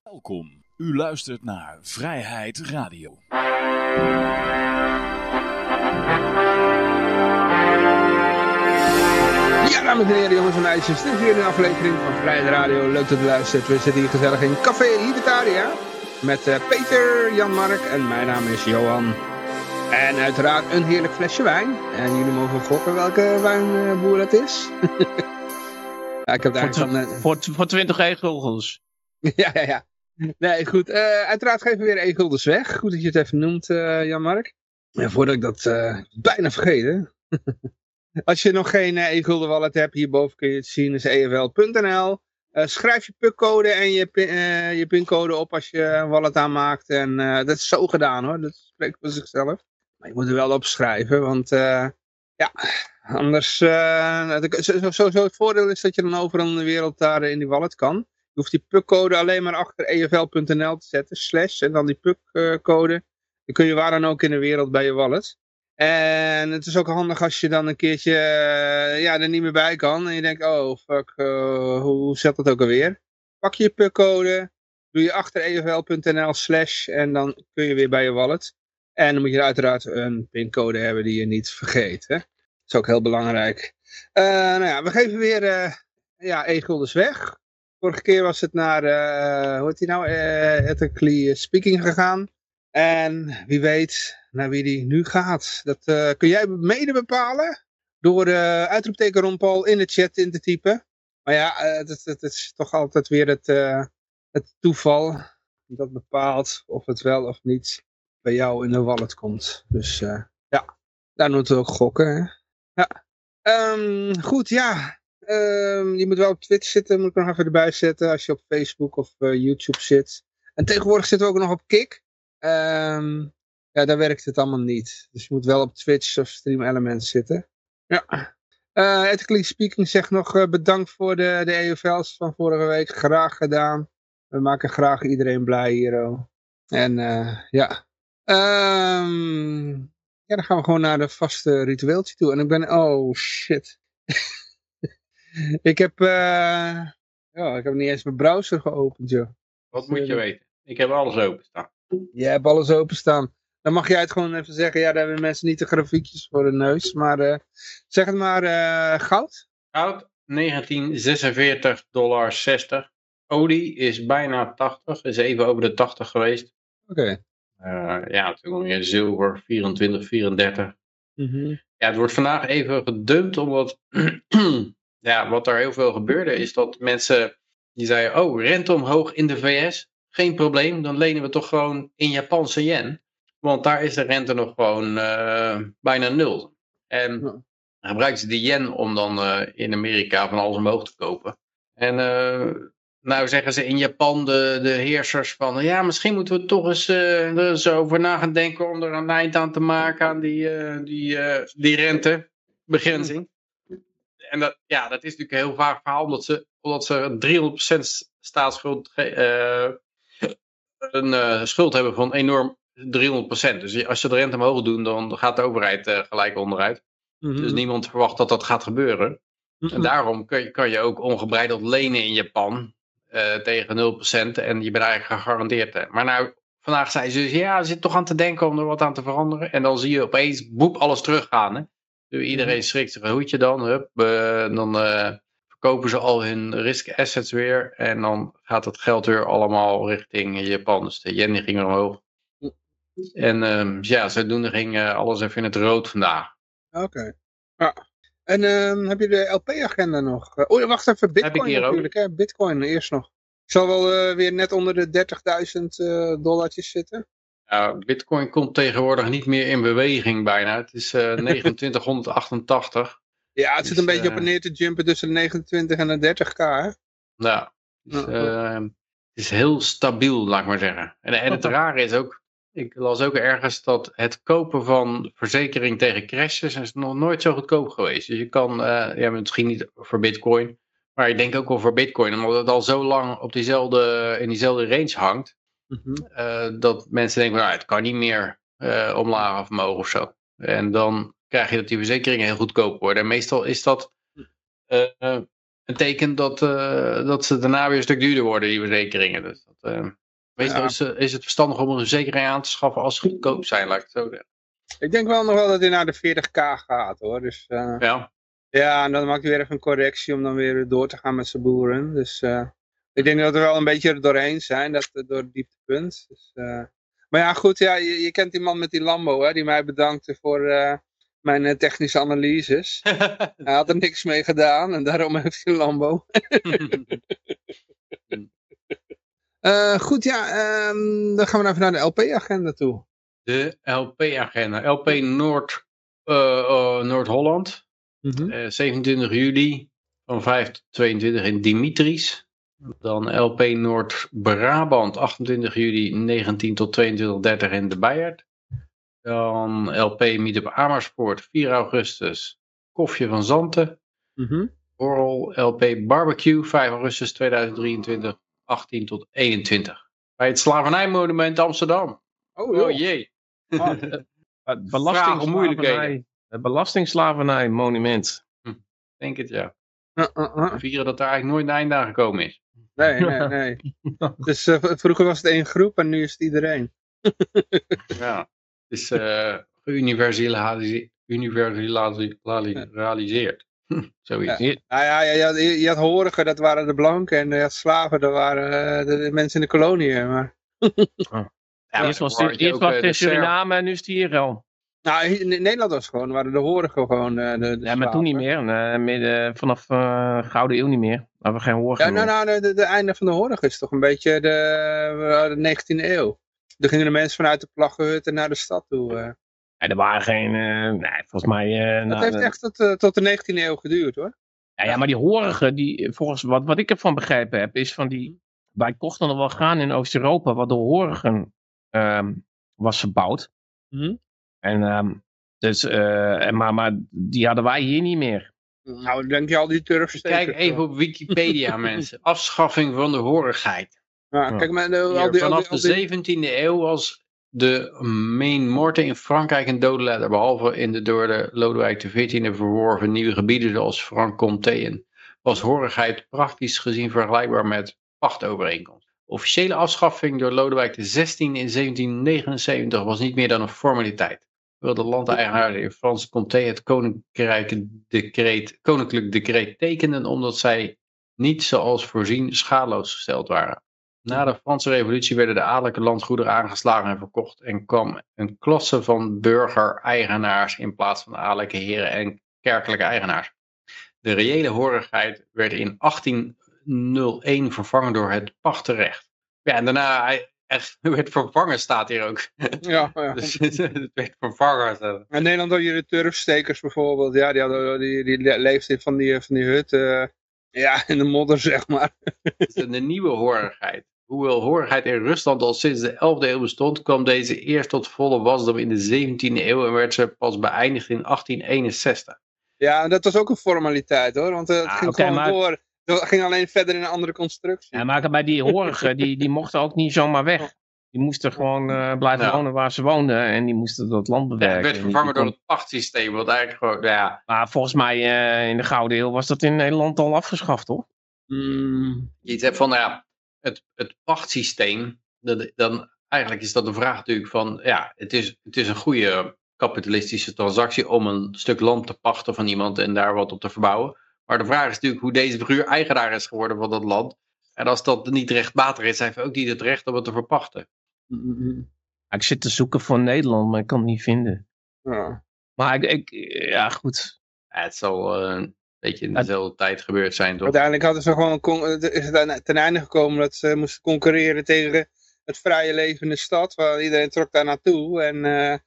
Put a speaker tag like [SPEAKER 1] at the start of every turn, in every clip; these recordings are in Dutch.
[SPEAKER 1] Welkom. U luistert naar Vrijheid Radio.
[SPEAKER 2] Ja, dames en heren, jongens en meisjes. Dit is weer een aflevering van Vrijheid Radio. Leuk dat u luistert. We zitten hier gezellig in Café Libertaria. Met Peter, Jan-Mark en mijn naam is Johan. En uiteraard een heerlijk flesje wijn. En jullie mogen gokken welke wijnboer dat is. Ja, ik heb het eigenlijk
[SPEAKER 3] voor 20 e-guldens.
[SPEAKER 2] Ja. Nee, goed. Uiteraard geven we weer e-guldens weg. Goed dat je het even noemt, Jan-Mark. En voordat ik dat bijna vergeet, hè. Als je nog geen e-gulden wallet hebt, hierboven kun je het zien, is efl.nl. Schrijf je PUC-code en je pincode op als je een wallet aanmaakt. En dat is zo gedaan hoor, dat spreekt voor zichzelf. Maar je moet er wel op schrijven, want ja, anders... Sowieso het voordeel is dat je dan overal in de wereld daar in die wallet kan. Je hoeft die PUC-code alleen maar achter efl.nl te zetten, / en dan die PUC-code. Dan kun je waar dan ook in de wereld bij je wallet. En het is ook handig als je dan een keertje er niet meer bij kan. En je denkt, oh fuck, hoe zet dat ook alweer? Pak je PUC-code, doe je achter efl.nl / en dan kun je weer bij je wallet. En dan moet je uiteraard een pincode hebben die je niet vergeet. Hè? Dat is ook heel belangrijk. We geven weer e-guldens weg. Vorige keer was het naar, hoe heet die nou, Ethically Speaking gegaan. En wie weet naar wie die nu gaat. Dat kun jij mede bepalen. Door uitroepteken Ron Paul in de chat in te typen. Maar ja, het is toch altijd weer het toeval. Dat bepaalt of het wel of niet bij jou in de wallet komt. Dus daar moeten we ook gokken. Hè? Ja. Goed, ja. Je moet wel op Twitch zitten. Moet ik nog even erbij zetten. Als je op Facebook of YouTube zit. En tegenwoordig zitten we ook nog op Kik. Daar werkt het allemaal niet. Dus je moet wel op Twitch of Stream Elements zitten. Ja. Ethically Speaking zegt nog bedankt voor de EFL's van vorige week. Graag gedaan. We maken graag iedereen blij hier. En dan gaan we gewoon naar de vaste ritueeltje toe. En ik ben... Oh, shit. Ik heb niet eens mijn browser geopend, joh.
[SPEAKER 3] Wat moet je weten? Ik heb alles openstaan.
[SPEAKER 2] Jij hebt alles openstaan. Dan mag jij het gewoon even zeggen. Ja, daar hebben mensen niet de grafiekjes voor de neus. Maar zeg het maar, goud?
[SPEAKER 3] Goud, $1946,60. Olie is bijna 80. Is even over de 80 geweest.
[SPEAKER 2] Oké.
[SPEAKER 3] Natuurlijk nog meer zilver, 24, 34.
[SPEAKER 2] Mm-hmm.
[SPEAKER 3] Ja, het wordt vandaag even gedumpt, omdat wat er heel veel gebeurde is dat mensen die zeiden, oh, rente omhoog in de VS, geen probleem, dan lenen we toch gewoon in Japanse yen. Want daar is de rente nog gewoon bijna 0. En dan gebruiken ze die yen om dan in Amerika van alles omhoog te kopen. En nou zeggen ze in Japan, de heersers, van ja, misschien moeten we toch eens er eens over na gaan denken om er een eind aan te maken aan die rentebegrenzing. En dat is natuurlijk een heel vaag verhaal, omdat ze 300% staatsschuld een schuld hebben van enorm 300%. Dus als ze de rente omhoog doen, dan gaat de overheid gelijk onderuit. Mm-hmm. Dus niemand verwacht dat dat gaat gebeuren. Mm-hmm. En daarom kan je ook ongebreideld lenen in Japan tegen 0% en je bent eigenlijk gegarandeerd. Maar nou, vandaag zei ze dus, ja, we zitten toch aan te denken om er wat aan te veranderen. En dan zie je opeens, boep, alles teruggaan. Hè? Dus iedereen schrikt zich een hoedje dan. Dan verkopen ze al hun risk assets weer. En dan gaat het geld weer allemaal richting Japan. Dus de yen ging omhoog. En zodoende ging alles even in het rood vandaag.
[SPEAKER 2] Oké. Ja. En heb je de LP-agenda nog? Wacht even, Bitcoin natuurlijk. Hè? Bitcoin eerst nog. Ik zal wel weer net onder de $30.000 dollartjes zitten.
[SPEAKER 3] Bitcoin komt tegenwoordig niet meer in beweging bijna. Het is 2988.
[SPEAKER 2] Ja, het zit een beetje op en neer te jumpen tussen de 29 en de 30k, hè?
[SPEAKER 3] Nou, het is heel stabiel, laat ik maar zeggen. En het rare is ook, ik las ook ergens dat het kopen van verzekering tegen crashes is nog nooit zo goedkoop geweest. Dus je kan, misschien niet voor Bitcoin, maar ik denk ook wel voor Bitcoin, omdat het al zo lang op in diezelfde range hangt. Mm-hmm. Dat mensen denken, nou, het kan niet meer omlaag of omhoog of zo. En dan krijg je dat die verzekeringen heel goedkoop worden. En meestal is dat een teken dat ze daarna weer een stuk duurder worden, die verzekeringen. Dus meestal is het verstandig om een verzekering aan te schaffen als ze goedkoop zijn, laat ik het zo zeggen.
[SPEAKER 2] Ik denk wel nog wel dat hij naar de 40k gaat hoor. Dus, ja, en dan maakt hij weer even een correctie om dan weer door te gaan met zijn boeren. Dus ik denk dat we wel een beetje er doorheen zijn, door het dieptepunt. Dus, maar ja, goed, ja, je kent die man met die Lambo, hè, die mij bedankte voor mijn technische analyses. Hij had er niks mee gedaan en daarom heeft hij een Lambo. Goed, ja, dan gaan we even naar de LP-agenda toe.
[SPEAKER 3] De LP-agenda. LP Noord-Holland. 27 juli van 5 tot 22 in Dimitris. Dan LP Noord-Brabant 28 juli 19 tot 22:30 in de Beijert. Dan LP Meetup Amersfoort 4 augustus. Koffie van Zanten. Borrel LP Barbecue 5 augustus 2023 18 tot 21. Bij het Slavernijmonument Amsterdam. Oh jee.
[SPEAKER 4] Het belastingsslavernij monument.
[SPEAKER 3] Denk het, ja. Vieren dat er eigenlijk nooit een einde aan gekomen is.
[SPEAKER 2] Nee. Dus vroeger was het één groep en nu is het iedereen.
[SPEAKER 3] Ja, het is geuniversaliseerd. Zoiets.
[SPEAKER 2] Je had horigen, dat waren de blanken. En je had slaven, dat waren de mensen in de koloniën. Maar...
[SPEAKER 4] Eerst was het in Suriname en nu is het hier al.
[SPEAKER 2] Nou, in Nederland was gewoon, waren de horigen gewoon de
[SPEAKER 4] ja, maar toen niet meer. Vanaf Gouden Eeuw niet meer. Maar we geen horigen
[SPEAKER 2] meer. De einde van de horigen is toch een beetje de 19e eeuw. Toen gingen de mensen vanuit de plaggenhutten naar de stad toe.
[SPEAKER 4] Ja, er waren geen... volgens mij...
[SPEAKER 2] dat heeft echt tot de 19e eeuw geduurd, hoor.
[SPEAKER 4] Ja, maar die horigen, volgens wat ik ervan begrepen heb, is van die... Wij kochten nog wel gaan in Oost-Europa, wat door horigen was verbouwd. En, maar die hadden wij hier niet meer.
[SPEAKER 2] Nou, denk je al die turfstekers.
[SPEAKER 3] Kijk even op Wikipedia, mensen. Afschaffing van de horigheid.
[SPEAKER 2] Ja, kijk maar,
[SPEAKER 3] vanaf de 17e eeuw was de main morte in Frankrijk een dode letter. Behalve in de door de Lodewijk XIV verworven nieuwe gebieden zoals Franche-Comté. Was horigheid praktisch gezien vergelijkbaar met pachtovereenkomst. Officiële afschaffing door Lodewijk XVI in 1779 was niet meer dan een formaliteit. Terwijl de landeigenaren in Franche-Comté het koninklijk decreet tekenden omdat zij niet zoals voorzien schadeloos gesteld waren. Na de Franse revolutie werden de adellijke landgoederen aangeslagen en verkocht en kwam een klasse van burger-eigenaars in plaats van adellijke heren en kerkelijke eigenaars. De reële horigheid werd in 1801 vervangen door het pachtenrecht. Ja, en daarna werd vervangen, staat hier ook.
[SPEAKER 2] Ja.
[SPEAKER 3] Dus het werd vervangen.
[SPEAKER 2] In Nederland had je de turfstekers bijvoorbeeld. Ja, die leefden van die hut. In de modder, zeg maar.
[SPEAKER 3] De nieuwe horigheid. Hoewel horigheid in Rusland al sinds de 11e eeuw bestond, kwam deze eerst tot volle wasdom in de 17e eeuw en werd ze pas beëindigd in 1861.
[SPEAKER 2] Ja, dat was ook een formaliteit hoor, want het ging gewoon door. Het ging alleen verder in een andere constructie.
[SPEAKER 4] Ja, maar bij die horigen, die mochten ook niet zomaar weg. Die moesten gewoon blijven wonen waar ze woonden en die moesten dat land bewerken.
[SPEAKER 3] Ja, het werd vervangen door het pachtsysteem, wat eigenlijk gewoon, ja.
[SPEAKER 4] Maar volgens mij in de Gouden Eeuw was dat in Nederland al afgeschaft, toch?
[SPEAKER 3] Iets hebt van, het pachtsysteem, dan eigenlijk is dat de vraag natuurlijk van, ja, het is een goede kapitalistische transactie om een stuk land te pachten van iemand en daar wat op te verbouwen. Maar de vraag is natuurlijk hoe deze figuur eigenaar is geworden van dat land. En als dat niet rechtmatig is, heeft hij ook niet het recht om het te verpachten.
[SPEAKER 4] Ik zit te zoeken voor Nederland, maar ik kan het niet vinden.
[SPEAKER 2] Ja.
[SPEAKER 4] Maar ja, goed.
[SPEAKER 3] Ja, het zal een beetje in dezelfde tijd gebeurd zijn, toch?
[SPEAKER 2] Uiteindelijk hadden ze gewoon is het ten einde gekomen dat ze moesten concurreren tegen het vrije leven in de stad. Waar iedereen trok daar naartoe. En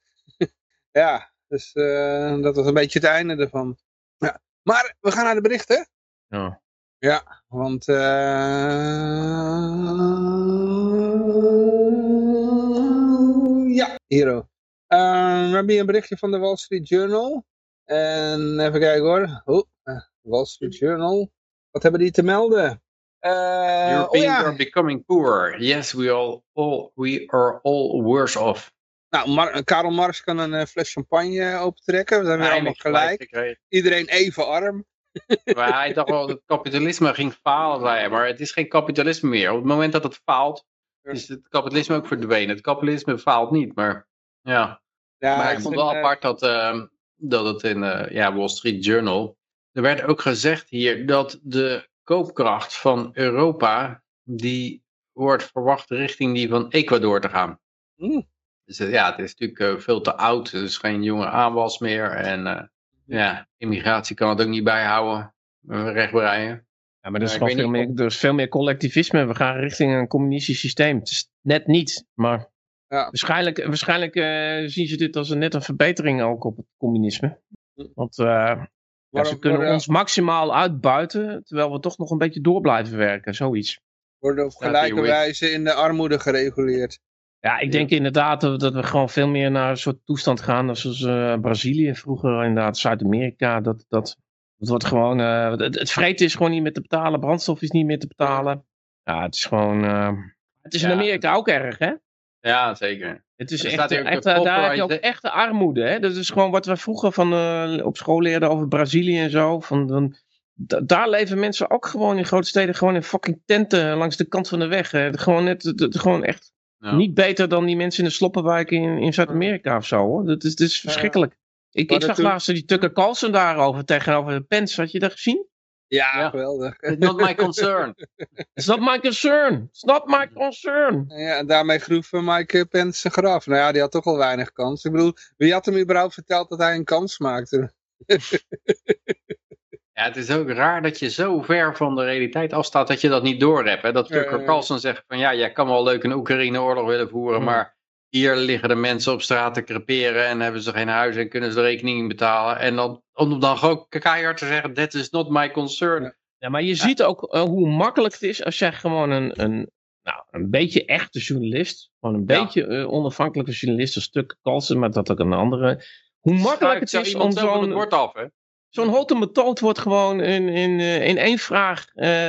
[SPEAKER 2] ja, dus dat was een beetje het einde ervan. Ja. Maar we gaan naar de berichten.
[SPEAKER 4] Ja.
[SPEAKER 2] Ja, want ja, hier. We hebben hier een berichtje van de Wall Street Journal. En even kijken hoor. Wall Street Journal. Wat hebben die te melden?
[SPEAKER 3] Europeans are becoming poor. Yes, we are all worse off.
[SPEAKER 2] Nou, Karl Marx kan een fles champagne opentrekken. We zijn weer allemaal gelijk. Iedereen even arm.
[SPEAKER 3] Maar hij dacht wel dat het kapitalisme ging falen, zei hij. Maar het is geen kapitalisme meer. Op het moment dat het faalt, is het kapitalisme ook verdwenen. Het kapitalisme faalt niet, maar ja.
[SPEAKER 2] Ja,
[SPEAKER 3] Maar ik vond wel apart dat het in Wall Street Journal... Er werd ook gezegd hier dat de koopkracht van Europa... die wordt verwacht richting die van Ecuador te gaan. Dus het is natuurlijk veel te oud. Er is geen jonge aanwas meer. En immigratie kan het ook niet bijhouden. Rechtbreien.
[SPEAKER 4] Ja, maar er is veel meer collectivisme. We gaan richting een communistisch systeem. Het is net niet, maar waarschijnlijk zien ze dit als net een verbetering ook op het communisme. Want ze kunnen ons maximaal uitbuiten, terwijl we toch nog een beetje door blijven werken, zoiets.
[SPEAKER 2] Worden op gelijke wijze in de armoede gereguleerd. Ja,
[SPEAKER 4] ik denk inderdaad dat we gewoon veel meer naar een soort toestand gaan, zoals Brazilië vroeger, inderdaad Zuid-Amerika. Dat wordt gewoon, het vreten is gewoon niet meer te betalen, brandstof is niet meer te betalen. Ja, het is gewoon, het is in Amerika ook erg, hè?
[SPEAKER 3] Ja, zeker.
[SPEAKER 4] Het is echt daar heb je ook echte armoede, hè? Dat is gewoon wat we vroeger op school leerden over Brazilië en zo. Daar leven mensen ook gewoon in grote steden, gewoon in fucking tenten langs de kant van de weg. Gewoon echt niet beter dan die mensen in de sloppenwijken in Zuid-Amerika of zo, hoor. Het is verschrikkelijk. Ik zag laatst die Tucker Carlson daarover tegenover de Pence. Had je dat gezien?
[SPEAKER 2] Ja, geweldig.
[SPEAKER 3] It's not my concern.
[SPEAKER 4] It's not my concern. It's not my concern.
[SPEAKER 2] Ja, en daarmee groef Mike Pence zijn graf. Nou ja, die had toch al weinig kans. Ik bedoel, wie had hem überhaupt verteld dat hij een kans maakte?
[SPEAKER 3] Ja, het is ook raar dat je zo ver van de realiteit afstaat dat je dat niet doorhebt. Hè? Dat Tucker Carlson zegt van jij kan wel leuk een Oekraïne-oorlog willen voeren, maar hier liggen de mensen op straat te creperen en hebben ze geen huis en kunnen ze de rekening niet betalen. En dan, om dan gewoon keihard te zeggen, that is not my concern.
[SPEAKER 4] Ja, maar je ziet ook hoe makkelijk het is als jij gewoon een beetje echte journalist, gewoon een beetje onafhankelijke journalist, een stuk Carlson, maar dat ook een andere. Hoe makkelijk het is om zo'n houten methode wordt gewoon in één vraag.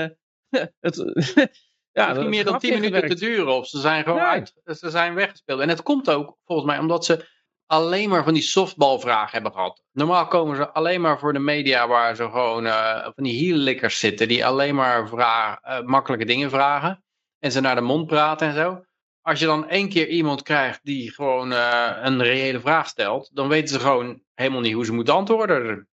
[SPEAKER 3] Het hoeft niet meer dan 10 minuten te duren of ze zijn gewoon ze zijn weggespeeld. En het komt ook volgens mij omdat ze alleen maar van die softballvragen hebben gehad. Normaal komen ze alleen maar voor de media waar ze gewoon van die hiellikkers zitten die alleen maar makkelijke dingen vragen. En ze naar de mond praten en zo. Als je dan 1 keer iemand krijgt die gewoon een reële vraag stelt, dan weten ze gewoon helemaal niet hoe ze moeten antwoorden.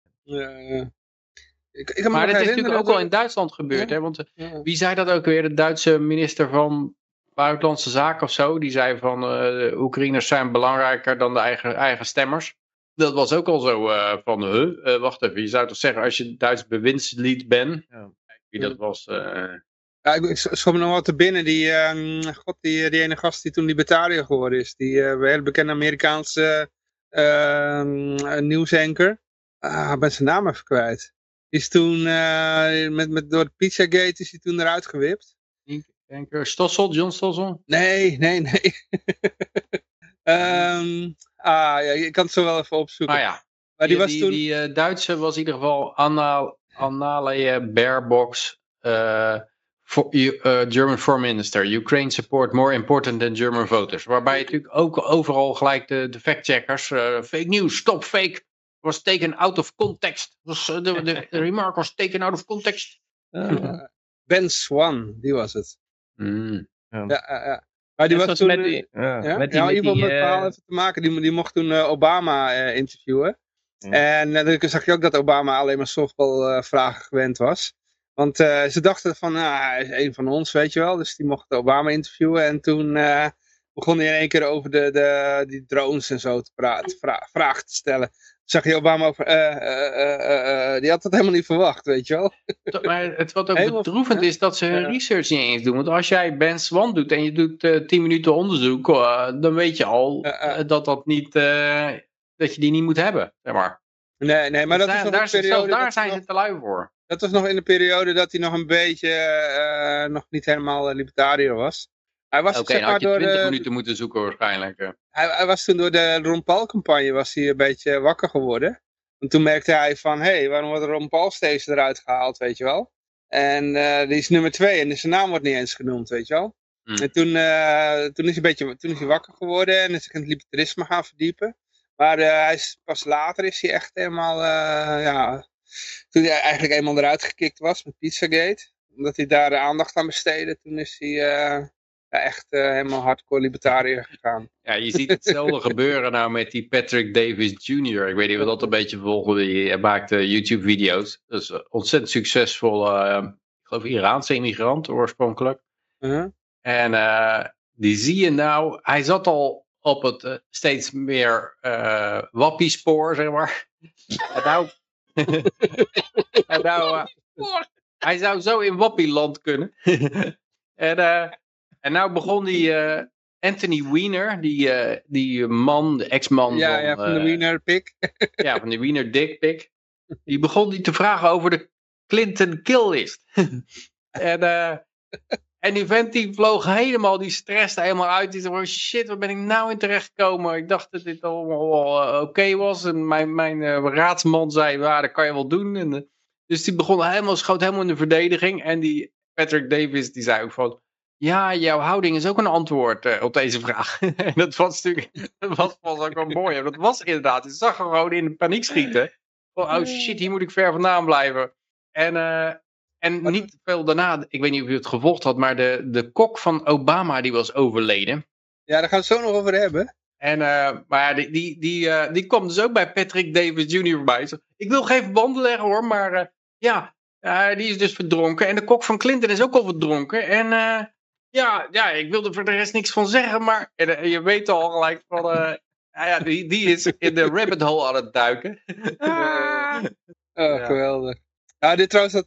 [SPEAKER 3] Maar dat is natuurlijk ook al in Duitsland gebeurd. Hè? Want wie zei dat ook weer? De Duitse minister van Buitenlandse Zaken of zo. Die zei van de Oekraïners zijn belangrijker dan de eigen stemmers. Dat was ook al zo van, wacht even. Je zou toch zeggen als je Duits bewindslied bent. Wie dat was.
[SPEAKER 2] Ja, ik schop me nog wat te binnen. Die ene gast die toen libertariër geworden is. Die hele bekende Amerikaanse nieuwsanker. Ik ben zijn naam even kwijt. Die is toen, door de Pizzagate is hij toen eruit gewipt.
[SPEAKER 3] Stossel, John Stossel?
[SPEAKER 2] Nee. Je kan het zo wel even opzoeken.
[SPEAKER 3] Ja.
[SPEAKER 2] Maar
[SPEAKER 3] die Duitse was in ieder geval Annalena Baerbock's German Foreign Minister. Ukraine support more important than German voters. Waarbij je natuurlijk ook overal gelijk de factcheckers. Fake news, stop fake. Was taken out of context. The remark was taken out of context.
[SPEAKER 2] Ben Swan, die was het. Ja. Maar die was toen... Met het verhaal even te maken. Die mocht toen Obama interviewen. En dan zag je ook dat Obama alleen maar softballvragen gewend was. Want ze dachten van, hij is een van ons, weet je wel. Dus die mocht Obama interviewen. En toen begon hij in één keer over die drones en zo te praten, vragen te stellen. Zag je Obama over, die had dat helemaal niet verwacht, weet je wel.
[SPEAKER 3] Maar wat ook bedroevend is dat ze hun research niet eens doen. Want als jij Ben Swan doet en je doet 10 minuten onderzoek, dan weet je al dat je die niet moet hebben, zeg maar.
[SPEAKER 2] Nee, maar dat is nog een periode...
[SPEAKER 3] Daar zijn ze te lui voor.
[SPEAKER 2] Dat was nog in de periode dat hij nog een beetje, nog niet helemaal libertariër was. Hij was
[SPEAKER 3] dan had je 20 minuten moeten zoeken waarschijnlijk.
[SPEAKER 2] Hij was toen door de Ron Paul campagne was hij een beetje wakker geworden. En toen merkte hij van, waarom wordt Ron Paul steeds eruit gehaald, weet je wel. En die is nummer 2 en zijn naam wordt niet eens genoemd, weet je wel. En toen is hij wakker geworden en is zich in het libertarisme gaan verdiepen. Maar pas later is hij echt helemaal Toen hij eigenlijk eenmaal eruit gekikt was met Pizzagate. Omdat hij daar de aandacht aan besteedde. Toen is hij echt helemaal hardcore libertariër gegaan.
[SPEAKER 3] Ja, je ziet hetzelfde gebeuren nou met die Patrick Davis Jr. Ik weet niet of dat een beetje volgen. Hij maakte YouTube-video's. Dat is een ontzettend succesvol, ik geloof Iraanse immigrant oorspronkelijk. En die zie je nou, hij zat al op het steeds meer wappiespoor, zeg maar. En nou, hij zou zo in wappieland kunnen. En nou begon die Anthony Weiner, die man, de ex-man
[SPEAKER 2] van de Wiener Pik.
[SPEAKER 3] Ja, van de Wiener Dick Pik. Die begon die te vragen over de Clinton killlist. En die vent die vloog helemaal, die stresste helemaal uit. Die zei, shit, waar ben ik nou in terechtgekomen? Ik dacht dat dit allemaal oké was. En mijn raadsman zei, ja, dat kan je wel doen. En, dus die schoot helemaal in de verdediging. En die Patrick Davis, die zei ook van, ja, jouw houding is ook een antwoord op deze vraag. En dat was natuurlijk, was ook wel mooi. En dat was inderdaad, je zag hem gewoon in de paniek schieten. Van, oh shit, hier moet ik ver vandaan blijven. En niet veel daarna, ik weet niet of je het gevolgd had, maar de kok van Obama die was overleden.
[SPEAKER 2] Ja, daar gaan we het zo nog over hebben.
[SPEAKER 3] Maar die kwam dus ook bij Patrick Davis Jr. voorbij. Zo, ik wil geen verbanden leggen hoor, maar die is dus verdronken. En de kok van Clinton is ook al verdronken. En ik wil er voor de rest niks van zeggen, maar je weet al gelijk van, die is in de rabbit hole aan het duiken.
[SPEAKER 2] Geweldig. Nou, dit trouwens,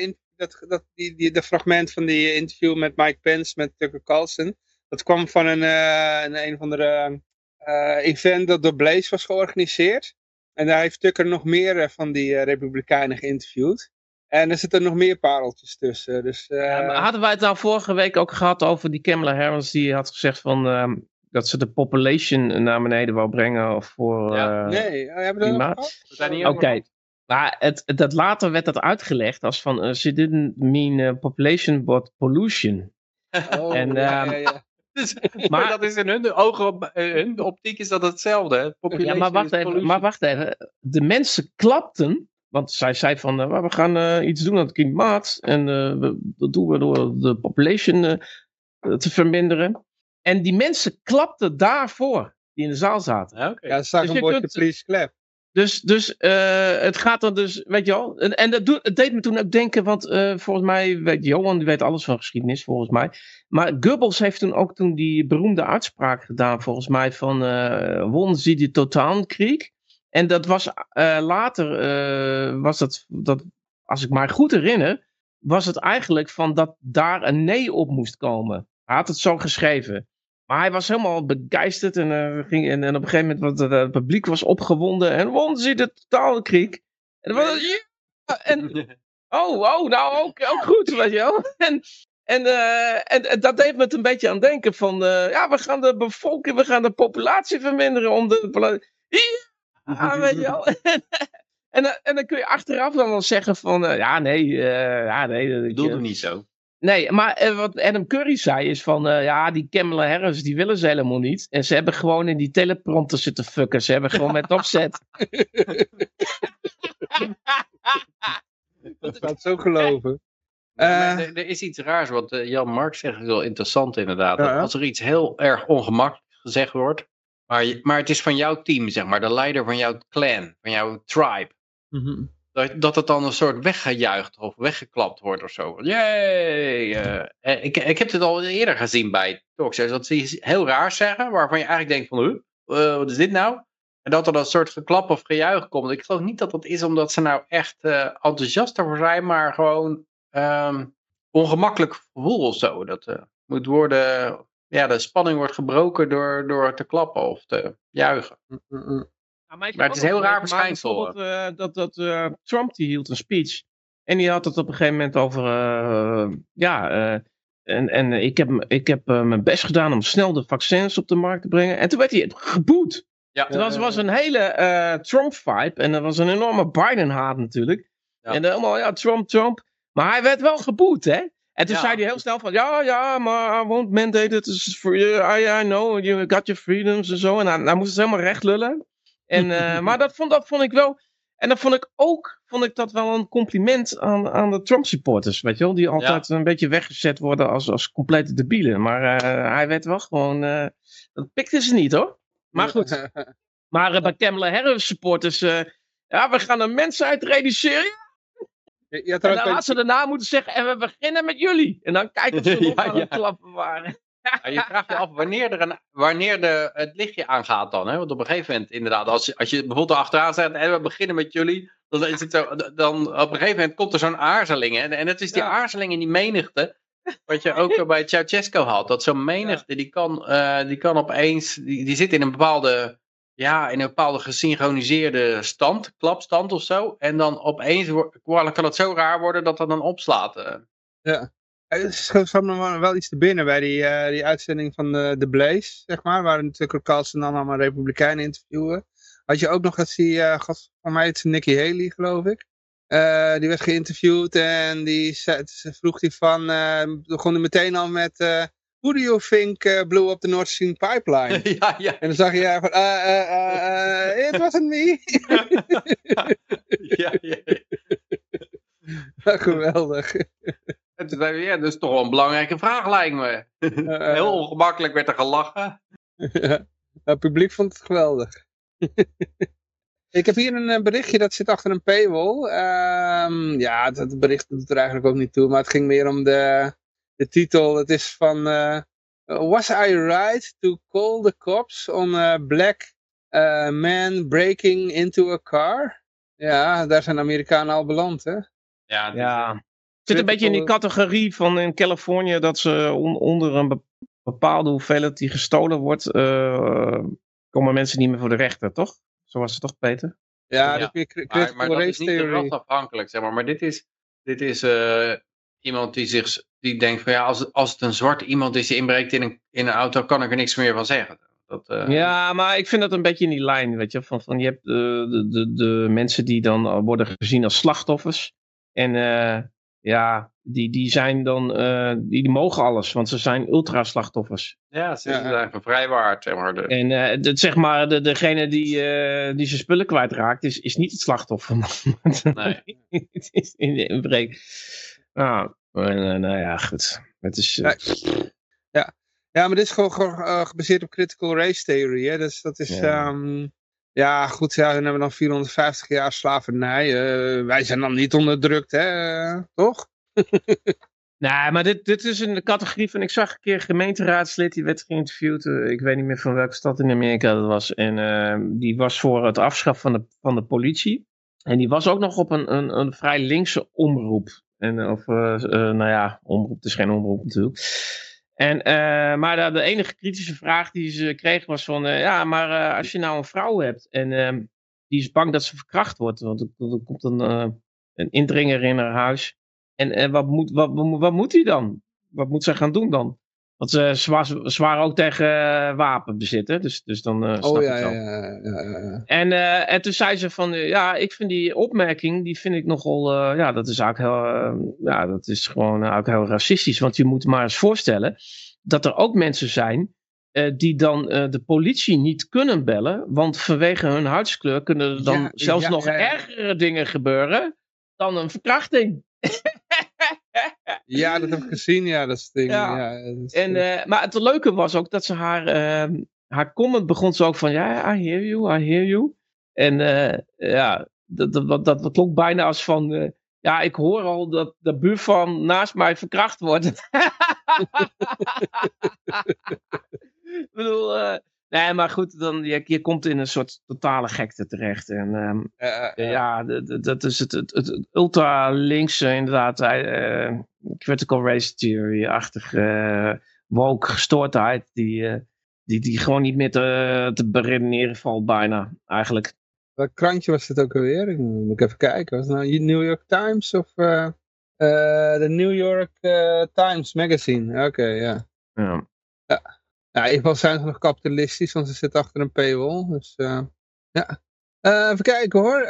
[SPEAKER 2] dat fragment van die interview met Mike Pence met Tucker Carlson, dat kwam van een of andere event dat door Blaze was georganiseerd. En daar heeft Tucker nog meer van die republikeinen geïnterviewd. En er zitten nog meer pareltjes tussen. Dus,
[SPEAKER 4] maar hadden wij het nou vorige week ook gehad over die Kamala Harris die had gezegd van dat ze de population naar beneden wou brengen of voor
[SPEAKER 2] nee, hebben we dat
[SPEAKER 4] gehad? Oké. Maar dat later werd dat uitgelegd als van, she didn't mean population, but pollution.
[SPEAKER 2] Oh,
[SPEAKER 4] en,
[SPEAKER 3] Dus, maar dat is in hun ogen, hun optiek is dat hetzelfde.
[SPEAKER 4] Ja, maar wacht even. De mensen klapten, want zij zei van, we gaan iets doen aan het klimaat. En dat doen we door de population te verminderen. En die mensen klapten daarvoor, die in de zaal zaten.
[SPEAKER 3] Ja, okay.
[SPEAKER 2] Ja, ze zagen
[SPEAKER 4] Dus
[SPEAKER 2] een bordje please clap.
[SPEAKER 4] Dus het gaat er dus, weet je wel. En het deed me toen ook denken, want volgens mij, Johan die weet alles van geschiedenis, volgens mij. Maar Goebbels heeft toen die beroemde uitspraak gedaan, volgens mij, van wonnen ze die Totalkrieg. En dat was later, was dat, als ik me goed herinner, was het eigenlijk van dat daar een nee op moest komen. Hij had het zo geschreven. Maar hij was helemaal begeisterd en op een gegeven moment het publiek was opgewonden en won ze de Totalkrieg. En nou ook goed, weet je wel. En dat deed me het een beetje aan denken van, we gaan de bevolking, we gaan de populatie verminderen om weet je wel. En dan kun je achteraf dan wel zeggen van, nee.
[SPEAKER 3] Doe het niet zo.
[SPEAKER 4] Nee, maar wat Adam Curry zei is van, die Kamala Harris, die willen ze helemaal niet. En ze hebben gewoon in die teleprompter zitten fucken. Ze hebben gewoon met opzet.
[SPEAKER 2] Dat gaat zo geloven.
[SPEAKER 3] Er is iets raars, wat Jan Mark zegt, is wel interessant inderdaad. Als er iets heel erg ongemakkelijk gezegd wordt, maar het is van jouw team, zeg maar, de leider van jouw clan, van jouw tribe.
[SPEAKER 2] Mm-hmm.
[SPEAKER 3] Dat het dan een soort weggejuicht of weggeklapt wordt of zo. Yay! Ik heb dit al eerder gezien bij talkshows. Dat ze heel raar zeggen, waarvan je eigenlijk denkt van, wat is dit nou? En dat er dan een soort geklap of gejuich komt. Ik geloof niet dat dat is omdat ze nou echt enthousiast ervoor zijn, maar gewoon ongemakkelijk gevoel of zo. Dat moet worden, de spanning wordt gebroken door te klappen of te juichen.
[SPEAKER 2] Mm-mm.
[SPEAKER 4] Maar
[SPEAKER 3] het is een heel raar verschijnsel.
[SPEAKER 4] Trump die hield een speech. En die had het op een gegeven moment over... En ik heb mijn best gedaan om snel de vaccins op de markt te brengen. En toen werd hij geboet.
[SPEAKER 3] Ja.
[SPEAKER 4] Het was een hele Trump-vibe. En er was een enorme Biden-haat natuurlijk. Ja. En helemaal, Trump. Maar hij werd wel geboet, hè? En toen zei hij heel snel van... maar I won't mandate it for you. I know, you got your freedoms en zo. En hij moest het helemaal recht lullen. En, maar dat vond ik wel... En dan vond ik dat wel een compliment aan de Trump supporters, weet je wel. Die altijd een beetje weggezet worden als complete debielen. Maar hij werd wel gewoon, dat pikte ze niet hoor. Maar goed. Maar bij Kamala Harris supporters, we gaan de mensheid reduceren. En dan laten ze daarna moeten zeggen, en we beginnen met jullie. En dan kijken ze nog aan het klappen waren.
[SPEAKER 3] Ja, je vraagt je af wanneer het lichtje aangaat dan. Hè? Want op een gegeven moment inderdaad, als je bijvoorbeeld achteraan zegt en we beginnen met jullie. Dan is het zo, dan op een gegeven moment komt er zo'n aarzeling. Hè? En het is die aarzeling in die menigte. Wat je ook bij Ceausescu had. Dat zo'n menigte, die kan opeens, die zit in een bepaalde gesynchroniseerde klapstand of zo. En dan opeens kan het zo raar worden dat dat dan opslaat.
[SPEAKER 2] Ja. Het schoot me wel iets te binnen bij die uitzending van The Blaze, zeg maar. Waar natuurlijk Carlson dan allemaal republikeinen interviewen. Had je ook nog eens die gast van mij, het is Nikki Haley geloof ik. Die werd geïnterviewd en ze vroeg die van, begon hij meteen al met, who do you think blew up the Nord Stream pipeline?
[SPEAKER 3] Ja.
[SPEAKER 2] En dan zag je van, it wasn't me.
[SPEAKER 3] Ja.
[SPEAKER 2] Geweldig.
[SPEAKER 3] En toen zei hij, dat is toch wel een belangrijke vraag lijkt me. Heel ongemakkelijk werd er gelachen.
[SPEAKER 2] Het publiek vond het geweldig. Ik heb hier een berichtje dat zit achter een paywall. Dat bericht doet er eigenlijk ook niet toe. Maar het ging meer om de titel. Het is van... Was I right to call the cops on a black man breaking into a car? Ja, daar zijn de Amerikanen al beland, hè?
[SPEAKER 4] Ja. Het zit een beetje in die categorie van in Californië dat ze onder een bepaalde hoeveelheid die gestolen wordt, komen mensen niet meer voor de rechter, toch? Zo was het toch, Peter?
[SPEAKER 2] Ja, dat is meer
[SPEAKER 3] maar dat is niet de rasafhankelijk, zeg maar. Maar dit is iemand die denkt van als het een zwart iemand is die inbreekt in een auto, kan ik er niks meer van zeggen.
[SPEAKER 4] Ja, maar ik vind dat een beetje in die lijn, weet je. Van je hebt de mensen die dan worden gezien als slachtoffers. En die zijn dan, die mogen alles, want ze zijn ultra-slachtoffers.
[SPEAKER 3] Ja, ze zijn gevrijwaard, zeg maar.
[SPEAKER 4] Zeg maar, degene die zijn spullen kwijtraakt, is niet het slachtoffer.
[SPEAKER 3] Nee.
[SPEAKER 4] Het is in breek. Nou ja, goed. Het is...
[SPEAKER 2] Ja, maar dit is gewoon gebaseerd op critical race theory, hè. Dus dat is... dan hebben we dan 450 jaar slavernij. Wij zijn dan niet onderdrukt, hè? Toch?
[SPEAKER 4] Nee, maar dit is in de categorie van... Ik zag een keer een gemeenteraadslid, die werd geïnterviewd. Ik weet niet meer van welke stad in Amerika dat was. En die was voor het afschaffen van de politie. En die was ook nog op een vrij linkse omroep. Omroep, het is geen omroep natuurlijk. Maar de enige kritische vraag die ze kreeg was van... als je nou een vrouw hebt en die is bang dat ze verkracht wordt... want er komt een indringer in haar huis... En wat moet hij dan? Wat moet ze gaan doen dan? Want ze waren ook tegen wapenbezit, hè? Dus dan snap ik wel.
[SPEAKER 2] Ja.
[SPEAKER 4] En toen zei ze van... ik vind die opmerking... die vind ik nogal... dat is eigenlijk heel... dat is gewoon ook heel racistisch. Want je moet maar eens voorstellen... dat er ook mensen zijn... die dan de politie niet kunnen bellen... want vanwege hun huidskleur... kunnen er dan zelfs nog ergere dingen gebeuren... dan een verkrachting.
[SPEAKER 2] Ja, dat heb ik gezien. Ja, dat is het ding.
[SPEAKER 4] Maar het leuke was ook dat ze haar comment begon zo ook van... Ja, I hear you. En dat klonk bijna als van... ik hoor al dat de buurman naast mij verkracht wordt. Ik bedoel... Nee, maar goed, dan, je komt in een soort totale gekte terecht. En dat is het ultra-linkse, inderdaad, critical race theory-achtige woke gestoordheid, die gewoon niet meer te beredeneren valt bijna, eigenlijk.
[SPEAKER 2] Welk krantje was het ook alweer? Ik moet even kijken. Was het nou New York Times of de New York Times Magazine? Oké, ja. Ja, in ieder geval zijn ze nog kapitalistisch, want ze zitten achter een paywall. Dus even kijken hoor.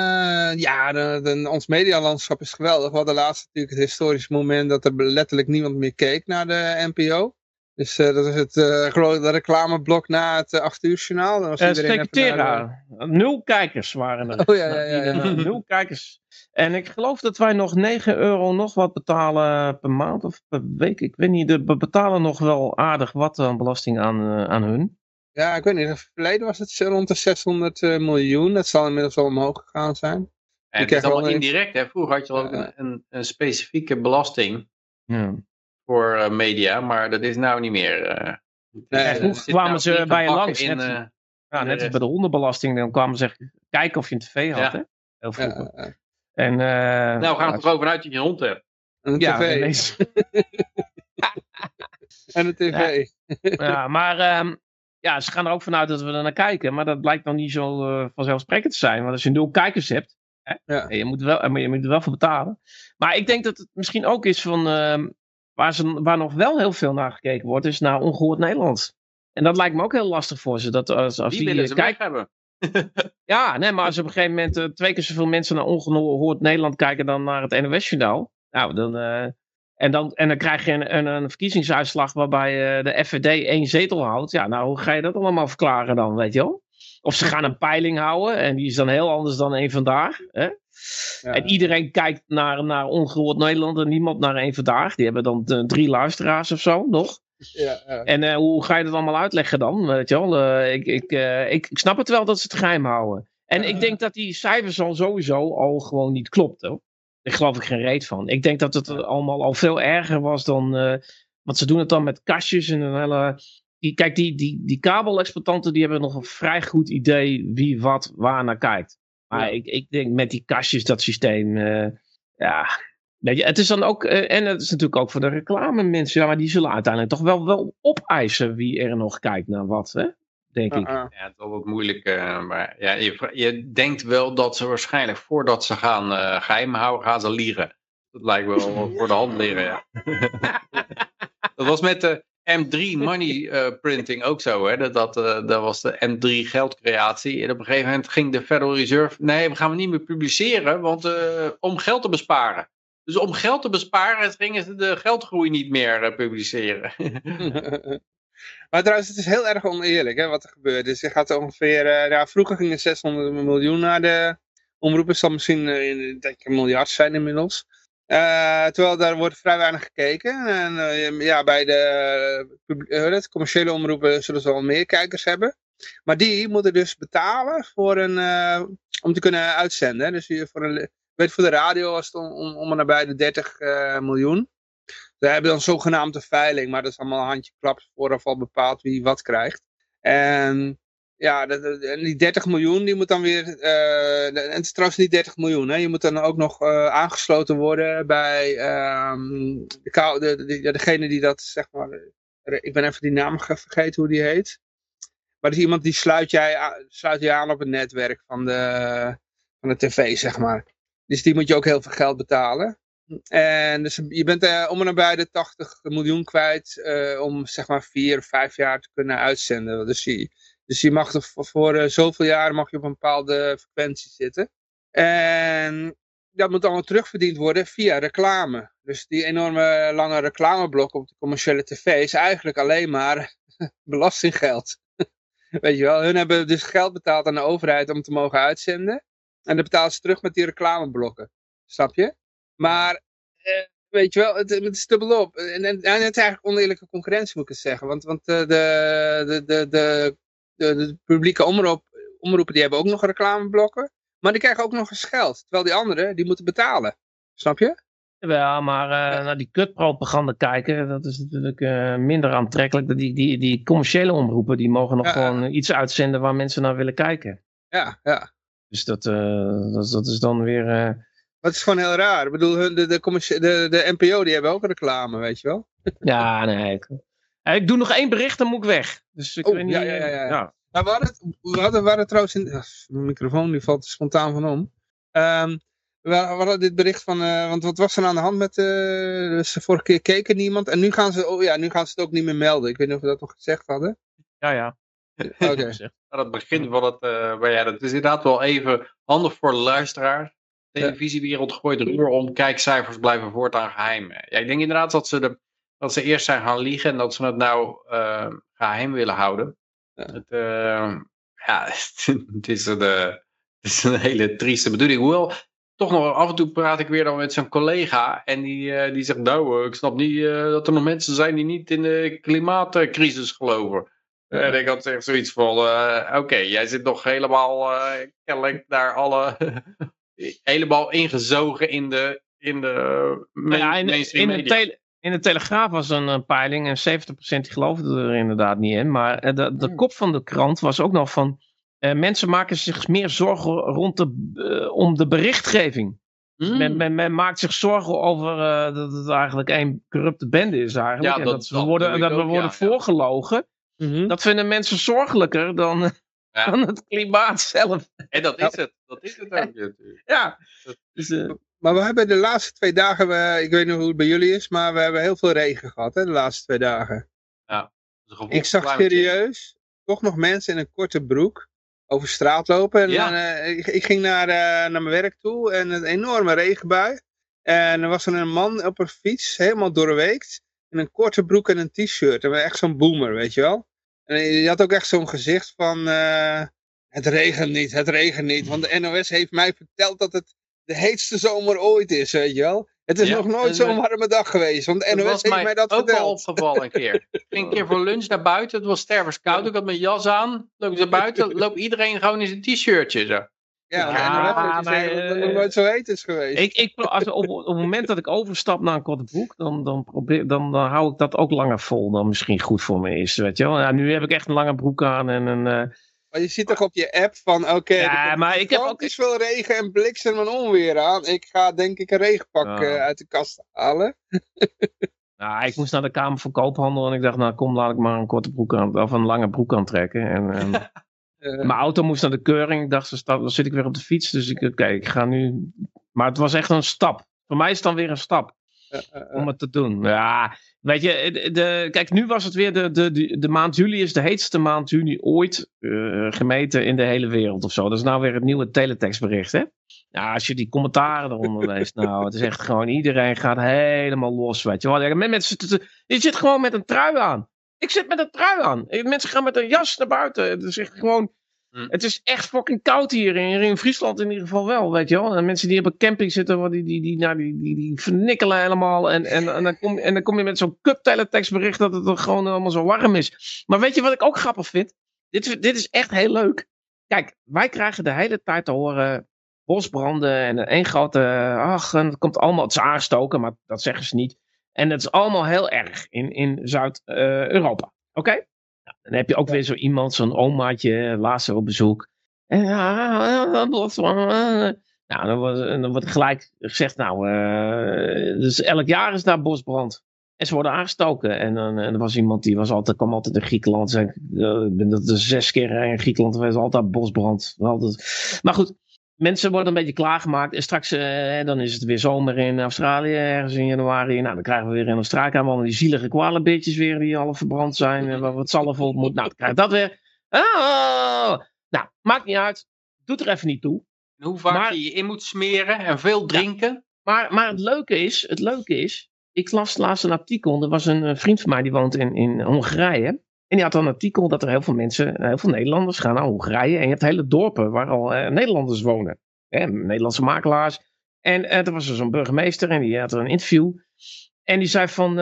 [SPEAKER 2] Ons medialandschap is geweldig. We hadden laatst natuurlijk het historische moment dat er letterlijk niemand meer keek naar de NPO. Dus dat is het geloof ik, de reclameblok na het 8 uur journaal. Dan was iedereen even naar
[SPEAKER 4] 0 kijkers waren er.
[SPEAKER 2] Oh ja.
[SPEAKER 4] 0 kijkers. En ik geloof dat wij nog €9 nog wat betalen per maand of per week. Ik weet niet, we betalen nog wel aardig wat aan belasting aan hun.
[SPEAKER 2] Ja, ik weet niet. In het verleden was het rond de 600 miljoen. Dat zal inmiddels wel omhoog gegaan zijn.
[SPEAKER 3] En het is allemaal indirect. Hè? Vroeger had je al ook een specifieke belasting voor media, maar dat is nou niet meer.
[SPEAKER 4] Vroeger kwamen ze bij je langs. Net als bij de hondenbelasting. Dan kwamen ze kijken of je een tv had. Hè? Heel vroeger. En,
[SPEAKER 3] nou, we gaan er toch over uit dat je een hond hebt.
[SPEAKER 2] Een tv. En een tv.
[SPEAKER 4] Ja, maar ze gaan er ook vanuit dat we er naar kijken. Maar dat blijkt nog niet zo vanzelfsprekend te zijn. Want als je 0 kijkers hebt, je moet er wel voor betalen. Maar ik denk dat het misschien ook is van waar nog wel heel veel naar gekeken wordt, is naar Ongehoord Nederland. En dat lijkt me ook heel lastig voor ze. Dat als
[SPEAKER 3] die willen ze weg hebben.
[SPEAKER 4] Ja, nee, maar als op een gegeven moment 2 keer zoveel mensen naar Ongehoord Nederland kijken dan naar het NOS-journaal. Nou, dan krijg je een verkiezingsuitslag waarbij de FVD 1 zetel houdt. Ja, nou, hoe ga je dat allemaal verklaren dan, weet je wel? Of ze gaan een peiling houden en die is dan heel anders dan Eén Vandaag. Hè? Ja. En iedereen kijkt naar Ongehoord Nederland en niemand naar Eén Vandaag. Die hebben dan 3 luisteraars of zo nog. Ja. En hoe ga je dat allemaal uitleggen dan? Weet je wel? Ik snap het wel dat ze het geheim houden. En ik denk dat die cijfers al sowieso al gewoon niet klopt. Hoor. Daar geloof ik geen reet van. Ik denk dat het allemaal al veel erger was dan... want ze doen het dan met kastjes en een hele... Kijk, die kabelexploitanten die hebben nog een vrij goed idee wie wat waar naar kijkt. Maar ik denk met die kastjes, dat systeem... Weet je, het is dan ook... en het is natuurlijk ook voor de reclame mensen. Ja, maar die zullen uiteindelijk toch wel opeisen wie er nog kijkt naar wat, hè? Denk ik.
[SPEAKER 3] Ja, het is wel wat moeilijk. Maar ja, je denkt wel dat ze waarschijnlijk voordat ze gaan geheim houden, gaan ze liegen. Dat lijkt wel voor de hand liggen, ja. Dat was met de M3 money printing ook zo, hè? Dat was de M3 geldcreatie. En op een gegeven moment ging de Federal Reserve... Nee, we gaan het niet meer publiceren, want om geld te besparen. Dus om geld te besparen gingen ze de geldgroei niet meer publiceren.
[SPEAKER 2] Maar trouwens, het is heel erg oneerlijk hè, wat er gebeurt. Dus je gaat ongeveer... vroeger gingen 600 miljoen naar de omroepen. Het zal misschien denk ik, 1 miljard zijn inmiddels. Terwijl daar wordt vrij weinig gekeken. En bij de commerciële omroepen zullen ze wel meer kijkers hebben. Maar die moeten dus betalen voor om te kunnen uitzenden. Hè. Dus voor de radio was het om en nabij de 30 miljoen. Ze hebben dan zogenaamd een veiling, maar dat is allemaal een handje klaps vooraf al bepaald wie wat krijgt. En ja, die 30 miljoen, die moet dan weer... en het is trouwens niet 30 miljoen, hè. Je moet dan ook nog aangesloten worden bij degene die dat, zeg maar... Ik ben even die naam vergeten hoe die heet. Maar dat is iemand die sluit je aan op het netwerk van de tv, zeg maar. Dus die moet je ook heel veel geld betalen. En dus je bent om en nabij de 80 miljoen kwijt om zeg maar 4 of 5 jaar te kunnen uitzenden. Dus je mag voor zoveel jaar mag je op een bepaalde frequentie zitten. En dat moet allemaal terugverdiend worden via reclame. Dus die enorme lange reclameblok op de commerciële tv is eigenlijk alleen maar belastinggeld. Weet je wel, hun hebben dus geld betaald aan de overheid om te mogen uitzenden. En dat betalen ze terug met die reclameblokken. Snap je? Maar, weet je wel, het is dubbelop. En het is eigenlijk oneerlijke concurrentie, moet ik eens zeggen. Want de publieke omroepen, die hebben ook nog reclameblokken. Maar die krijgen ook nog eens geld. Terwijl die anderen, die moeten betalen. Snap je?
[SPEAKER 4] Ja, maar naar die kutpropaganda kijken, dat is natuurlijk minder aantrekkelijk. Die commerciële omroepen, die mogen nog gewoon iets uitzenden waar mensen naar willen kijken.
[SPEAKER 2] Ja.
[SPEAKER 4] Dus dat is dan weer...
[SPEAKER 2] Dat is gewoon heel raar. Ik bedoel, de NPO, die hebben ook reclame, weet je wel?
[SPEAKER 4] Ja, nee. Ik doe nog 1 bericht, dan moet ik weg. Dus ik weet niet...
[SPEAKER 2] Ja. Nou, we hadden trouwens... mijn microfoon die valt spontaan van om. We hadden dit bericht van... want wat was er aan de hand met... dus de vorige keer keken niemand. En nu gaan ze het ook niet meer melden. Ik weet niet of we dat nog gezegd hadden.
[SPEAKER 4] Ja.
[SPEAKER 2] Oké.
[SPEAKER 3] Het begin van het... maar ja, dat is inderdaad wel even handig voor de luisteraar. Televisiewereld gooit roer om. Kijkcijfers blijven voortaan geheim. Ja, ik denk inderdaad dat ze dat ze eerst zijn gaan liegen en dat ze het nou geheim willen houden. Ja, het is een hele trieste bedoeling. Hoewel, toch nog af en toe praat ik weer dan met zo'n collega en die zegt, nou, ik snap niet dat er nog mensen zijn die niet in de klimaatcrisis geloven. En ik had echt zoiets van, oké, jij zit nog helemaal kennelijk daar helemaal ingezogen in de mainstream media.
[SPEAKER 4] In de Telegraaf was een peiling en 70% die geloofde er inderdaad niet in. Maar de kop van de krant was ook nog van, mensen maken zich meer zorgen om de berichtgeving. Dus men maakt zich zorgen over dat het eigenlijk één corrupte bende is eigenlijk. Ja, en dat we worden voorgelogen. Dat vinden mensen zorgelijker dan het klimaat zelf.
[SPEAKER 3] En dat is het. Dat is het ook natuurlijk.
[SPEAKER 4] Ja. Dus,
[SPEAKER 2] maar we hebben de laatste 2 dagen, ik weet niet hoe het bij jullie is, maar we hebben heel veel regen gehad de laatste 2 dagen.
[SPEAKER 3] Ja.
[SPEAKER 2] Ik zag serieus toch nog mensen in een korte broek over straat lopen. En ik ging naar mijn werk toe en een enorme regenbui. En er was een man op een fiets, helemaal doorweekt, in een korte broek en een t-shirt. En echt zo'n boomer, weet je wel. En die had ook echt zo'n gezicht van, het regent niet. Want de NOS heeft mij verteld dat het de heetste zomer ooit is, weet je wel. Het is nog nooit zo'n warme dag geweest, want de NOS heeft mij dat verteld.
[SPEAKER 3] Dat was mij ook al opgevallen een keer. Ik ging een keer voor lunch naar buiten, het was stervenskoud, ik had mijn jas aan, loop ik naar buiten, loopt iedereen gewoon in zijn t-shirtje zo.
[SPEAKER 2] Ja, dat het nog nooit zo heet is geweest.
[SPEAKER 4] Op het moment dat ik overstap naar een korte broek, dan hou ik dat ook langer vol dan misschien goed voor me is, weet je wel. Ja, nu heb ik echt een lange broek aan en een...
[SPEAKER 2] Maar je ziet toch op je app van, ik heb ook veel regen en bliksem en onweer aan. Ik ga denk ik een regenpak uit de kast halen.
[SPEAKER 4] Nou, ik moest naar de Kamer van Koophandel en ik dacht, nou kom, laat ik maar een korte broek aan, of een lange broek aantrekken. En mijn auto moest naar de keuring. Ik dacht, dan zit ik weer op de fiets. Dus ik ga nu... Maar het was echt een stap. Voor mij is het dan weer een stap. Om het te doen. Ja, weet je, kijk, nu was het weer de maand juli is de heetste maand juni ooit gemeten in de hele wereld of zo. Dat is nou weer het nieuwe teletextbericht, hè? Ja, als je die commentaren eronder leest, nou, het is echt gewoon, iedereen gaat helemaal los, weet je wel. Je zit gewoon met een trui aan. Ik zit met een trui aan. Mensen gaan met een jas naar buiten. Het is echt gewoon... Het is echt fucking koud hier. In Friesland in ieder geval wel, weet je wel. En mensen die op een camping zitten, die vernikkelen helemaal. En dan kom je met zo'n teletekstbericht dat het gewoon allemaal zo warm is. Maar weet je wat ik ook grappig vind? Dit is echt heel leuk. Kijk, wij krijgen de hele tijd te horen bosbranden en één grote... en het komt allemaal... Het is aangestoken, maar dat zeggen ze niet. En het is allemaal heel erg in Zuid-Europa. Oké? Dan heb je ook weer zo iemand, zo'n omaatje, laatst op bezoek. En dan wordt gelijk gezegd, dus elk jaar is daar bosbrand. En ze worden aangestoken. En er was iemand die kwam altijd in Griekenland. Ik ben dat 6 keer in Griekenland geweest, altijd bosbrand. Maar goed, mensen worden een beetje klaargemaakt. En straks dan is het weer zomer in Australië, ergens in januari. Nou, dan krijgen we weer in Australië allemaal die zielige koalenbeetjes weer die al verbrand zijn. Waar wat zalf op moet. Nou, dan krijg je dat weer. Nou, maakt niet uit. Doet er even niet toe.
[SPEAKER 3] En hoe vaak je in moet smeren en veel drinken.
[SPEAKER 4] Ja, maar het leuke is, ik las laatst een artikel. Er was een vriend van mij die woont in Hongarije. En die had een artikel dat er heel veel mensen, heel veel Nederlanders gaan naar Hongarije. En je hebt hele dorpen waar al Nederlanders wonen. Nederlandse makelaars. En er was dus een burgemeester en die had er een interview. En die zei van...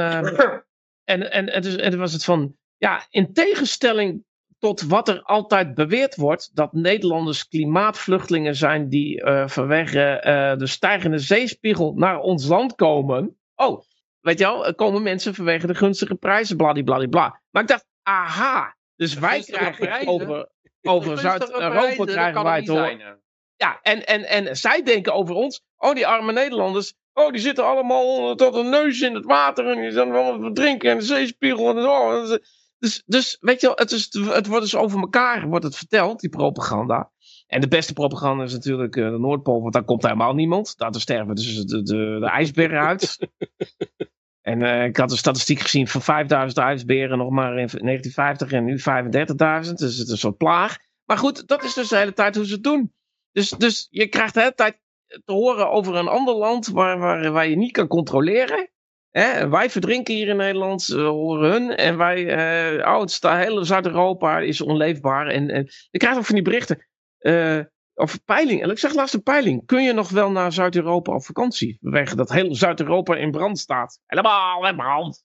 [SPEAKER 4] en was het van... Ja, in tegenstelling tot wat er altijd beweerd wordt... dat Nederlanders klimaatvluchtelingen zijn... die vanwege de stijgende zeespiegel naar ons land komen. Oh, weet je wel, er komen mensen vanwege de gunstige prijzen, bladibladibla. Maar ik dacht, aha, dus wij krijgen over Zuid-Europa krijgen wij het horen. Ja, en zij denken over ons, oh die arme Nederlanders, oh die zitten allemaal tot een neus in het water en die zijn allemaal drinken en de zeespiegel en zo. Dus weet je wel, het wordt dus over elkaar wordt het verteld, die propaganda. En de beste propaganda is natuurlijk de Noordpool, want daar komt helemaal niemand. Daar sterven dus de ijsberen uit. En ik had een statistiek gezien van 5000 ijsberen nog maar in 1950 en nu 35.000. Dus het is een soort plaag. Maar goed, dat is dus de hele tijd hoe ze het doen. Dus je krijgt de hele tijd te horen over een ander land waar je niet kan controleren. Wij verdrinken hier in Nederland, horen hun. En wij, hele Zuid-Europa is onleefbaar. En je krijgt ook van die berichten over peiling. En ik zeg laatst een peiling. Kun je nog wel naar Zuid-Europa op vakantie? Vanwege dat heel Zuid-Europa in brand staat. Helemaal in brand.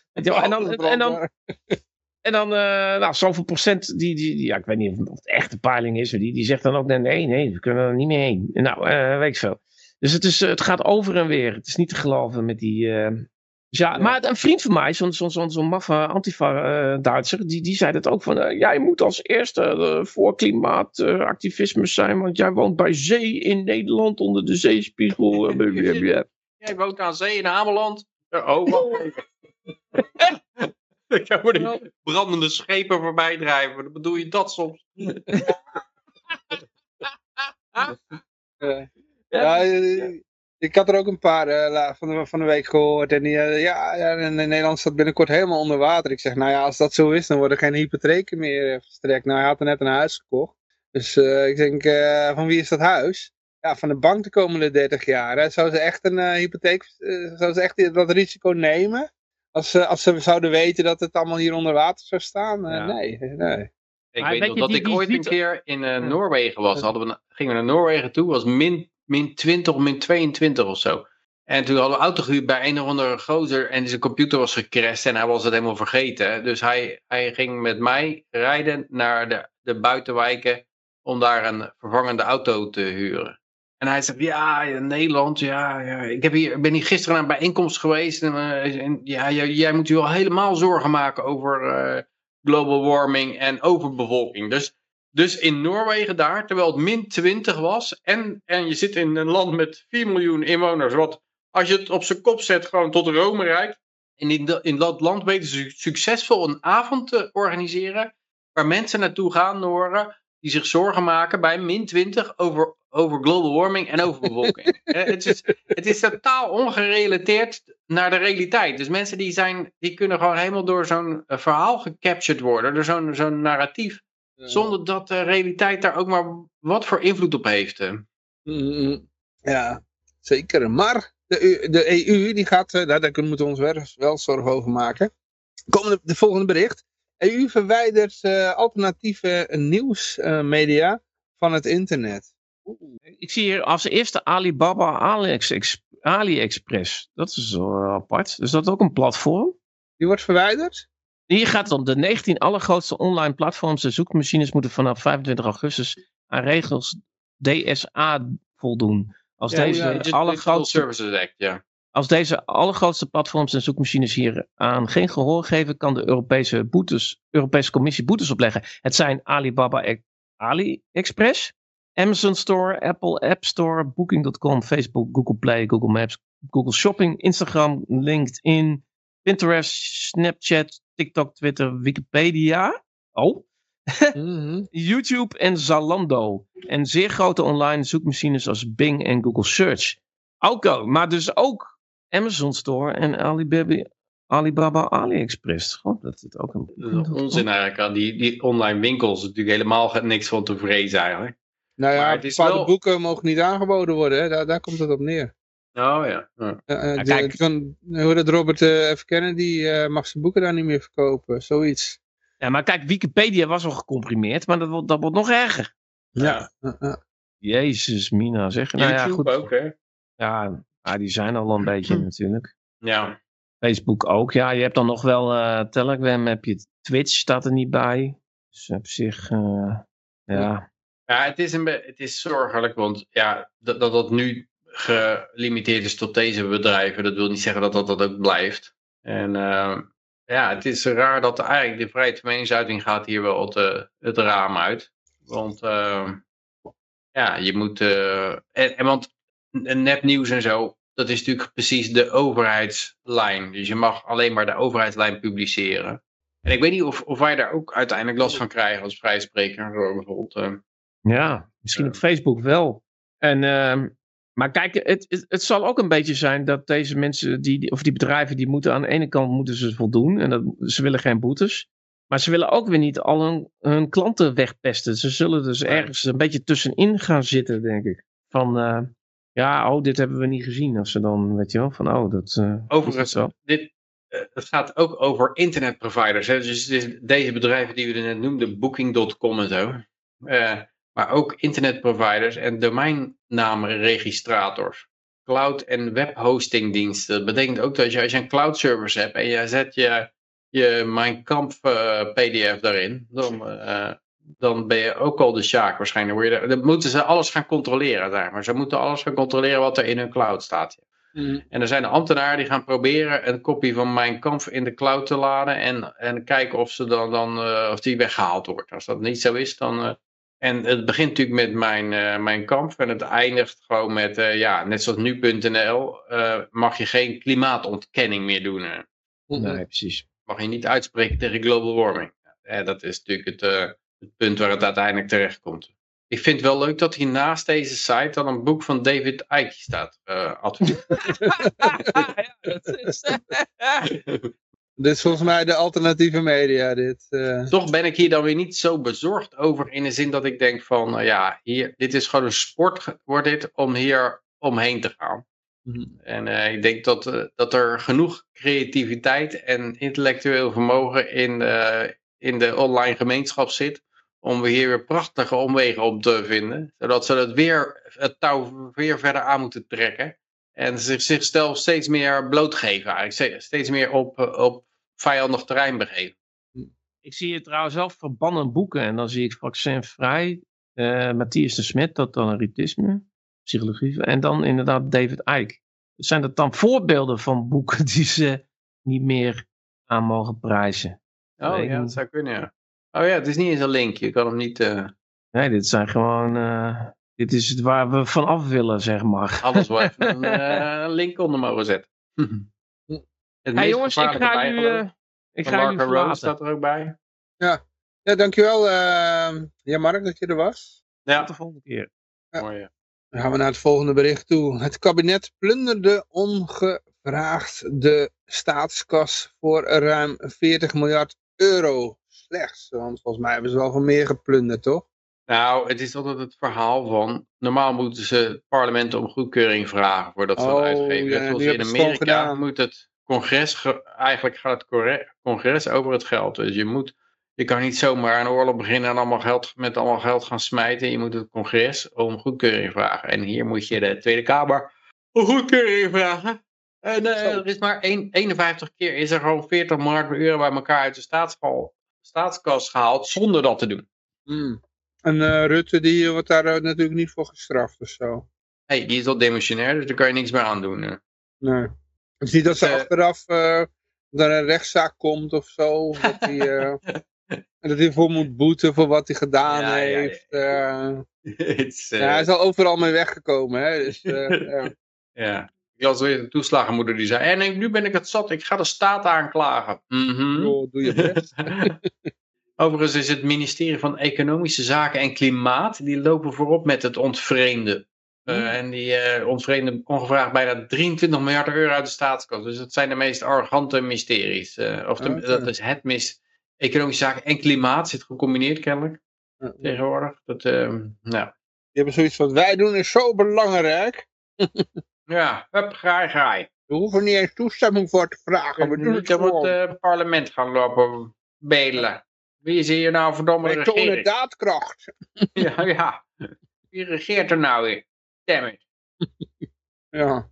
[SPEAKER 4] En dan zoveel procent, ik weet niet of het echt een peiling is. Die zegt dan ook, nee, we kunnen er niet meer heen. Nou, weet ik veel. Dus het gaat over en weer. Het is niet te geloven met die... Maar een vriend van mij, zo'n maffe Antifa-Duitser, die zei dat ook van, jij moet als eerste voor klimaatactivisme zijn, want jij woont bij zee in Nederland onder de zeespiegel.
[SPEAKER 3] Jij woont aan zee in Ameland. Wacht even. Dan komen die brandende schepen voorbij drijven. Dan bedoel je dat soms?
[SPEAKER 2] Ik had er ook een paar van de week gehoord. En in Nederland staat binnenkort helemaal onder water. Ik zeg, als dat zo is, dan worden er geen hypotheken meer verstrekt. Nou, hij had er net een huis gekocht. Dus ik denk, van wie is dat huis? Ja, van de bank de komende 30 jaar. Hè. Zou ze echt een hypotheek, zou ze echt dat risico nemen? Als ze zouden weten dat het allemaal hier onder water zou staan? Nee.
[SPEAKER 3] Ik weet nog dat ik ooit een keer in Noorwegen was. Gingen we naar Noorwegen toe, was min 20 of min 22 of zo. En toen hadden we auto gehuurd bij een of andere gozer en zijn computer was gecrashed en hij was het helemaal vergeten. Dus hij ging met mij rijden naar de buitenwijken om daar een vervangende auto te huren. En hij zegt, in Nederland, ik ben hier gisteren naar een bijeenkomst geweest en jij moet je wel helemaal zorgen maken over global warming en overbevolking. Dus in Noorwegen daar, terwijl het min 20 was en je zit in een land met 4 miljoen inwoners, wat als je het op zijn kop zet gewoon tot Rome reikt. En in dat land weten ze succesvol een avond te organiseren waar mensen naartoe gaan, Noren, die zich zorgen maken bij min 20 over global warming en overbevolking. Het is totaal ongerelateerd naar de realiteit. Dus mensen die kunnen gewoon helemaal door zo'n verhaal gecaptured worden, door zo'n narratief. Zonder dat de realiteit daar ook maar wat voor invloed op heeft.
[SPEAKER 2] Ja, zeker. Maar de EU, die gaat, daar moeten we ons wel zorgen over maken. De volgende bericht. EU verwijdert alternatieve nieuwsmedia van het internet.
[SPEAKER 4] Ik zie hier als eerste Alibaba AliExpress. Dat is zo apart. Is dat ook een platform?
[SPEAKER 2] Die wordt verwijderd?
[SPEAKER 4] Hier gaat het om. De 19 allergrootste online platforms en zoekmachines moeten vanaf 25 augustus aan regels DSA voldoen. Als deze allergrootste platforms en zoekmachines hier aan geen gehoor geven, kan de Europese Commissie boetes opleggen. Het zijn Alibaba AliExpress, Amazon Store, Apple App Store, Booking.com, Facebook, Google Play, Google Maps, Google Shopping, Instagram, LinkedIn, Pinterest, Snapchat, TikTok, Twitter, Wikipedia. YouTube en Zalando. En zeer grote online zoekmachines als Bing en Google Search. Maar dus ook Amazon Store en Alibaba AliExpress. God, dat is ook een
[SPEAKER 3] onzin eigenlijk. Die online winkels natuurlijk helemaal niks van te vrezen eigenlijk.
[SPEAKER 2] Nou ja, bepaalde boeken mogen niet aangeboden worden. Hè? Daar komt het op neer.
[SPEAKER 3] Oh ja.
[SPEAKER 2] Hoe dat Robert F. Kennedy mag zijn boeken daar niet meer verkopen. Zoiets.
[SPEAKER 4] Ja, maar kijk, Wikipedia was al gecomprimeerd, maar dat wordt nog erger.
[SPEAKER 2] Ja.
[SPEAKER 4] Jezus, Mina, zeg.
[SPEAKER 3] YouTube
[SPEAKER 4] goed.
[SPEAKER 3] ook, hè?
[SPEAKER 4] Ja, die zijn al een beetje natuurlijk.
[SPEAKER 3] Ja.
[SPEAKER 4] Facebook ook. Ja, je hebt dan nog wel Telegram, heb je Twitch, staat er niet bij. Dus op zich, ja.
[SPEAKER 3] Ja, het is zorgelijk, want dat nu gelimiteerd is tot deze bedrijven, dat wil niet zeggen dat dat ook blijft. En het is raar dat eigenlijk de vrijheid van meningsuiting gaat hier wel het raam uit. Want je moet... want nepnieuws en zo, dat is natuurlijk precies de overheidslijn. Dus je mag alleen maar de overheidslijn publiceren. En ik weet niet of wij daar ook uiteindelijk last van krijgen als vrijspreker. Bijvoorbeeld.
[SPEAKER 4] Ja, misschien op Facebook wel. Maar kijk, het zal ook een beetje zijn dat deze mensen, die bedrijven, die moeten aan de ene kant moeten ze voldoen. En ze willen geen boetes. Maar ze willen ook weer niet al hun klanten wegpesten. Ze zullen dus ergens een beetje tussenin gaan zitten, denk ik. Van, Ja, dit hebben we niet gezien. Als ze dan, weet je wel, van dat...
[SPEAKER 3] Overigens,
[SPEAKER 4] zo.
[SPEAKER 3] het gaat ook over internetproviders. Hè? Dus deze bedrijven die we net noemden, Booking.com en zo. Maar ook internetproviders en domeinnamenregistrators. Cloud- en webhostingdiensten. Dat betekent ook dat als je een cloud service hebt en je zet je Mein Kampf PDF daarin, dan ben je ook al de sjaak waarschijnlijk. Dan moeten ze alles gaan controleren daar. Maar ze moeten alles gaan controleren wat er in hun cloud staat. En er zijn ambtenaren die gaan proberen een kopie van Mein Kampf in de cloud te laden en kijken of ze of die weggehaald wordt. Als dat niet zo is, dan... En het begint natuurlijk met mijn Kampf en het eindigt gewoon met, net zoals nu.nl, mag je geen klimaatontkenning meer doen.
[SPEAKER 4] Nee, precies.
[SPEAKER 3] Mag je niet uitspreken tegen global warming. Dat is natuurlijk het punt waar het uiteindelijk terecht komt. Ik vind het wel leuk dat hier naast deze site dan een boek van David Icke staat.
[SPEAKER 2] Dit is volgens mij de alternatieve media.
[SPEAKER 3] Toch ben ik hier dan weer niet zo bezorgd over in de zin dat ik denk van, dit is gewoon een sport, wordt dit, om hier omheen te gaan. En ik denk dat er genoeg creativiteit en intellectueel vermogen in de online gemeenschap zit, om hier weer prachtige omwegen op te vinden, zodat ze het touw weer verder aan moeten trekken en zichzelf steeds meer blootgeven, eigenlijk steeds meer op vijandig terrein begeven.
[SPEAKER 4] Ik zie hier trouwens zelf verbannen boeken en dan zie ik Vaccinvrij, Matthias de Smet, totalitarisme, psychologie en dan inderdaad David Icke. Zijn dat dan voorbeelden van boeken die ze niet meer aan mogen prijzen?
[SPEAKER 3] Oh ja, dat zou kunnen, ja. Oh ja, het is niet eens een linkje. Je kan hem niet...
[SPEAKER 4] Nee, dit zijn gewoon... dit is het waar we vanaf willen, zeg maar.
[SPEAKER 3] Alles waar even een link onder mogen zetten.
[SPEAKER 4] Jongens, ik ga jullie verlaten.
[SPEAKER 3] Staat er ook bij.
[SPEAKER 2] Ja, dankjewel Mark dat je er was.
[SPEAKER 3] Ja.
[SPEAKER 4] Tot de volgende keer.
[SPEAKER 2] Ja.
[SPEAKER 3] Mooi, ja.
[SPEAKER 2] Dan gaan we naar het volgende bericht toe. Het kabinet plunderde ongevraagd de staatskas voor ruim 40 miljard euro. Slechts, want volgens mij hebben ze wel van meer geplunderd, toch?
[SPEAKER 3] Nou, het is altijd het verhaal van... Normaal moeten ze het parlement om goedkeuring vragen voordat ze het uitgeven.
[SPEAKER 2] Ja,
[SPEAKER 3] Zoals in Amerika moet het congres... Eigenlijk gaat het congres over het geld. Dus je kan niet zomaar een oorlog beginnen en met allemaal geld gaan smijten. Je moet het congres om goedkeuring vragen. En hier moet je de Tweede Kamer om goedkeuring vragen. En er is maar 51 keer is er gewoon 40 miljard euro bij elkaar uit de staatskas gehaald zonder dat te doen.
[SPEAKER 2] En Rutte die wordt daar natuurlijk niet voor gestraft of zo.
[SPEAKER 3] Die is al demissionair, dus daar kan je niks meer aan doen.
[SPEAKER 2] Nee. Het is niet dat ze achteraf dat er een rechtszaak komt of zo. Dat hij voor moet boeten voor wat hij gedaan heeft. Hij is al overal mee weggekomen. Hè? Dus,
[SPEAKER 3] ja. Ik las weer een toeslagenmoeder die zei... En nu ben ik het zat, ik ga de staat aanklagen.
[SPEAKER 2] Doe je best.
[SPEAKER 3] Overigens is het ministerie van Economische Zaken en Klimaat... die lopen voorop met het ontvreemden. En die ontvreemden ongevraagd bijna 23 miljard euro uit de staatskas. Dus dat zijn de meest arrogante ministeries. Dat is het Economische Zaken en Klimaat zit gecombineerd kennelijk. Tegenwoordig. Die
[SPEAKER 2] hebben zoiets van, wij doen is zo belangrijk.
[SPEAKER 3] Ja, graai.
[SPEAKER 2] We hoeven niet eens toestemming voor te vragen. We doen het gewoon.
[SPEAKER 3] Het parlement gaan lopen bedelen. Wie is hier nou verdomme regering?
[SPEAKER 2] Wij tonen daadkracht.
[SPEAKER 3] Ja. Wie regeert er nou weer? Damn
[SPEAKER 2] Ja.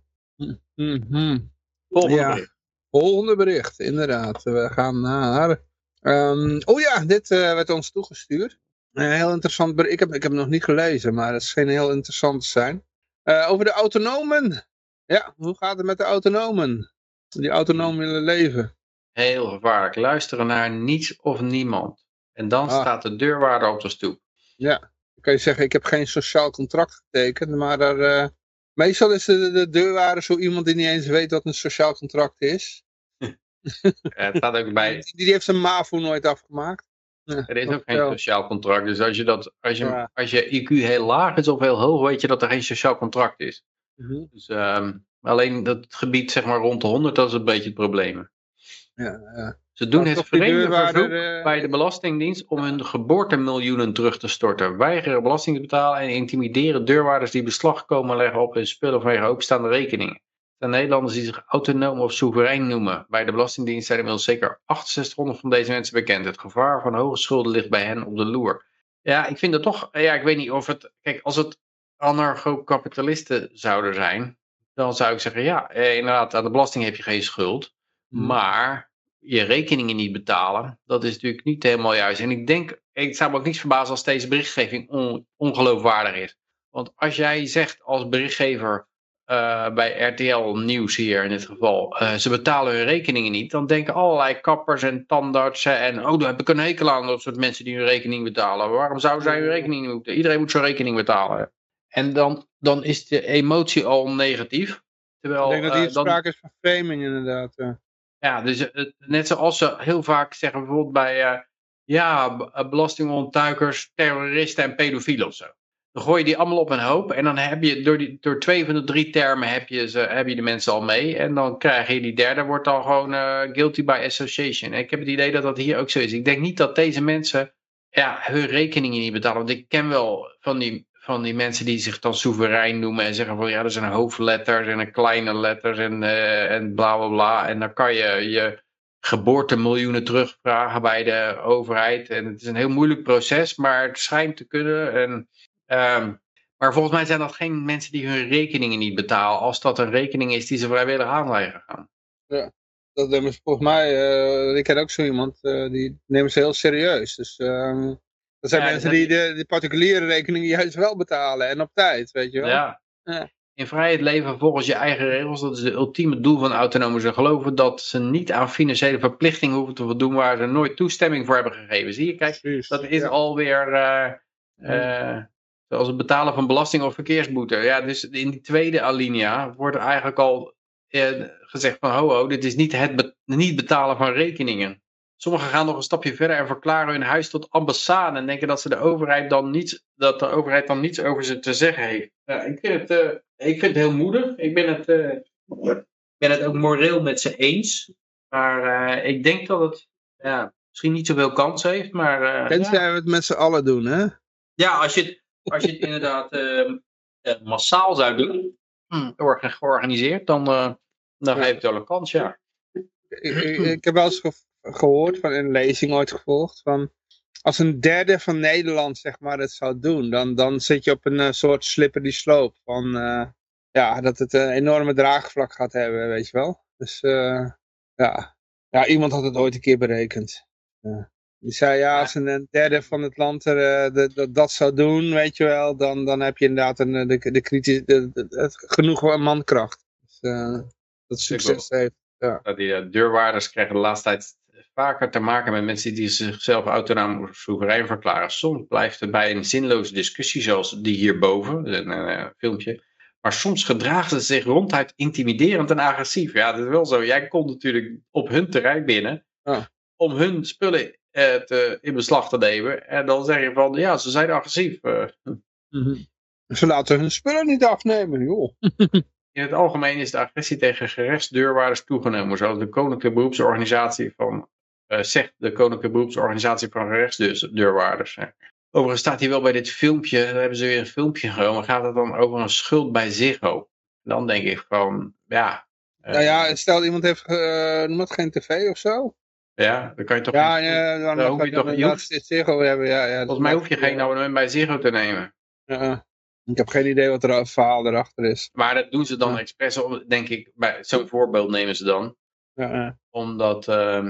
[SPEAKER 3] Volgende
[SPEAKER 2] bericht, inderdaad. We gaan naar... dit werd ons toegestuurd. Heel interessant bericht. Ik heb het nog niet gelezen, maar het scheen heel interessant te zijn. Over de autonomen. Ja, hoe gaat het met de autonomen? Die autonoom willen leven.
[SPEAKER 3] Heel gevaarlijk. Luisteren naar niets of niemand. En dan staat de deurwaarder op de stoep.
[SPEAKER 2] Ja, dan kan je zeggen, ik heb geen sociaal contract getekend. Maar meestal is de deurwaarder zo iemand die niet eens weet wat een sociaal contract is.
[SPEAKER 3] Het staat ook bij...
[SPEAKER 2] Die heeft zijn MAVO nooit afgemaakt.
[SPEAKER 3] Er is ook geen sociaal contract. Dus als je IQ heel laag is of heel hoog, weet je dat er geen sociaal contract is. Dus alleen dat gebied zeg maar rond de 100, dat is een beetje het probleem. Ze doen het
[SPEAKER 2] toch die
[SPEAKER 3] vreemde
[SPEAKER 2] deurwaarder,
[SPEAKER 3] verzoek bij de Belastingdienst om hun geboortemiljoenen terug te storten. Weigeren belasting te betalen en intimideren deurwaarders die beslag komen leggen op hun spullen vanwege openstaande rekeningen. De Nederlanders die zich autonoom of soeverein noemen. Bij de Belastingdienst zijn inmiddels zeker 6800 van deze mensen bekend. Het gevaar van hoge schulden ligt bij hen op de loer. Ja, ik vind het toch, ik weet niet of het, kijk, als het anarcho-kapitalisten zouden zijn, dan zou ik zeggen, ja, inderdaad, aan de belasting heb je geen schuld, maar je rekeningen niet betalen, dat is natuurlijk niet helemaal juist. En ik zou me ook niet verbazen als deze berichtgeving ongeloofwaardig is. Want als jij zegt als berichtgever bij RTL Nieuws hier in dit geval, ze betalen hun rekeningen niet, dan denken allerlei kappers en tandartsen en daar heb ik een hekel aan, dat soort mensen die hun rekening betalen. Waarom zouden zij hun rekening niet moeten? Iedereen moet zijn rekening betalen. En dan is de emotie al negatief. Terwijl,
[SPEAKER 2] ik denk dat hier sprake is van framing inderdaad.
[SPEAKER 3] Ja, dus net zoals ze heel vaak zeggen bijvoorbeeld bij belastingontduikers, terroristen en pedofielen of zo. Dan gooi je die allemaal op een hoop en dan heb je door 2 van de 3 termen heb je de mensen al mee. En dan krijg je die derde, wordt dan gewoon guilty by association. En ik heb het idee dat dat hier ook zo is. Ik denk niet dat deze mensen hun rekeningen niet betalen. Want ik ken wel van die mensen die zich dan soeverein noemen en zeggen van er zijn hoofdletters en een kleine letters en bla bla bla. En dan kan je geboortemiljoenen terugvragen bij de overheid. En het is een heel moeilijk proces, maar het schijnt te kunnen. Maar volgens mij zijn dat geen mensen die hun rekeningen niet betalen, als dat een rekening is die ze vrijwillig aanleggen gaan.
[SPEAKER 2] Ja, dat nemen ze volgens mij, ik ken ook zo iemand, die nemen ze heel serieus. Dus dat zijn mensen die de particuliere rekeningen juist wel betalen en op tijd, weet je wel.
[SPEAKER 3] Ja. In vrijheid leven volgens je eigen regels, dat is het ultieme doel van autonomen. Ze geloven dat ze niet aan financiële verplichtingen hoeven te voldoen waar ze nooit toestemming voor hebben gegeven. Zie je, kijk, dat is alweer zoals het betalen van belasting of verkeersboete. Ja, dus in die tweede alinea wordt er eigenlijk al gezegd van ho, dit is niet het niet betalen van rekeningen. Sommigen gaan nog een stapje verder en verklaren hun huis tot ambassade en denken dat de overheid dan niets over ze te zeggen heeft. Ja, ik vind het heel moedig. Ik ben het ook moreel met ze eens. Maar ik denk dat het misschien niet zoveel kans heeft. Maar,
[SPEAKER 2] tenzij we het met z'n allen doen, hè?
[SPEAKER 3] Ja, als je het inderdaad massaal zou doen, georganiseerd, dan heeft het wel een kans, ja.
[SPEAKER 2] Ik heb wel eens gehoord, van een lezing ooit gevolgd, van als een derde van Nederland zeg maar het zou doen, dan zit je op een soort slippery slope van dat het een enorme draagvlak gaat hebben, weet je wel. Dus iemand had het ooit een keer berekend. Die zei als een derde van het land dat zou doen, weet je wel, dan heb je inderdaad genoeg mankracht. Dus, dat succes heeft. Ja.
[SPEAKER 3] Die deurwaarders krijgen de laatste tijd vaker te maken met mensen die zichzelf autonoom of soeverein verklaren. Soms blijft het bij een zinloze discussie zoals die hierboven, een filmpje. Maar soms gedragen ze zich ronduit intimiderend en agressief. Ja, dat is wel zo. Jij komt natuurlijk op hun terrein binnen om hun spullen in beslag te nemen. En dan zeg je van, ze zijn agressief.
[SPEAKER 2] Ze laten hun spullen niet afnemen, joh.
[SPEAKER 3] In het algemeen is de agressie tegen gerechtsdeurwaarders toegenomen, zoals de Koninklijke Beroepsorganisatie zegt de Koninklijke Beroepsorganisatie van Gerechtsdeurwaarders. Overigens staat hier wel bij dit filmpje, daar hebben ze weer een filmpje genomen, gaat het dan over een schuld bij Ziggo. Dan denk ik van,
[SPEAKER 2] stel iemand heeft geen tv of zo.
[SPEAKER 3] Ja, dan kan je toch
[SPEAKER 2] dan hoef je toch Ziggo hebben.
[SPEAKER 3] Volgens mij hoef je geen abonnement bij Ziggo te nemen.
[SPEAKER 2] Ik heb geen idee wat het verhaal erachter is.
[SPEAKER 3] Maar dat doen ze dan expres, denk ik, bij zo'n voorbeeld nemen ze dan. Omdat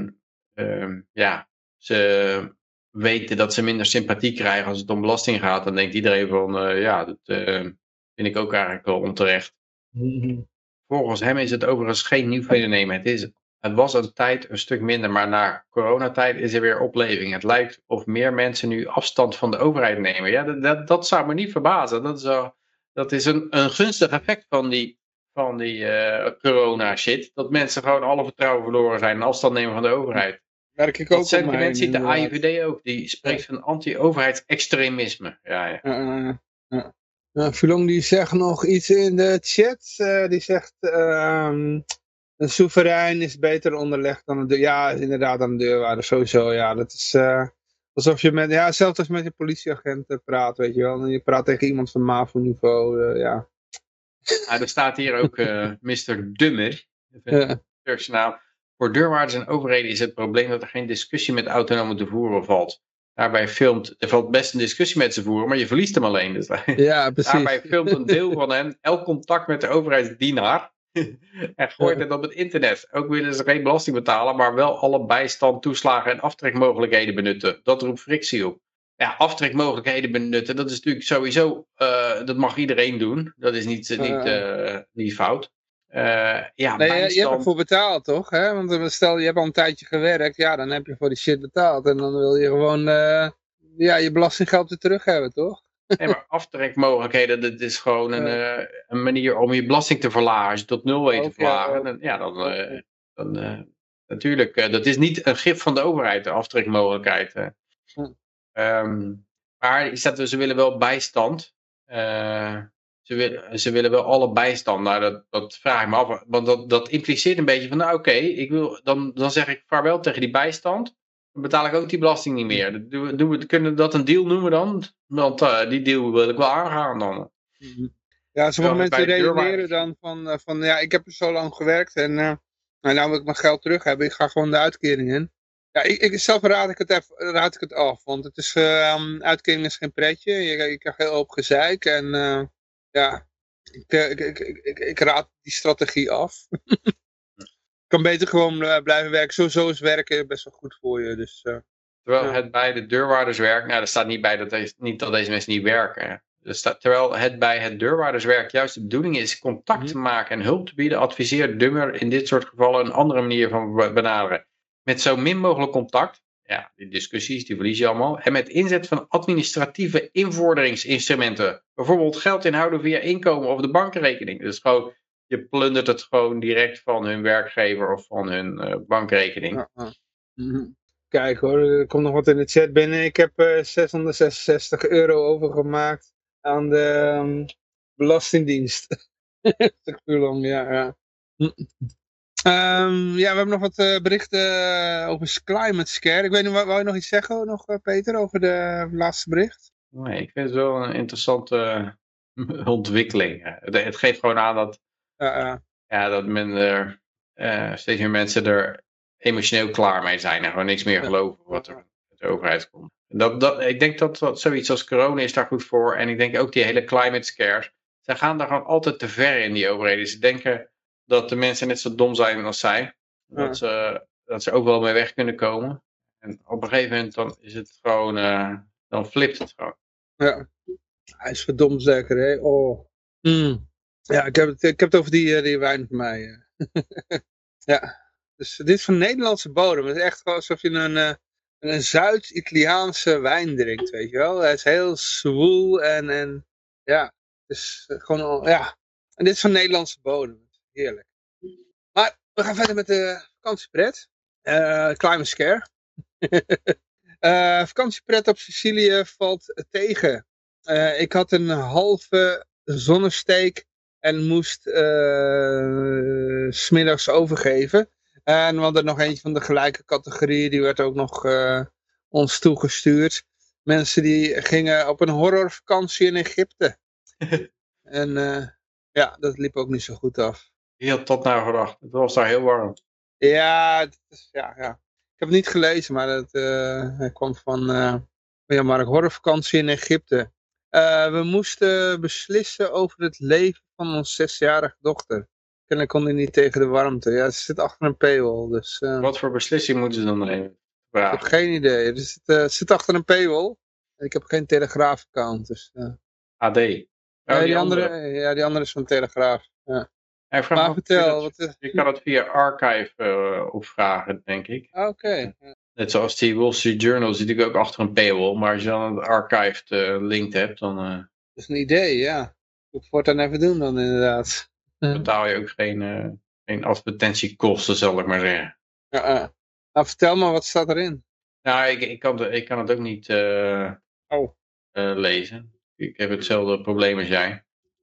[SPEAKER 3] ze weten dat ze minder sympathie krijgen als het om belasting gaat. Dan denkt iedereen van, dat vind ik ook eigenlijk wel onterecht. Volgens hem is het overigens geen nieuw fenomeen. Het was een tijd een stuk minder, maar na coronatijd is er weer opleving. Het lijkt of meer mensen nu afstand van de overheid nemen. Ja, dat zou me niet verbazen. Dat is een gunstig effect van die corona shit. Dat mensen gewoon alle vertrouwen verloren zijn en afstand nemen van de overheid.
[SPEAKER 2] Merk ik ook.
[SPEAKER 3] Dat sentiment ziet de AIVD ook. Die spreekt van anti-overheidsextremisme.
[SPEAKER 2] Fulong die zegt nog iets in de chat. Die zegt... een soeverein is beter onderlegd dan een deur. Ja, inderdaad, dan een deurwaarder, sowieso. Ja, dat is alsof je met, ja, zelfs als je met je politieagent praat, weet je wel. En je praat tegen iemand van MAVO-niveau, ja.
[SPEAKER 3] Er staat hier ook Mr. Dummer. Turkse naam. Voor deurwaarders en overheden is het probleem dat er geen discussie met autonomen te voeren valt. Daarbij er valt best een discussie met ze voeren, maar je verliest hem alleen. Dus
[SPEAKER 2] ja, precies.
[SPEAKER 3] Daarbij filmt een deel van hen elk contact met de overheidsdienaar en gooit het op het internet. Ook willen ze geen belasting betalen, maar wel alle bijstand, toeslagen en aftrekmogelijkheden benutten. Dat roept frictie op. Ja, aftrekmogelijkheden benutten, dat is natuurlijk sowieso, dat mag iedereen doen. Dat is niet fout. Ja,
[SPEAKER 2] nee, je hebt ervoor betaald, toch? Hè? Want stel, je hebt al een tijdje gewerkt, ja, dan heb je voor die shit betaald. En dan wil je gewoon je belastinggeld weer terug hebben, toch?
[SPEAKER 3] Nee, maar aftrekmogelijkheden, dat is gewoon een manier om je belasting te verlagen. Als je tot 0 weet te verlagen, dan natuurlijk, dat is niet een gift van de overheid, de aftrekmogelijkheid. Maar ze willen wel bijstand. Ze willen wel alle bijstand. Nou, dat vraag ik me af. Want dat impliceert een beetje van, nou oké, dan zeg ik vaarwel tegen die bijstand. Dan betaal ik ook die belasting niet meer. Kunnen we dat een deal noemen dan? Want die deal wil ik wel aangaan dan.
[SPEAKER 2] Ja, sommige mensen redeneren dan van ja, ik heb er zo lang gewerkt en nou wil ik mijn geld terug hebben. Ik ga gewoon de uitkering in. Ja, zelf raad ik het af, want het is, uitkering is geen pretje. Je krijgt heel hoop gezeik en ja, ik raad die strategie af. Je kan beter gewoon blijven werken. Sowieso is werken best wel goed voor je. Dus,
[SPEAKER 3] terwijl het bij de deurwaarderswerk, nou er staat niet bij dat deze mensen niet werken. Terwijl het bij het deurwaarderswerk juist de bedoeling is contact te maken en hulp te bieden, adviseert Dummer in dit soort gevallen een andere manier van benaderen. Met zo min mogelijk contact, ja, die discussies, die verlies je allemaal, en met inzet van administratieve invorderingsinstrumenten. Bijvoorbeeld geld inhouden via inkomen of de bankrekening. Dus gewoon, je plundert het gewoon direct van hun werkgever of van hun bankrekening.
[SPEAKER 2] Kijk hoor, er komt nog wat in de chat binnen. Ik heb €666 overgemaakt aan de Belastingdienst. Ja. We hebben nog wat berichten over climate scare. Ik weet niet, wou je nog iets zeggen nog, Peter, over de laatste bericht?
[SPEAKER 3] Nee, ik vind het wel een interessante ontwikkeling. Het geeft gewoon aan dat, dat steeds meer mensen er emotioneel klaar mee zijn en gewoon niks meer geloven wat er uit de overheid komt. Ik denk dat zoiets als corona is daar goed voor. En ik denk ook die hele climate scares. Zij gaan daar gewoon altijd te ver in, die overheden. Ze denken dat de mensen net zo dom zijn als zij. Dat ze ook wel mee weg kunnen komen. En op een gegeven moment dan is het gewoon, dan flipt het gewoon.
[SPEAKER 2] Ja, hij is verdomd zeker, hè. Oh. Ja, ik heb het over die wijn van mij. Ja, dus dit is van Nederlandse bodem. Het is echt gewoon alsof je een Zuid-Italiaanse wijn drinkt, weet je wel. Het is heel zwoel en ja, het is gewoon, ja. En dit is van Nederlandse bodem. Heerlijk. Maar we gaan verder met de vakantiepret. Climate scare. Vakantiepret op Sicilië valt tegen. Ik had een halve zonnesteek en moest 's middags overgeven. En we hadden nog eentje van de gelijke categorie, die werd ook nog ons toegestuurd. Mensen die gingen op een horrorvakantie in Egypte. En ja, dat liep ook niet zo goed af.
[SPEAKER 3] Wie had dat nou gedacht? Het was daar heel warm.
[SPEAKER 2] Ja, ja. Ik heb het niet gelezen, maar het kwam van Mark, horrorvakantie in Egypte. We moesten beslissen over het leven van onze 6-jarige dochter. En ik kon hij niet tegen de warmte. Ja, ze zit achter een paywall. Dus,
[SPEAKER 3] wat voor beslissing moeten ze dan nemen?
[SPEAKER 2] Ik heb geen idee. Het zit achter een paywall. En ik heb geen Telegraaf-account. Dus,
[SPEAKER 3] AD?
[SPEAKER 2] Die andere is van Telegraaf. Ja.
[SPEAKER 3] Maar vertel. Je kan het via Archive opvragen, denk ik.
[SPEAKER 2] Oké.
[SPEAKER 3] Net zoals die Wall Street Journal zit natuurlijk ook achter een paywall. Maar als je dan het Archived linked hebt, dan...
[SPEAKER 2] Dat is een idee, ja. Ik moet het dan even doen dan inderdaad.
[SPEAKER 3] Betaal je ook geen advertentiekosten, zal ik maar zeggen.
[SPEAKER 2] Nou, vertel maar, wat staat erin?
[SPEAKER 3] Nou, ik kan het ook niet lezen. Ik heb hetzelfde probleem als jij.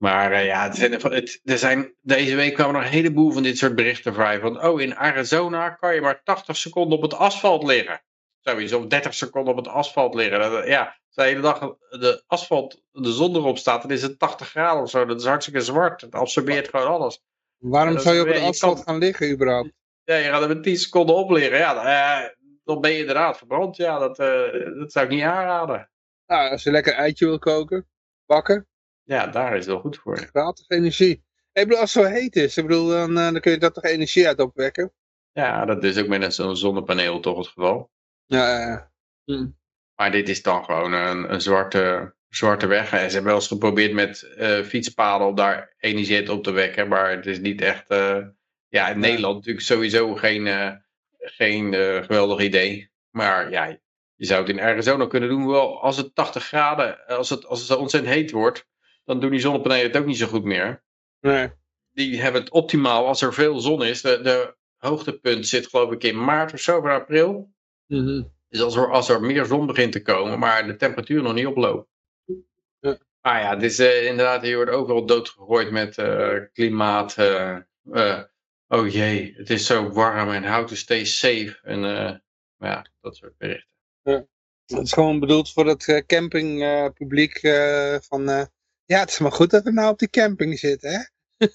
[SPEAKER 3] Maar ja, deze week kwamen er een heleboel van dit soort berichten vrij. Van, in Arizona kan je maar 80 seconden op het asfalt liggen. Sowieso 30 seconden op het asfalt liggen. Als de hele dag de asfalt, de zon erop staat, dan is het 80 graden of zo. Dat is hartstikke zwart. Het absorbeert gewoon alles.
[SPEAKER 2] Waarom zou je op het asfalt gaan liggen überhaupt?
[SPEAKER 3] Ja, je gaat er met 10 seconden op liggen. Ja, dan ben je inderdaad verbrand. Ja, dat zou ik niet aanraden.
[SPEAKER 2] Nou, als je lekker eitje wil koken, bakken.
[SPEAKER 3] Ja, daar is het wel goed voor.
[SPEAKER 2] Gratis energie. Ik bedoel, als het zo heet is, dan kun je daar toch energie uit opwekken?
[SPEAKER 3] Ja, dat is ook met zo'n zonnepaneel toch het geval.
[SPEAKER 2] Ja.
[SPEAKER 3] Maar dit is dan gewoon een zwarte weg. Ze hebben wel eens geprobeerd met fietspaden om daar energie uit op te wekken. Maar het is niet echt... in Nederland natuurlijk sowieso geen geweldig idee. Maar ja, je zou het in Arizona kunnen doen. Wel, als het 80 graden, als het zo ontzettend heet wordt, dan doen die zonnepanelen het ook niet zo goed meer.
[SPEAKER 2] Nee.
[SPEAKER 3] Die hebben het optimaal als er veel zon is. De hoogtepunt zit geloof ik in maart of zo, of april. Dus als er meer zon begint te komen, maar de temperatuur nog niet oploopt.
[SPEAKER 2] Ja.
[SPEAKER 3] Maar ja, het is inderdaad, je wordt overal doodgegooid met klimaat. Oh jee, het is zo warm en how to stay safe. En dat soort berichten.
[SPEAKER 2] Ja. Het is gewoon bedoeld voor het campingpubliek ja, het is maar goed dat we nou op die camping zitten, hè?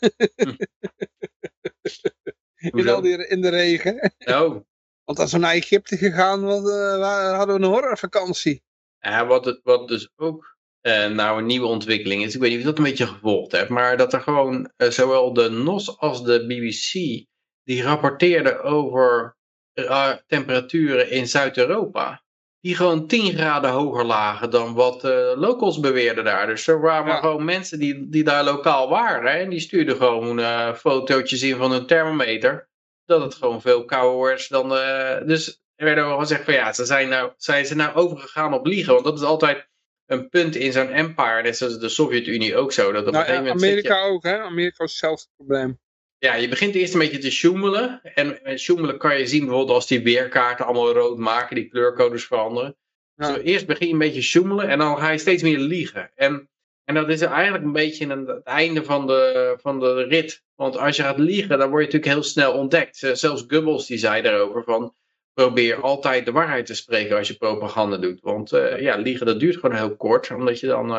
[SPEAKER 2] In de regen.
[SPEAKER 3] Oh.
[SPEAKER 2] Want als we naar Egypte gegaan, hadden we een horrorvakantie.
[SPEAKER 3] Ja, wat dus ook een nieuwe ontwikkeling is. Ik weet niet of je dat een beetje gevolgd hebt. Maar dat er gewoon zowel de NOS als de BBC... die rapporteerden over temperaturen in Zuid-Europa. Die gewoon 10 graden hoger lagen dan wat locals beweerden daar. Dus er waren gewoon mensen die daar lokaal waren. Hè, en die stuurden gewoon fotootjes in van hun thermometer. Dat het gewoon veel kouder was dan... dus er werd wel gezegd van ja, zijn ze nou overgegaan op liegen. Want dat is altijd een punt in zo'n empire. Net zoals de Sovjet-Unie ook zo. Dat op een gegeven moment
[SPEAKER 2] Amerika ook, hè? Amerika is hetzelfde probleem.
[SPEAKER 3] Ja, je begint eerst een beetje te sjoemelen. En sjoemelen kan je zien bijvoorbeeld als die weerkaarten allemaal rood maken, die kleurcodes veranderen. Ja. Dus eerst begin je een beetje sjoemelen en dan ga je steeds meer liegen. En dat is eigenlijk een beetje het einde van de rit. Want als je gaat liegen, dan word je natuurlijk heel snel ontdekt. Zelfs Goebbels die zei daarover van, probeer altijd de waarheid te spreken als je propaganda doet. Want liegen dat duurt gewoon heel kort, omdat je dan,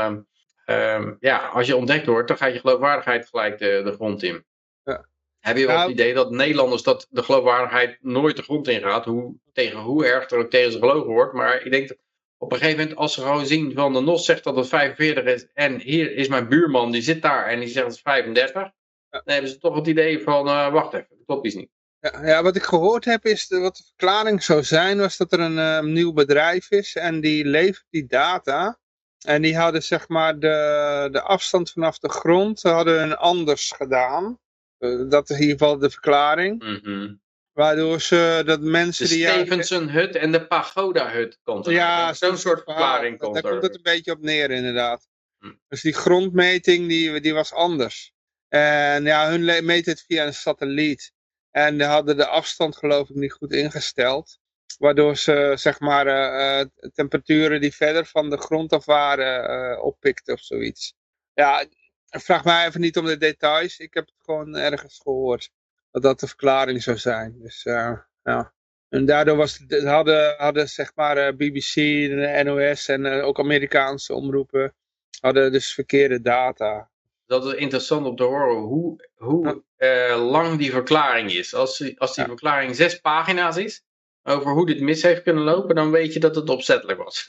[SPEAKER 3] als je ontdekt wordt, dan gaat je geloofwaardigheid gelijk de grond in.
[SPEAKER 2] Ja.
[SPEAKER 3] Heb je wel het idee dat Nederlanders dat de geloofwaardigheid nooit de grond in gaat, tegen hoe erg er ook tegen ze gelogen wordt. Maar ik denk dat op een gegeven moment als ze gewoon zien van de NOS zegt dat het 45 is en hier is mijn buurman die zit daar en die zegt het is 35. Dan hebben ze toch het idee van wacht even, dat klopt iets niet.
[SPEAKER 2] Ja, wat ik gehoord heb is, wat de verklaring zou zijn, was dat er een nieuw bedrijf is en die levert die data. En die hadden zeg maar de afstand vanaf de grond hadden anders gedaan. Dat is in ieder geval de verklaring. Waardoor dat mensen
[SPEAKER 3] de Stevenson-hut en de Pagoda-hut komt er.
[SPEAKER 2] Ja,
[SPEAKER 3] zo'n soort verklaring komt er.
[SPEAKER 2] Daar komt het een beetje op neer inderdaad. Dus die grondmeting die was anders. En ja, hun meten het via een satelliet. En die hadden de afstand geloof ik niet goed ingesteld. Waardoor ze zeg maar temperaturen die verder van de grond af waren oppikten of zoiets. Ja, vraag mij even niet om de details. Ik heb het gewoon ergens gehoord. Dat de verklaring zou zijn. Dus ja. En daardoor hadden zeg maar BBC, de NOS en ook Amerikaanse omroepen hadden dus verkeerde data.
[SPEAKER 3] Dat is interessant om te horen hoe lang die verklaring is. Als die verklaring 6 pagina's is, over hoe dit mis heeft kunnen lopen, dan weet je dat het opzettelijk was.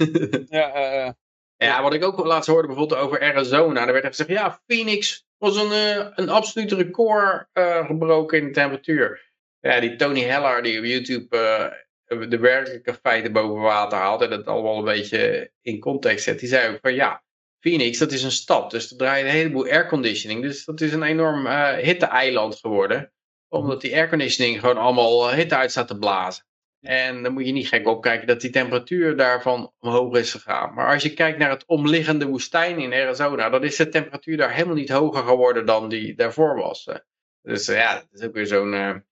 [SPEAKER 3] Ja, wat ik ook laatst hoorde bijvoorbeeld over Arizona. Er werd gezegd, ja, Phoenix was een absoluut record gebroken in de temperatuur. Ja, die Tony Heller die op YouTube de werkelijke feiten boven water haalt en het allemaal een beetje in context zet. Die zei ook van ja, Phoenix dat is een stad, dus er draait een heleboel airconditioning. Dus dat is een enorm hitte-eiland geworden. Omdat die airconditioning gewoon allemaal hitte uit staat te blazen. En dan moet je niet gek opkijken dat die temperatuur daarvan omhoog is gegaan. Maar als je kijkt naar het omliggende woestijn in Arizona, dan is de temperatuur daar helemaal niet hoger geworden dan die daarvoor was. Dus ja, dat is ook weer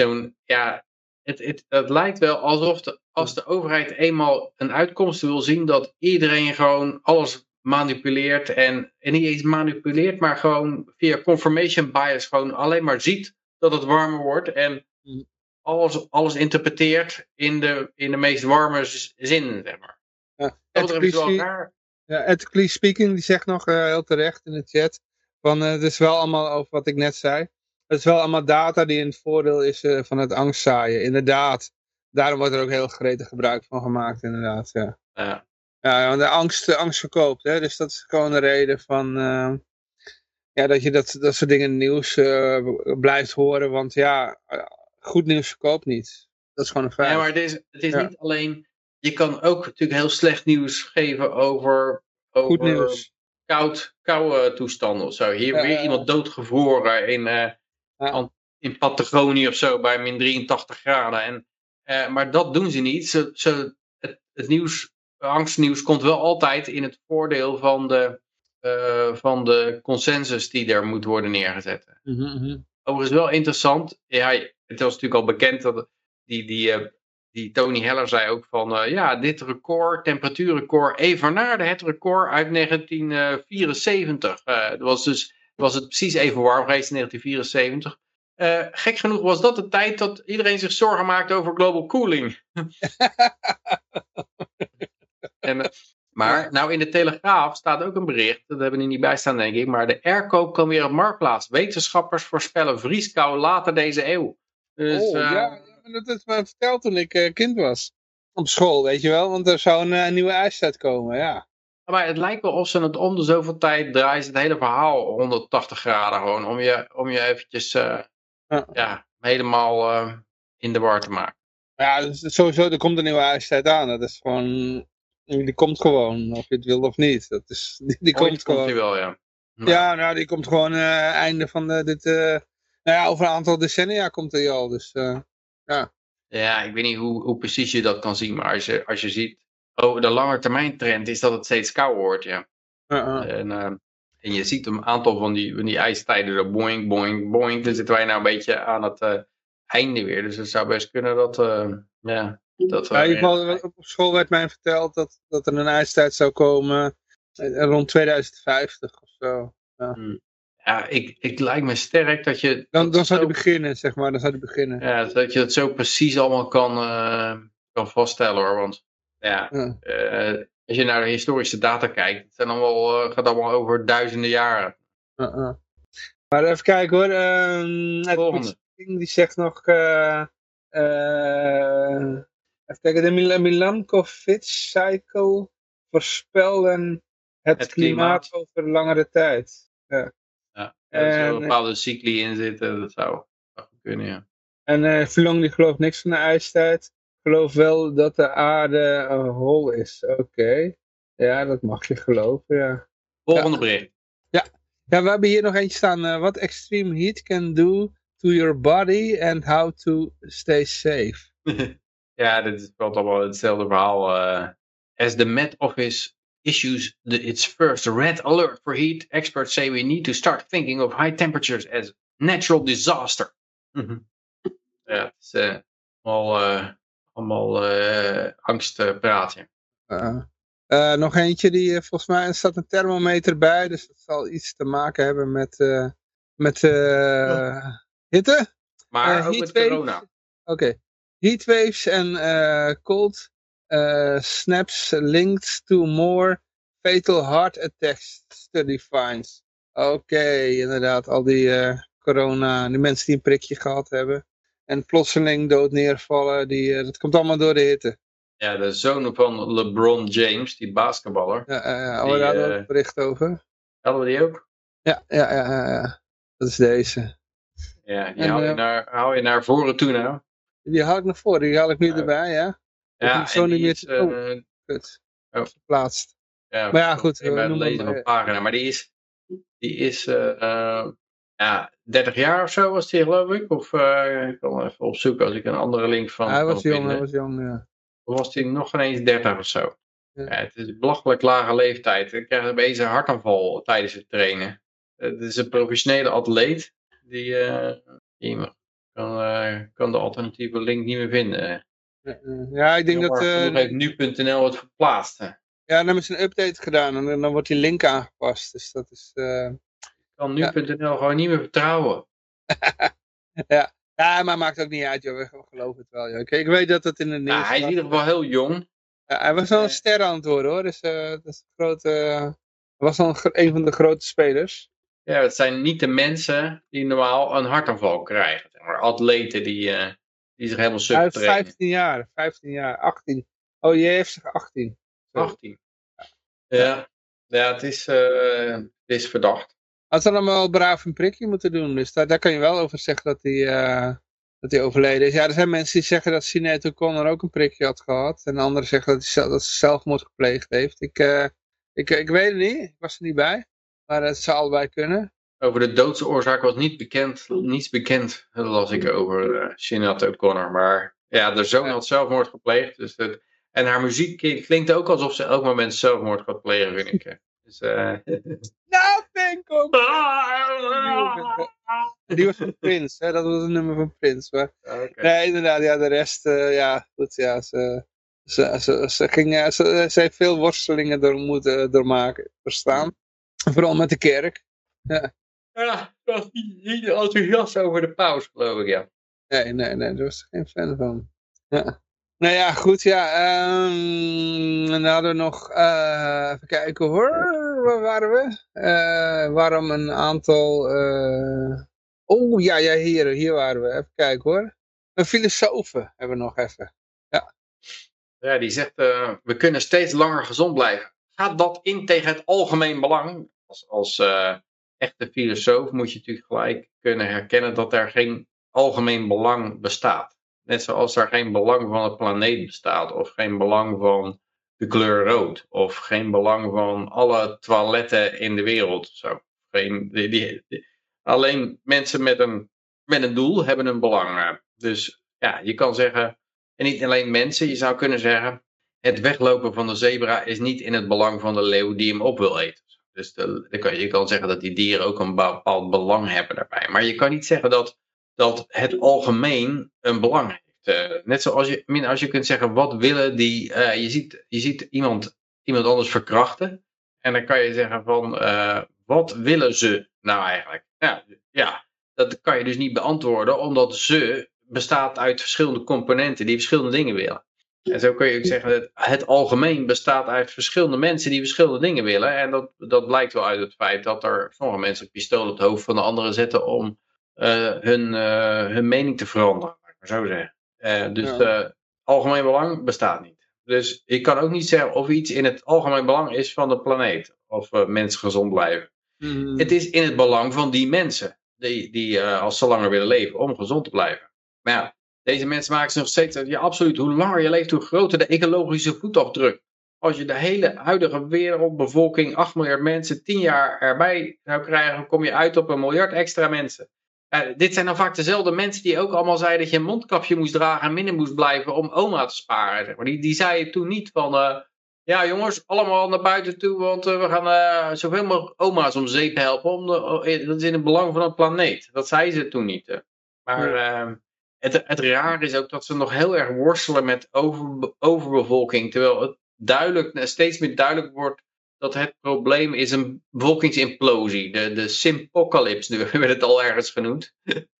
[SPEAKER 3] het lijkt wel alsof als de overheid eenmaal een uitkomst wil zien dat iedereen gewoon alles manipuleert en niet eens manipuleert, maar gewoon via confirmation bias gewoon alleen maar ziet dat het warmer wordt en alles interpreteert in de meest warme zin, zeg maar. Dat is wel raar.
[SPEAKER 2] Ja, ethically speaking, die zegt nog heel terecht in de chat, van het is wel allemaal over wat ik net zei. Het is wel allemaal data die in het voordeel is van het angstzaaien. Inderdaad. Daarom wordt er ook heel gretig gebruik van gemaakt, inderdaad. Ja, ja want de angst verkoopt. Hè? Dus dat is gewoon de reden van dat je dat soort dingen in het nieuws blijft horen. Want ja, goed nieuws verkoopt niet. Dat is gewoon een feit.
[SPEAKER 3] Ja, maar het is niet alleen... Je kan ook natuurlijk heel slecht nieuws geven over
[SPEAKER 2] goed nieuws.
[SPEAKER 3] Koude toestanden of zo. Hier weer iemand doodgevroren in Patagonië of zo bij min 83 graden. Maar dat doen ze niet. Het nieuws, angstnieuws komt wel altijd in het voordeel van de consensus die er moet worden neergezet. Overigens wel interessant. Ja, het was natuurlijk al bekend dat die Tony Heller zei ook van dit record, temperatuurrecord, evenaarde het record uit 1974. Was het precies even warm geweest in 1974. Gek genoeg was dat de tijd dat iedereen zich zorgen maakte over global cooling. Maar nou in de Telegraaf staat ook een bericht, dat hebben we er niet bij staan denk ik, maar de airco kan weer op marktplaats. Wetenschappers voorspellen vrieskou later deze eeuw. Dus,
[SPEAKER 2] dat is me verteld toen ik kind was. Op school, weet je wel, want er zou een nieuwe ijstijd komen, ja.
[SPEAKER 3] Maar het lijkt wel of ze het om de zoveel tijd draaien, het hele verhaal 180 graden gewoon, om je eventjes helemaal in de war te maken.
[SPEAKER 2] Ja, dus sowieso, er komt een nieuwe ijstijd aan. Dat is gewoon, die komt gewoon, of je het wil of niet. Dat is, die komt gewoon.
[SPEAKER 3] Die wel, ja.
[SPEAKER 2] Ja, nou, die komt gewoon einde van over een aantal decennia komt die al, dus ja.
[SPEAKER 3] Ja, ik weet niet hoe precies je dat kan zien, maar als je ziet, de langetermijntrend is dat het steeds kouder wordt, ja. En je ziet een aantal van die ijstijden, zo boing, boing, boing, dan zitten wij nou een beetje aan het einde weer, dus het zou best kunnen dat, in ieder
[SPEAKER 2] geval, op school werd mij verteld dat er een ijstijd zou komen rond 2050 of zo. Ja.
[SPEAKER 3] Ja, ik lijkt me sterk dat je...
[SPEAKER 2] Dan zou die beginnen, zeg maar. Dan zou die beginnen.
[SPEAKER 3] Ja, dat je het zo precies allemaal kan vaststellen, hoor. Want als je naar de historische data kijkt, het gaat allemaal over duizenden jaren.
[SPEAKER 2] Maar even kijken, hoor.
[SPEAKER 3] Volgende.
[SPEAKER 2] Die zegt nog... even kijken, de Milankovitch-cycle voorspelden het klimaat over langere tijd. Ja.
[SPEAKER 3] Er zullen bepaalde cycli in zitten, dat zou kunnen, ja.
[SPEAKER 2] En Fulong die gelooft niks van de ijstijd. Gelooft wel dat de aarde hol is. Oké. Ja, dat mag je geloven, ja.
[SPEAKER 3] Volgende bericht.
[SPEAKER 2] Ja, we hebben hier nog eentje staan. What extreme heat can do to your body and how to stay safe.
[SPEAKER 3] Ja, dit is wel allemaal hetzelfde verhaal. As the Met Office issues its first red alert for heat, experts say we need to start thinking of high temperatures as natural disaster. Ja, het is allemaal angstpraatje.
[SPEAKER 2] Nog eentje die volgens mij er staat een thermometer bij, dus dat zal iets te maken hebben met hitte.
[SPEAKER 3] Maar ook met corona.
[SPEAKER 2] Oké. Heatwaves en cold snaps linked to more fatal heart attacks, study finds. Oké, inderdaad, al die corona, die mensen die een prikje gehad hebben. En plotseling dood neervallen, dat komt allemaal door de hitte.
[SPEAKER 3] Ja, de zoon van LeBron James, die basketballer.
[SPEAKER 2] Daar hadden we een bericht over.
[SPEAKER 3] Hadden we die ook?
[SPEAKER 2] Ja. Dat is deze.
[SPEAKER 3] Ja, die hou je naar voren toe nou.
[SPEAKER 2] Die haal ik naar voren, die haal ik nu erbij, ja.
[SPEAKER 3] Ja,
[SPEAKER 2] zo
[SPEAKER 3] en
[SPEAKER 2] niet
[SPEAKER 3] die
[SPEAKER 2] meer kut. Geplaatst.
[SPEAKER 3] Ja,
[SPEAKER 2] maar ja, goed.
[SPEAKER 3] Ik ben lezen van pagina, maar die is 30 jaar of zo was die, geloof ik. Of ik kan even opzoeken als ik een andere link van
[SPEAKER 2] hij was jong, ja.
[SPEAKER 3] Of was hij nog ineens 30 of zo. Ja. Ja, het is een belachelijk lage leeftijd. Ik krijg opeens een hartaanval tijdens het trainen. Het is een professionele atleet. Die kan de alternatieve link niet meer vinden.
[SPEAKER 2] Ja, ik denk dat...
[SPEAKER 3] heeft nu.nl het verplaatst.
[SPEAKER 2] dan hebben ze een update gedaan en dan wordt die link aangepast. Dus dat is...
[SPEAKER 3] Ik kan nu.nl gewoon niet meer vertrouwen.
[SPEAKER 2] Ja, maar maakt ook niet uit, joh. We geloven het wel, joh. Ik weet dat het in de nieuws
[SPEAKER 3] Hij is in ieder geval heel jong.
[SPEAKER 2] Ja, hij was wel een ster aan het worden, hoor. Dus dat is een grote... hij was al een van de grote spelers.
[SPEAKER 3] Ja, het zijn niet de mensen die normaal een hartaanval krijgen. Zeg maar atleten die zich helemaal sub
[SPEAKER 2] Hij heeft
[SPEAKER 3] trainen.
[SPEAKER 2] 15 jaar, 18. Oh, je heeft zich 18. Zo.
[SPEAKER 3] 18. Ja, het is verdacht.
[SPEAKER 2] Had dan allemaal braaf een prikje moeten doen. Dus daar kan je wel over zeggen dat hij overleden is. Ja, er zijn mensen die zeggen dat Sinead O'Connor ook een prikje had gehad. En anderen zeggen dat ze zelfmoord gepleegd heeft. Ik weet het niet. Ik was er niet bij. Maar het zou allebei kunnen.
[SPEAKER 3] Over de doodsoorzaak was niets bekend, las ik over Sinead O'Connor. Maar ja, de zoon had zelfmoord gepleegd. Dus en haar muziek klinkt ook alsof ze elk moment zelfmoord gaat plegen, vind ik. Dus,
[SPEAKER 2] Nothing Die was van Prince, hè? Dat was een nummer van Prince. Maar...
[SPEAKER 3] Okay.
[SPEAKER 2] Nee, inderdaad, ja, de rest, goed, ja, ze heeft veel worstelingen doorstaan. Vooral met de kerk. Ja,
[SPEAKER 3] Ja, ik was niet enthousiast over de paus, geloof ik, ja.
[SPEAKER 2] Nee, daar was ik geen fan van. Ja. Nou ja, goed, ja. En dan hadden we nog, even kijken hoor, waar waren we? Waarom een aantal, oh ja, hier waren we. Even kijken hoor. Een filosofen hebben we nog even. Ja.
[SPEAKER 3] Ja, die zegt, we kunnen steeds langer gezond blijven. Gaat dat in tegen het algemeen belang? Als echte filosoof moet je natuurlijk gelijk kunnen herkennen dat er geen algemeen belang bestaat. Net zoals er geen belang van de planeet bestaat, of geen belang van de kleur rood, of geen belang van alle toiletten in de wereld. Zo. Alleen mensen met een doel hebben een belang. Dus ja, je kan zeggen, en niet alleen mensen, je zou kunnen zeggen, het weglopen van de zebra is niet in het belang van de leeuw die hem op wil eten. Dus je kan zeggen dat die dieren ook een bepaald belang hebben daarbij. Maar je kan niet zeggen dat het algemeen een belang heeft. Net zoals als je kunt zeggen, wat willen die... je ziet iemand anders verkrachten. En dan kan je zeggen van, wat willen ze nou eigenlijk? Ja, dat kan je dus niet beantwoorden, omdat ze bestaat uit verschillende componenten die verschillende dingen willen. En zo kun je ook zeggen dat het algemeen bestaat uit verschillende mensen die verschillende dingen willen. En dat blijkt wel uit het feit dat er sommige mensen een pistool op het hoofd van de anderen zetten om hun mening te veranderen, laat ik maar zo zeggen. Algemeen belang bestaat niet. Dus ik kan ook niet zeggen of iets in het algemeen belang is van de planeet. Of mensen gezond blijven. Het is in het belang van die mensen die als ze langer willen leven om gezond te blijven. Maar ja, deze mensen maken zich nog steeds... Ja, absoluut. Hoe langer je leeft, hoe groter de ecologische voetafdruk. Als je de hele huidige wereldbevolking, 8 miljard mensen, 10 jaar erbij zou krijgen, kom je uit op 1 miljard extra mensen. Dit zijn dan vaak dezelfde mensen die ook allemaal zeiden dat je een mondkapje moest dragen en binnen moest blijven om oma te sparen. Zeg maar. Die zeiden toen niet van... ja jongens, allemaal naar buiten toe, want we gaan zoveel mogelijk oma's om zeep helpen. Dat is in het belang van het planeet. Dat zeiden ze toen niet. Maar... Het raar is ook dat ze nog heel erg worstelen met overbevolking. Terwijl het steeds meer duidelijk wordt dat het probleem is een bevolkingsimplosie. De Simpocalypse, nu hebben we het al ergens genoemd.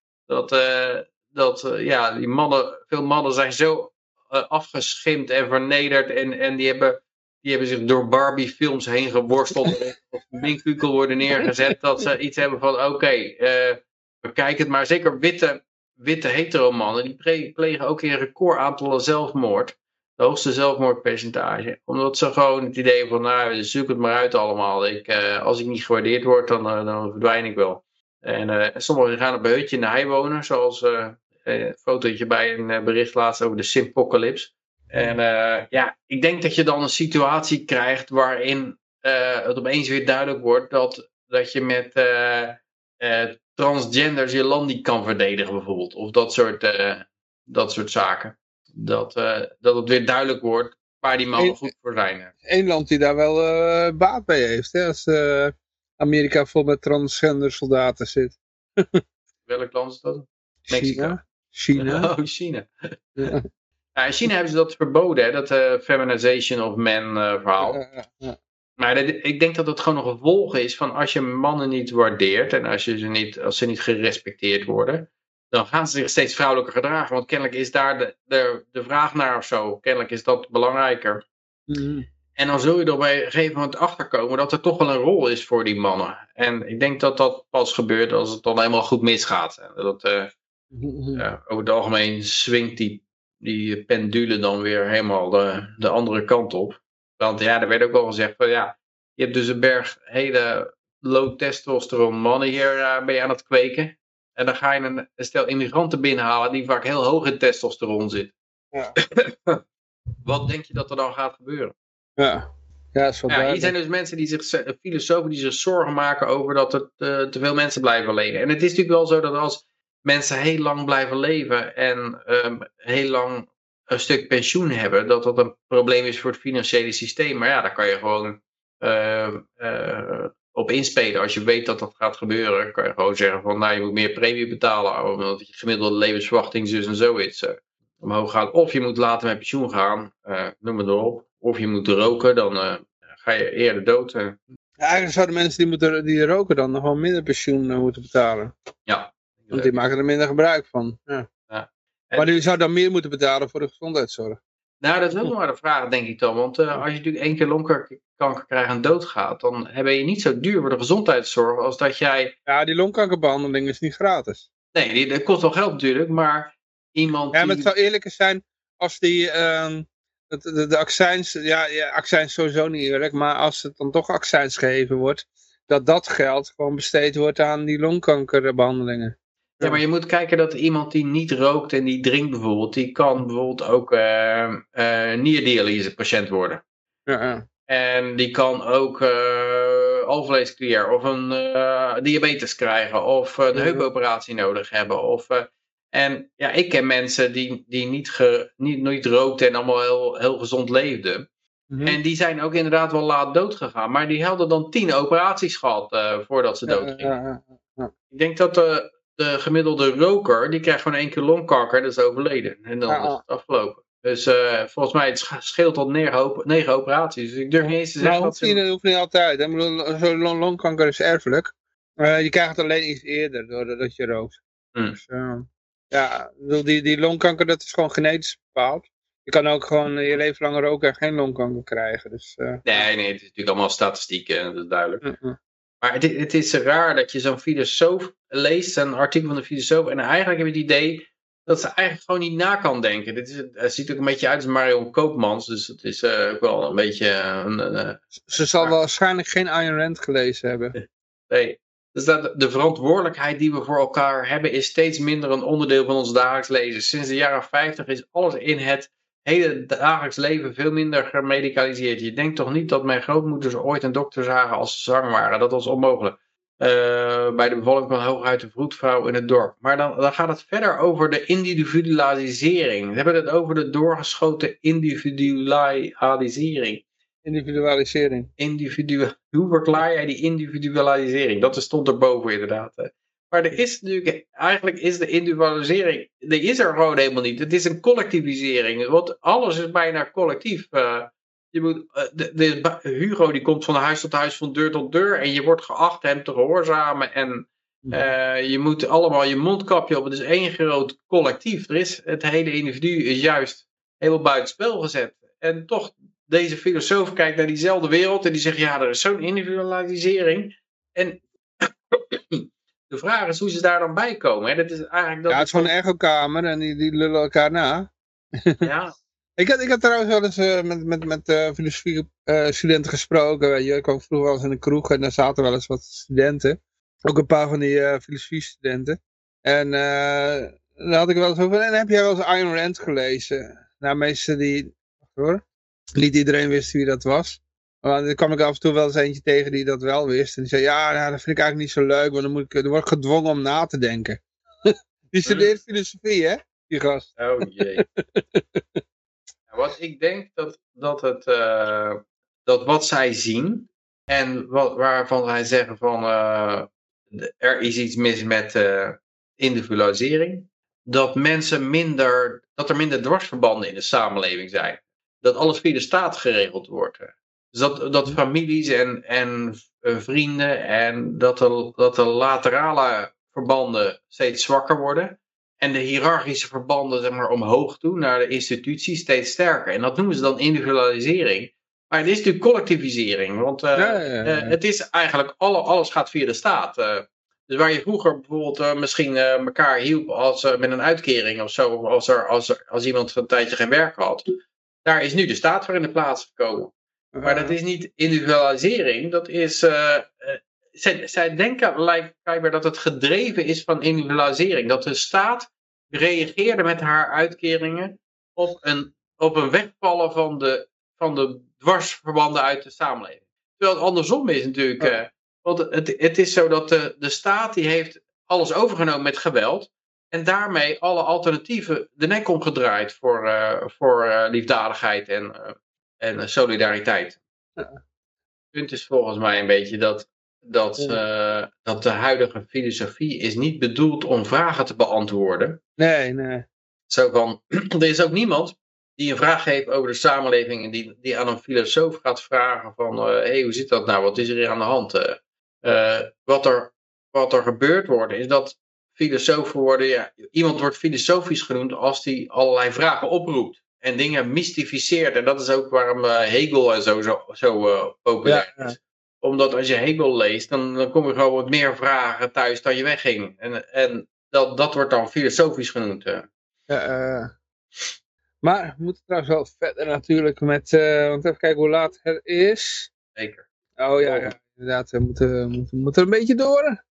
[SPEAKER 3] Die veel mannen zijn zo afgeschimpt en vernederd. En die hebben zich door Barbie films heen geworsteld. Of minkkukel worden neergezet. Dat ze iets hebben van oké, bekijk het maar. Zeker witte hetero-mannen, die plegen ook in record aantallen zelfmoord. De hoogste zelfmoordpercentage. Omdat ze gewoon het idee van, nou, zoek het maar uit allemaal. Als ik niet gewaardeerd word, dan verdwijn ik wel. En sommigen gaan op een hutje in de hei wonen, zoals een fotootje bij een bericht laatst over de Simpocalypse. En ik denk dat je dan een situatie krijgt waarin het opeens weer duidelijk wordt dat je met... transgenders je land niet kan verdedigen bijvoorbeeld. Of dat soort zaken. Dat het weer duidelijk wordt waar die mannen goed voor zijn.
[SPEAKER 2] Eén land die daar wel baat bij heeft. Hè? Als Amerika vol met transgender soldaten zit.
[SPEAKER 3] Welk land is dat?
[SPEAKER 2] Mexico. China.
[SPEAKER 3] Oh, China.
[SPEAKER 2] Ja.
[SPEAKER 3] Ja, in China hebben ze dat verboden, hè, dat feminization of men verhaal. Maar ik denk dat het gewoon een gevolg is van als je mannen niet waardeert en als ze niet gerespecteerd worden, dan gaan ze zich steeds vrouwelijker gedragen. Want kennelijk is daar de vraag naar of zo. Kennelijk is dat belangrijker. En dan zul je er op een gegeven moment achterkomen dat er toch wel een rol is voor die mannen. En ik denk dat dat pas gebeurt als het dan helemaal goed misgaat. Dat, over het algemeen swingt die pendule dan weer helemaal de andere kant op. Want ja, er werd ook al gezegd van ja, je hebt dus een berg hele low testosteron mannen hier ben je aan het kweken. En dan ga je een stel immigranten binnenhalen die vaak heel hoog in testosteron zitten.
[SPEAKER 2] Ja.
[SPEAKER 3] Wat denk je dat er dan gaat gebeuren?
[SPEAKER 2] Ja, is wel
[SPEAKER 3] hier zijn dus mensen filosofen die zich zorgen maken over dat er te veel mensen blijven leven. En het is natuurlijk wel zo dat als mensen heel lang blijven leven en heel lang een stuk pensioen hebben, dat dat een probleem is voor het financiële systeem. Maar ja, daar kan je gewoon op inspelen. Als je weet dat dat gaat gebeuren, kan je gewoon zeggen van nou, je moet meer premie betalen, omdat je gemiddelde levensverwachting zus en zoiets omhoog gaat. Of je moet later met pensioen gaan, noem maar op. Of je moet roken, dan ga je eerder dood.
[SPEAKER 2] Ja, eigenlijk zouden mensen die roken dan nog wel minder pensioen moeten betalen.
[SPEAKER 3] Ja.
[SPEAKER 2] Want die maken er minder gebruik van. Ja. Maar die zou dan meer moeten betalen voor de gezondheidszorg.
[SPEAKER 3] Nou, dat is ook nog maar de vraag, denk ik dan. Want als je natuurlijk 1 keer longkanker krijgt en doodgaat, dan ben je niet zo duur voor de gezondheidszorg als dat jij...
[SPEAKER 2] Ja, die longkankerbehandeling is niet gratis.
[SPEAKER 3] Nee, dat kost wel geld natuurlijk, maar iemand...
[SPEAKER 2] Ja, maar het zou eerlijker zijn als die... de accijns... Ja, accijns sowieso niet eerlijk, maar als het dan toch accijns gegeven wordt, dat geld gewoon besteed wordt aan die longkankerbehandelingen.
[SPEAKER 3] Ja, maar je moet kijken dat iemand die niet rookt en die drinkt bijvoorbeeld, die kan bijvoorbeeld ook nierdialyse patiënt worden.
[SPEAKER 2] Ja.
[SPEAKER 3] En die kan ook alvleesklier of een diabetes krijgen of de heupoperatie nodig hebben. En ja, ik ken mensen die niet rookten en allemaal heel gezond leefden. En die zijn ook inderdaad wel laat dood gegaan. Maar die hadden dan 10 operaties gehad voordat ze dood gingen. Ik denk dat de gemiddelde roker, die krijgt gewoon 1 keer longkanker, dat is overleden. En dan is het afgelopen. Dus volgens mij het scheelt tot 9 operaties. Dus ik durf niet eens te zeggen
[SPEAKER 2] dat hoeft niet altijd. Zo'n longkanker is erfelijk. Je krijgt het alleen iets eerder doordat je rookt. Dus, ja, die longkanker, dat is gewoon genetisch bepaald. Je kan ook gewoon je leven lang roken en geen longkanker krijgen. Dus,
[SPEAKER 3] nee, het is natuurlijk allemaal statistieken, dat is duidelijk. Maar het is raar dat je zo'n filosoof leest, een artikel van een filosoof, en eigenlijk heb je het idee dat ze eigenlijk gewoon niet na kan denken. Het ziet ook een beetje uit als Marion Koopmans, dus het is ook wel een beetje...
[SPEAKER 2] ze zal waarschijnlijk geen Ayn Rand gelezen hebben.
[SPEAKER 3] Nee. Dus de verantwoordelijkheid die we voor elkaar hebben is steeds minder een onderdeel van ons dagelijks leven. Sinds de jaren 50 is alles in het hele dagelijks leven veel minder gemedicaliseerd. Je denkt toch niet dat mijn grootmoeders ooit een dokter zagen als ze zwanger waren? Dat was onmogelijk. Bij de bevalling van hooguit een vroedvrouw in het dorp. Maar dan gaat het verder over de individualisering. We hebben het over de doorgeschoten individualisering. Hoe verklaar jij die individualisering? Dat stond erboven inderdaad. Maar er is natuurlijk, eigenlijk is de individualisering, die is er gewoon helemaal niet. Het is een collectivisering, want alles is bijna collectief. Hugo die komt van huis tot huis, van deur tot deur en je wordt geacht hem te gehoorzamen en je moet allemaal je mondkapje op. Het is één groot collectief. Het hele individu is juist helemaal buitenspel gezet. En toch, deze filosoof kijkt naar diezelfde wereld en die zegt, ja, er is zo'n individualisering. En de vraag is hoe ze daar dan bij komen. Hè? Dat is eigenlijk
[SPEAKER 2] het is gewoon een echokamer en die lullen elkaar na.
[SPEAKER 3] Ja.
[SPEAKER 2] Ik had trouwens wel eens met filosofie studenten gesproken. Weet je. Ik kwam vroeger wel eens in een kroeg en daar zaten wel eens wat studenten. Ook een paar van die filosofie studenten. En daar had ik wel eens over. En heb jij wel eens Ayn Rand gelezen? Nou, meestal niet iedereen wist wie dat was. Maar dan kwam ik af en toe wel eens eentje tegen die dat wel wist. En die zei, ja, nou, dat vind ik eigenlijk niet zo leuk, want dan word ik gedwongen om na te denken. Die studeert filosofie, hè, die gast.
[SPEAKER 3] Oh jee. Wat ik denk dat wat zij zien en waarvan zij zeggen van er is iets mis met individualisering. dat er minder dwarsverbanden in de samenleving zijn. Dat alles via de staat geregeld wordt. Dus dat families en vrienden en dat de laterale verbanden steeds zwakker worden. En de hiërarchische verbanden zeg maar, omhoog toe naar de institutie steeds sterker. En dat noemen ze dan individualisering. Maar het is natuurlijk collectivisering. Want het is eigenlijk, alles gaat via de staat. Dus waar je vroeger bijvoorbeeld misschien elkaar hielp met een uitkering of zo. Als iemand een tijdje geen werk had. Daar is nu de staat voor in de plaats gekomen. Maar dat is niet individualisering. Dat is... zij denken blijkbaar dat het gedreven is van individualisering. Dat de staat reageerde met haar uitkeringen op een wegvallen van de dwarsverbanden uit de samenleving. Terwijl het andersom is natuurlijk. Want het is zo dat de staat die heeft alles overgenomen met geweld. En daarmee alle alternatieven de nek omgedraaid voor liefdadigheid en solidariteit. Het punt is volgens mij een beetje dat de huidige filosofie is niet bedoeld om vragen te beantwoorden.
[SPEAKER 2] Nee.
[SPEAKER 3] Zo van, er is ook niemand die een vraag heeft over de samenleving en die aan een filosoof gaat vragen van, hoe zit dat nou, wat is er hier aan de hand? Wat er gebeurd wordt is dat filosofen worden, iemand wordt filosofisch genoemd als die allerlei vragen oproept en dingen mystificeert. En dat is ook waarom Hegel en zo populair is. Omdat als je Hegel leest, dan kom je gewoon wat meer vragen thuis dan je wegging. En dat wordt dan filosofisch genoemd.
[SPEAKER 2] Maar we moeten trouwens wel verder natuurlijk met... want even kijken hoe laat het is.
[SPEAKER 3] Zeker.
[SPEAKER 2] Oh ja, inderdaad. We moeten een beetje door.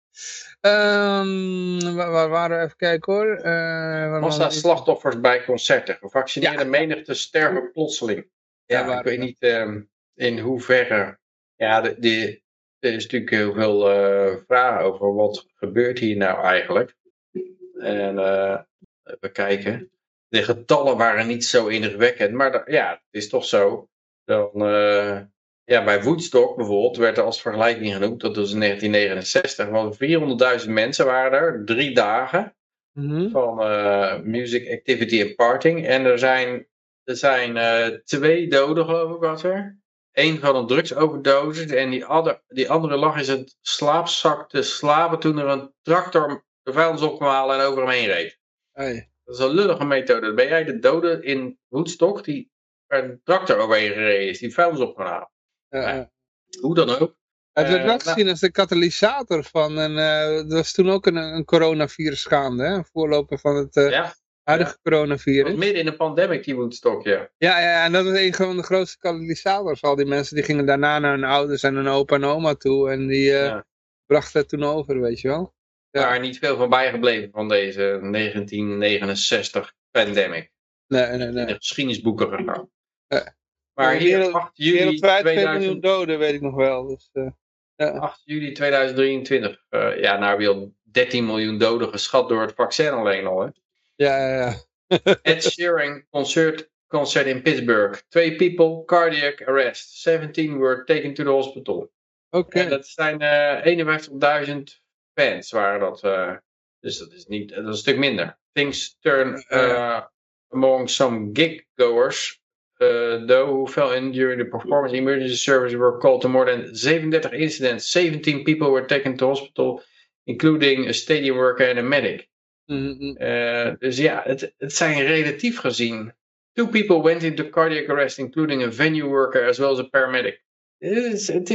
[SPEAKER 2] Waar waren we? Even kijken hoor.
[SPEAKER 3] Massa-slachtoffers bij concerten. Gevaccineerde menigte sterven plotseling. Ja, ik weet niet in hoeverre... Ja, er is natuurlijk heel veel vragen over wat gebeurt hier nou eigenlijk. En even kijken. De getallen waren niet zo indrukwekkend, maar het is toch zo. Dan, bij Woodstock bijvoorbeeld werd er als vergelijking genoemd, dat was in 1969, want 400.000 mensen waren er, 3 dagen van music, activity en partying. En er zijn 2 doden geloof ik was er. Eén van een drugsoverdosis en die andere lag in zijn slaapzak te slapen toen er een tractor de vuilnis op kwam halen en over hem heen reed.
[SPEAKER 2] Hey.
[SPEAKER 3] Dat is een lullige methode. Dan ben jij de dode in Woodstock die er een tractor overheen gereden is, die vuilnis op kan halen. Hoe dan ook.
[SPEAKER 2] Het werd wel gezien als de katalysator van er was toen ook een coronavirus gaande, hè? Een voorloper van het huidige coronavirus.
[SPEAKER 3] Midden in de pandemic die Woodstock, ja.
[SPEAKER 2] Ja, en dat was een van de grootste katalysators. Al die mensen die gingen daarna naar hun ouders en hun opa en oma toe en die brachten het toen over, weet je wel.
[SPEAKER 3] Ja. Daar niet veel van bijgebleven van deze 1969 pandemic.
[SPEAKER 2] Nee.
[SPEAKER 3] In de geschiedenisboeken gegaan.
[SPEAKER 2] Maar hier 8 juli 2000... 2 miljoen doden, weet ik nog wel. Dus,
[SPEAKER 3] 8 juli 2023. Nou heb je al 13 miljoen doden geschat door het vaccin alleen al. Hè?
[SPEAKER 2] Ja.
[SPEAKER 3] Ed Sheeran concert in Pittsburgh. 2 people, cardiac arrest. 17 were taken to the hospital.
[SPEAKER 2] Oké.
[SPEAKER 3] En dat zijn 51.000 fans waren dat. Dus dat is een stuk minder. Things turn among some gig-goers. Though who fell in during the performance emergency service were called to more than 37 incidents. 17 people were taken to hospital, including a stadium worker and a medic. Dus ja, het zijn relatief gezien. 2 people went into cardiac arrest, including a venue worker as well as a paramedic. Het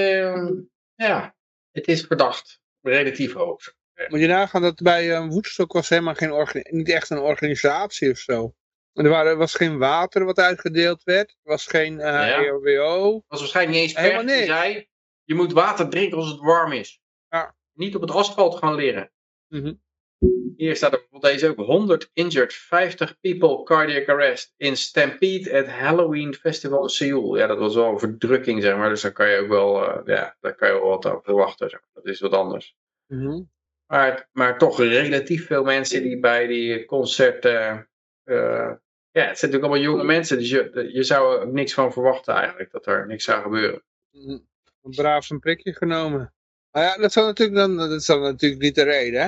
[SPEAKER 3] is verdacht. Relatief hoog.
[SPEAKER 2] Moet je nagaan dat bij Woodstock was helemaal niet echt een organisatie of zo. Er was geen water wat uitgedeeld werd. Er was geen EHBO.
[SPEAKER 3] Er was waarschijnlijk niet eens pers die zei, je moet water drinken als het warm is.
[SPEAKER 2] Ja.
[SPEAKER 3] Niet op het asfalt gaan liggen. Hier staat er bijvoorbeeld deze ook. 100 injured, 50 people cardiac arrest in Stampede at Halloween Festival in Seoul. Ja, dat was wel een verdrukking, zeg maar. Dus daar kan je ook wel, daar kan je wel wat aan verwachten. Zeg maar. Dat is wat anders. Maar toch relatief veel mensen die bij die concerten... het zijn natuurlijk allemaal jonge mensen. Dus je zou er niks van verwachten eigenlijk. Dat er niks zou gebeuren.
[SPEAKER 2] Braaf zijn prikje genomen. Maar ja, dat zal natuurlijk niet de reden, hè?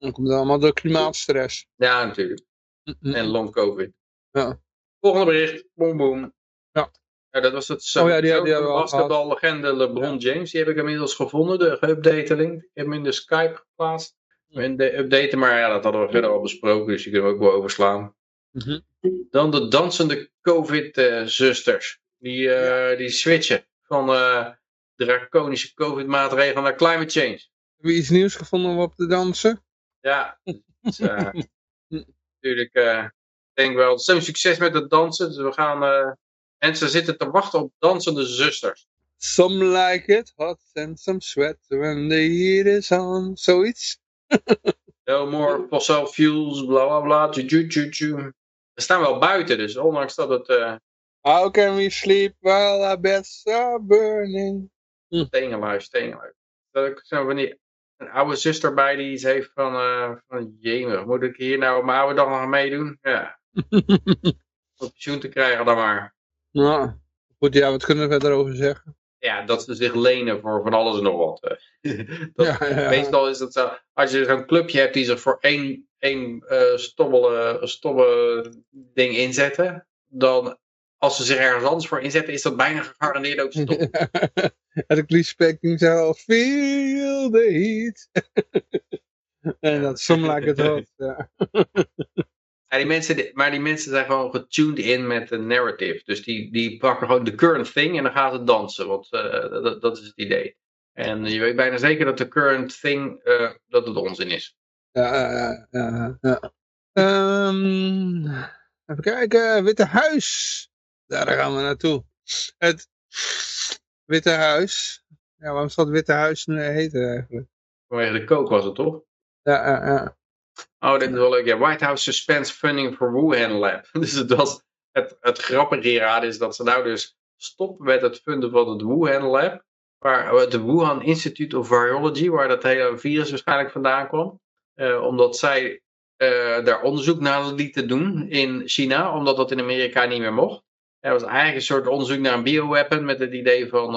[SPEAKER 2] Dan komt het allemaal door klimaatstress.
[SPEAKER 3] Ja, natuurlijk. En long covid.
[SPEAKER 2] Ja.
[SPEAKER 3] Volgende bericht. Boom, boom.
[SPEAKER 2] Ja.
[SPEAKER 3] Dat was het
[SPEAKER 2] die
[SPEAKER 3] basketballegende LeBron James. Die heb ik inmiddels gevonden. De geüpdateling. Ik heb hem in de Skype geplaatst. In de updaten, maar ja, dat hadden we verder al besproken. Dus die kunnen we ook wel overslaan. Dan de dansende COVID-zusters. Die switchen van draconische COVID-maatregelen naar climate change.
[SPEAKER 2] Heb je iets nieuws gevonden om op te dansen?
[SPEAKER 3] Ja, dus, natuurlijk. Ik denk wel, zo'n succes met het dansen. Dus we gaan. Mensen zitten te wachten op dansende zusters.
[SPEAKER 2] Some like it hot and some sweat when the heat is on. Zoiets.
[SPEAKER 3] No more fossil fuels, bla bla bla. We staan wel buiten, dus ondanks dat het.
[SPEAKER 2] How can we sleep while our beds are burning?
[SPEAKER 3] Steengeluid. Dat ik zo van een oude zuster bij die iets heeft van jemig. Moet ik hier nou op mijn oude dag nog meedoen? Ja. Om pensioen te krijgen dan maar.
[SPEAKER 2] Nou, goed, ja, wat kunnen we verder over zeggen?
[SPEAKER 3] Ja, dat ze zich lenen voor van alles en nog wat. Meestal is het zo, als je zo'n clubje hebt die zich voor één stomme ding inzetten, dan als ze zich ergens anders voor inzetten, is dat bijna gegarandeerd ook stop.
[SPEAKER 2] En de kliespecking zou feel the heat. En dat some like it hot. Ja.
[SPEAKER 3] Ja, die mensen zijn gewoon getuned in met de narrative. Dus die pakken gewoon de current thing en dan gaan ze dansen. Want dat is het idee. En je weet bijna zeker dat de current thing dat het onzin is.
[SPEAKER 2] Ja. Even kijken. Witte Huis. Daar gaan we naartoe. Het Witte Huis. Ja, waarom zal het Witte Huis heten eigenlijk?
[SPEAKER 3] Vanwege de kook was het toch?
[SPEAKER 2] Ja.
[SPEAKER 3] Oh, dit is wel leuk. Ja, White House suspends funding for Wuhan Lab. Dus het grappige hieraan is dat ze nou dus stoppen met het funden van het Wuhan Lab. Waar het Wuhan Institute of Virology, waar dat hele virus waarschijnlijk vandaan kwam. Omdat zij daar onderzoek naar lieten doen in China, omdat dat in Amerika niet meer mocht. Het was eigenlijk een soort onderzoek naar een bioweapon met het idee van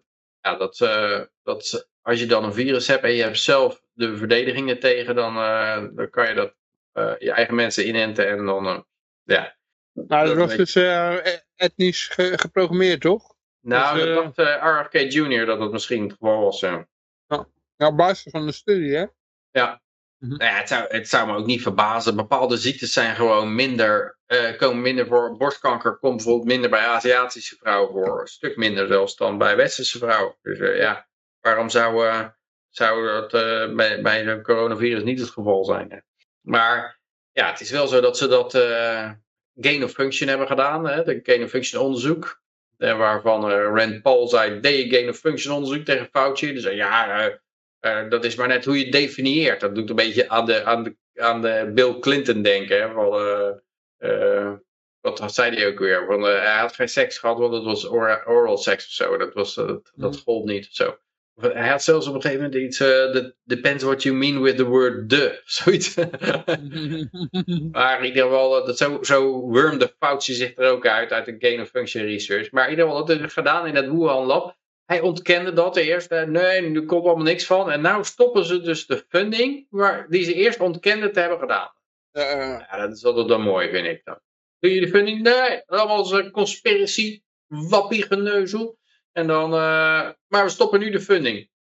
[SPEAKER 3] dat als je dan een virus hebt en je hebt zelf de verdedigingen tegen, dan kan je dat je eigen mensen inenten en dan ja.
[SPEAKER 2] Nou, dat was dus etnisch geprogrammeerd, toch?
[SPEAKER 3] Nou,
[SPEAKER 2] dus,
[SPEAKER 3] dat dacht RFK Jr. dat het misschien het geval was.
[SPEAKER 2] Ja, op basis van de studie, hè?
[SPEAKER 3] Ja. Nou ja, het zou me ook niet verbazen. Bepaalde ziektes zijn gewoon komen minder voor. Borstkanker komt bijvoorbeeld minder bij Aziatische vrouwen voor. Een stuk minder zelfs dan bij Westerse vrouwen. Dus ja, waarom zou dat bij zo'n coronavirus niet het geval zijn? Hè? Maar ja, het is wel zo dat ze dat gain of function hebben gedaan. Hè? De gain of function onderzoek. Waarvan Rand Paul zei, deed je gain of function onderzoek tegen Fauci? Dus ja, dat is maar net hoe je het definieert. Dat doet een beetje aan de Bill Clinton denken. Hè? Wat zei hij ook weer? Hij had geen seks gehad, want het was oral seks of zo. Dat gold niet of zo. Hij had zelfs op een gegeven moment iets, depends what you mean with the word the. Zoiets. Maar in ieder geval, zo wurmde Fauci zich er ook uit de gain of function research. Maar in ieder geval, dat is gedaan in het Wuhan lab. Hij ontkende dat eerst. Nee, er komt allemaal niks van. En nou stoppen ze dus de funding die ze eerst ontkenden te hebben gedaan. Ja, dat is altijd wel mooi, vind ik dan. Doe je de funding? Nee, allemaal als conspiracy, wappiegeneuzel. En dan, maar we stoppen nu de funding.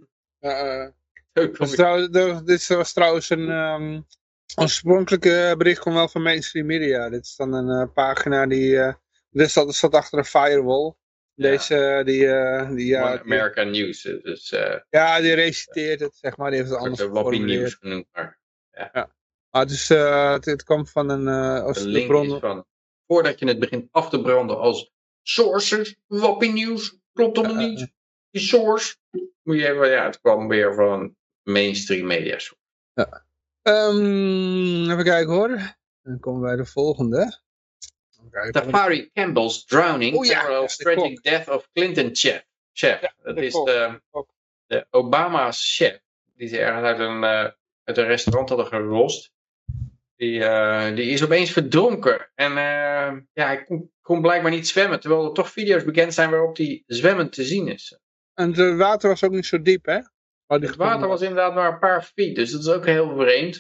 [SPEAKER 2] Dit was trouwens een oorspronkelijke bericht kwam wel van mainstream media. Dit is dan een pagina die zat achter een firewall. Deze,
[SPEAKER 3] American News. Dus,
[SPEAKER 2] ja, die reciteert het, zeg maar. Die heeft het anders
[SPEAKER 3] geformuleerd. Genoemd, maar, ja.
[SPEAKER 2] Maar het kwam van een
[SPEAKER 3] link
[SPEAKER 2] bron.
[SPEAKER 3] is van, voordat je het begint af te branden als sources, Wappie News, klopt allemaal niet. Die source. Moet je even, het kwam weer van mainstream media.
[SPEAKER 2] Ja. Even kijken hoor. Dan komen wij de volgende.
[SPEAKER 3] Tafari Campbell's drowning, tragic death of Clinton chef. Dat is de Obama's chef. Die ze ergens uit een restaurant hadden gerost. Die is opeens verdronken. En hij kon blijkbaar niet zwemmen. Terwijl er toch video's bekend zijn waarop hij zwemmend te zien is.
[SPEAKER 2] En het water was ook niet zo diep, hè?
[SPEAKER 3] Het water was inderdaad maar een paar feet, dus dat is ook heel vreemd.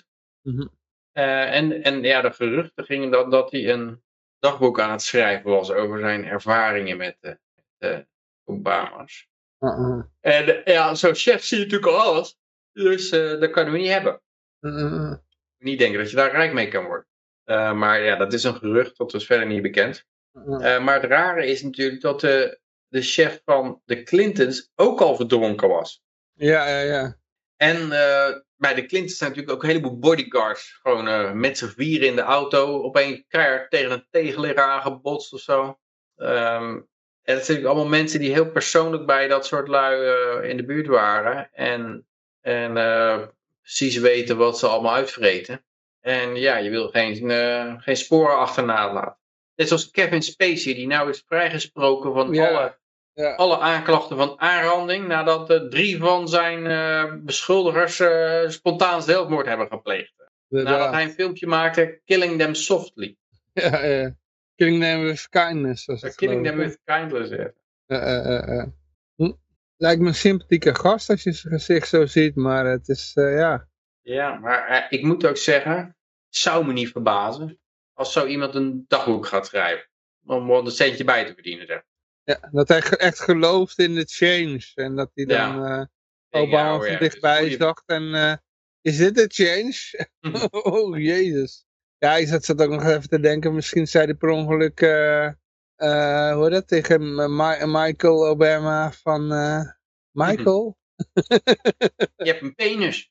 [SPEAKER 3] En ja, de geruchten gingen dat hij een dagboek aan het schrijven was over zijn ervaringen met de Obama's. En ja, zo'n chef zie je natuurlijk al alles. Dus dat kunnen we niet hebben. Niet denken dat je daar rijk mee kan worden. Maar ja, dat is een gerucht, dat is verder niet bekend. Maar het rare is natuurlijk dat de chef van de Clintons ook al verdronken was.
[SPEAKER 2] Ja.
[SPEAKER 3] En bij de Clintons zijn natuurlijk ook een heleboel bodyguards. Gewoon met z'n vieren in de auto. Opeens keihard tegen een tegenligger aangebotst of zo. En dat zijn natuurlijk allemaal mensen die heel persoonlijk bij dat soort lui in de buurt waren. En precies weten wat ze allemaal uitvreten. En ja, je wil geen sporen achterna laten. Net zoals Kevin Spacey, die nou is vrijgesproken van alle aanklachten van aanranding, nadat 3 van zijn beschuldigers spontaan zelfmoord hebben gepleegd. Nadat hij een filmpje maakte, Killing Them Softly.
[SPEAKER 2] Ja. Killing Them With Kindness.
[SPEAKER 3] Killing Them With Kindness, ja.
[SPEAKER 2] Lijkt me een sympathieke gast als je zijn gezicht zo ziet, maar het is, ja.
[SPEAKER 3] Ja, maar ik moet ook zeggen, het zou me niet verbazen als zo iemand een dagboek gaat schrijven. Om er een centje bij te verdienen, zeg.
[SPEAKER 2] Ja, dat hij echt gelooft in de change. En dat hij dan Obama van dichtbij zag. En is dit de change? Oh, jezus. Ja, ik zat ook nog even te denken. Misschien zei hij per ongeluk, hoe heet dat, tegen Michael Obama van, Michael?
[SPEAKER 3] Je hebt een penis.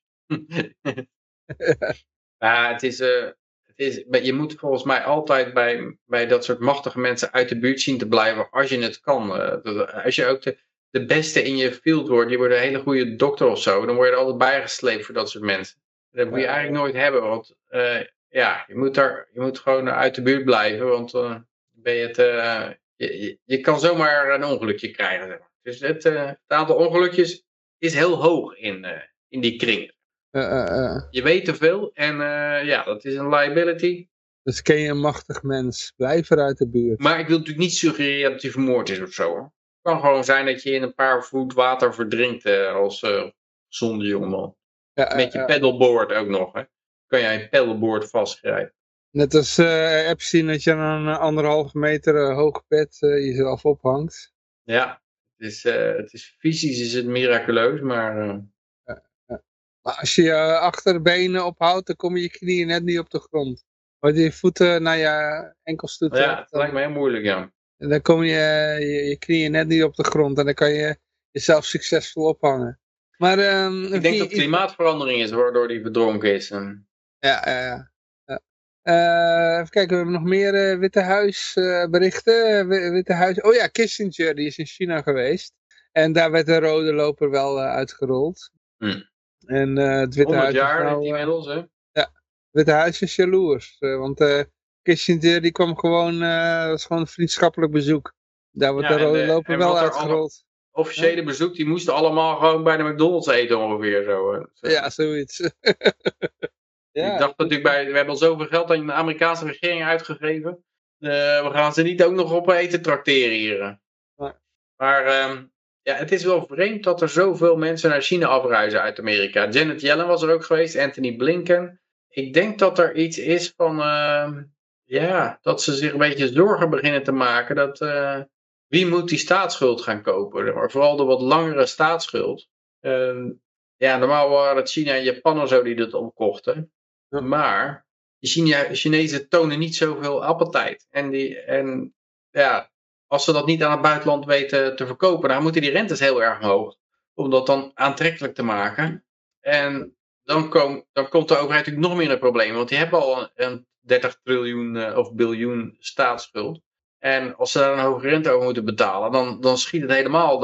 [SPEAKER 3] Ja, het is, je moet volgens mij altijd bij dat soort machtige mensen uit de buurt zien te blijven als je het kan. Als je ook de beste in je field wordt, je wordt een hele goede dokter of zo, dan word je er altijd bijgesleept voor dat soort mensen. Dat moet je eigenlijk nooit hebben, want ja, je moet gewoon uit de buurt blijven, want ben je je kan zomaar een ongelukje krijgen. Zeg maar. Dus het aantal ongelukjes is heel hoog in die kringen. Je weet te veel en ja, dat is een liability.
[SPEAKER 2] Dus ken je een machtig mens, blijf eruit de buurt.
[SPEAKER 3] Maar ik wil natuurlijk niet suggereren dat hij vermoord is of zo. Hoor. Het kan gewoon zijn dat je in een paar voet water verdrinkt als zonde jongeman. Met je paddleboard ook nog. Hè. Kan jij een paddleboard vastgrijpen.
[SPEAKER 2] Net als Epstein dat je aan een 1,5 meter hoog bed jezelf ophangt.
[SPEAKER 3] Ja, het is fysisch is het miraculeus, maar...
[SPEAKER 2] Maar als je je achterbenen ophoudt, dan kom je knieën net niet op de grond. Maar je voeten naar je enkels toe
[SPEAKER 3] ja, dat lijkt me heel moeilijk, ja.
[SPEAKER 2] En dan kom je knieën net niet op de grond en dan kan je jezelf succesvol ophangen. Maar,
[SPEAKER 3] ik denk dat klimaatverandering is waardoor die verdronken is.
[SPEAKER 2] Ja. Even kijken, we hebben nog meer Witte Huis berichten. Witte Huis. Oh ja, Kissinger, die is in China geweest. En daar werd de rode loper wel uitgerold. En het Witte
[SPEAKER 3] 100
[SPEAKER 2] Huis
[SPEAKER 3] jaar
[SPEAKER 2] nou,
[SPEAKER 3] inmiddels, hè?
[SPEAKER 2] Ja, het Witte Huis is jaloers. Want Kissinger die kwam gewoon, dat was gewoon een vriendschappelijk bezoek. Daar wordt de rode loper wel uitgerold.
[SPEAKER 3] Officiële bezoek, die moesten allemaal gewoon bij de McDonald's eten ongeveer. Zo.
[SPEAKER 2] Ja, zoiets.
[SPEAKER 3] Ja. Ik dacht natuurlijk we hebben al zoveel geld aan de Amerikaanse regering uitgegeven. We gaan ze niet ook nog op eten trakteren hier. Maar ja, het is wel vreemd dat er zoveel mensen naar China afreizen uit Amerika. Janet Yellen was er ook geweest, Anthony Blinken. Ik denk dat er iets is van, ja, dat ze zich een beetje zorgen beginnen te maken. Dat, wie moet die staatsschuld gaan kopen? Maar vooral de wat langere staatsschuld. Ja, normaal waren het China en Japan en zo die dat opkochten. Maar de Chinezen tonen niet zoveel appetijt. En ja, als ze dat niet aan het buitenland weten te verkopen, dan moeten die rentes heel erg hoog. Om dat dan aantrekkelijk te maken. En dan komt de overheid natuurlijk nog meer in een probleem. Want die hebben al een 30 triljoen of biljoen staatsschuld. En als ze daar een hoge rente over moeten betalen, dan schiet het helemaal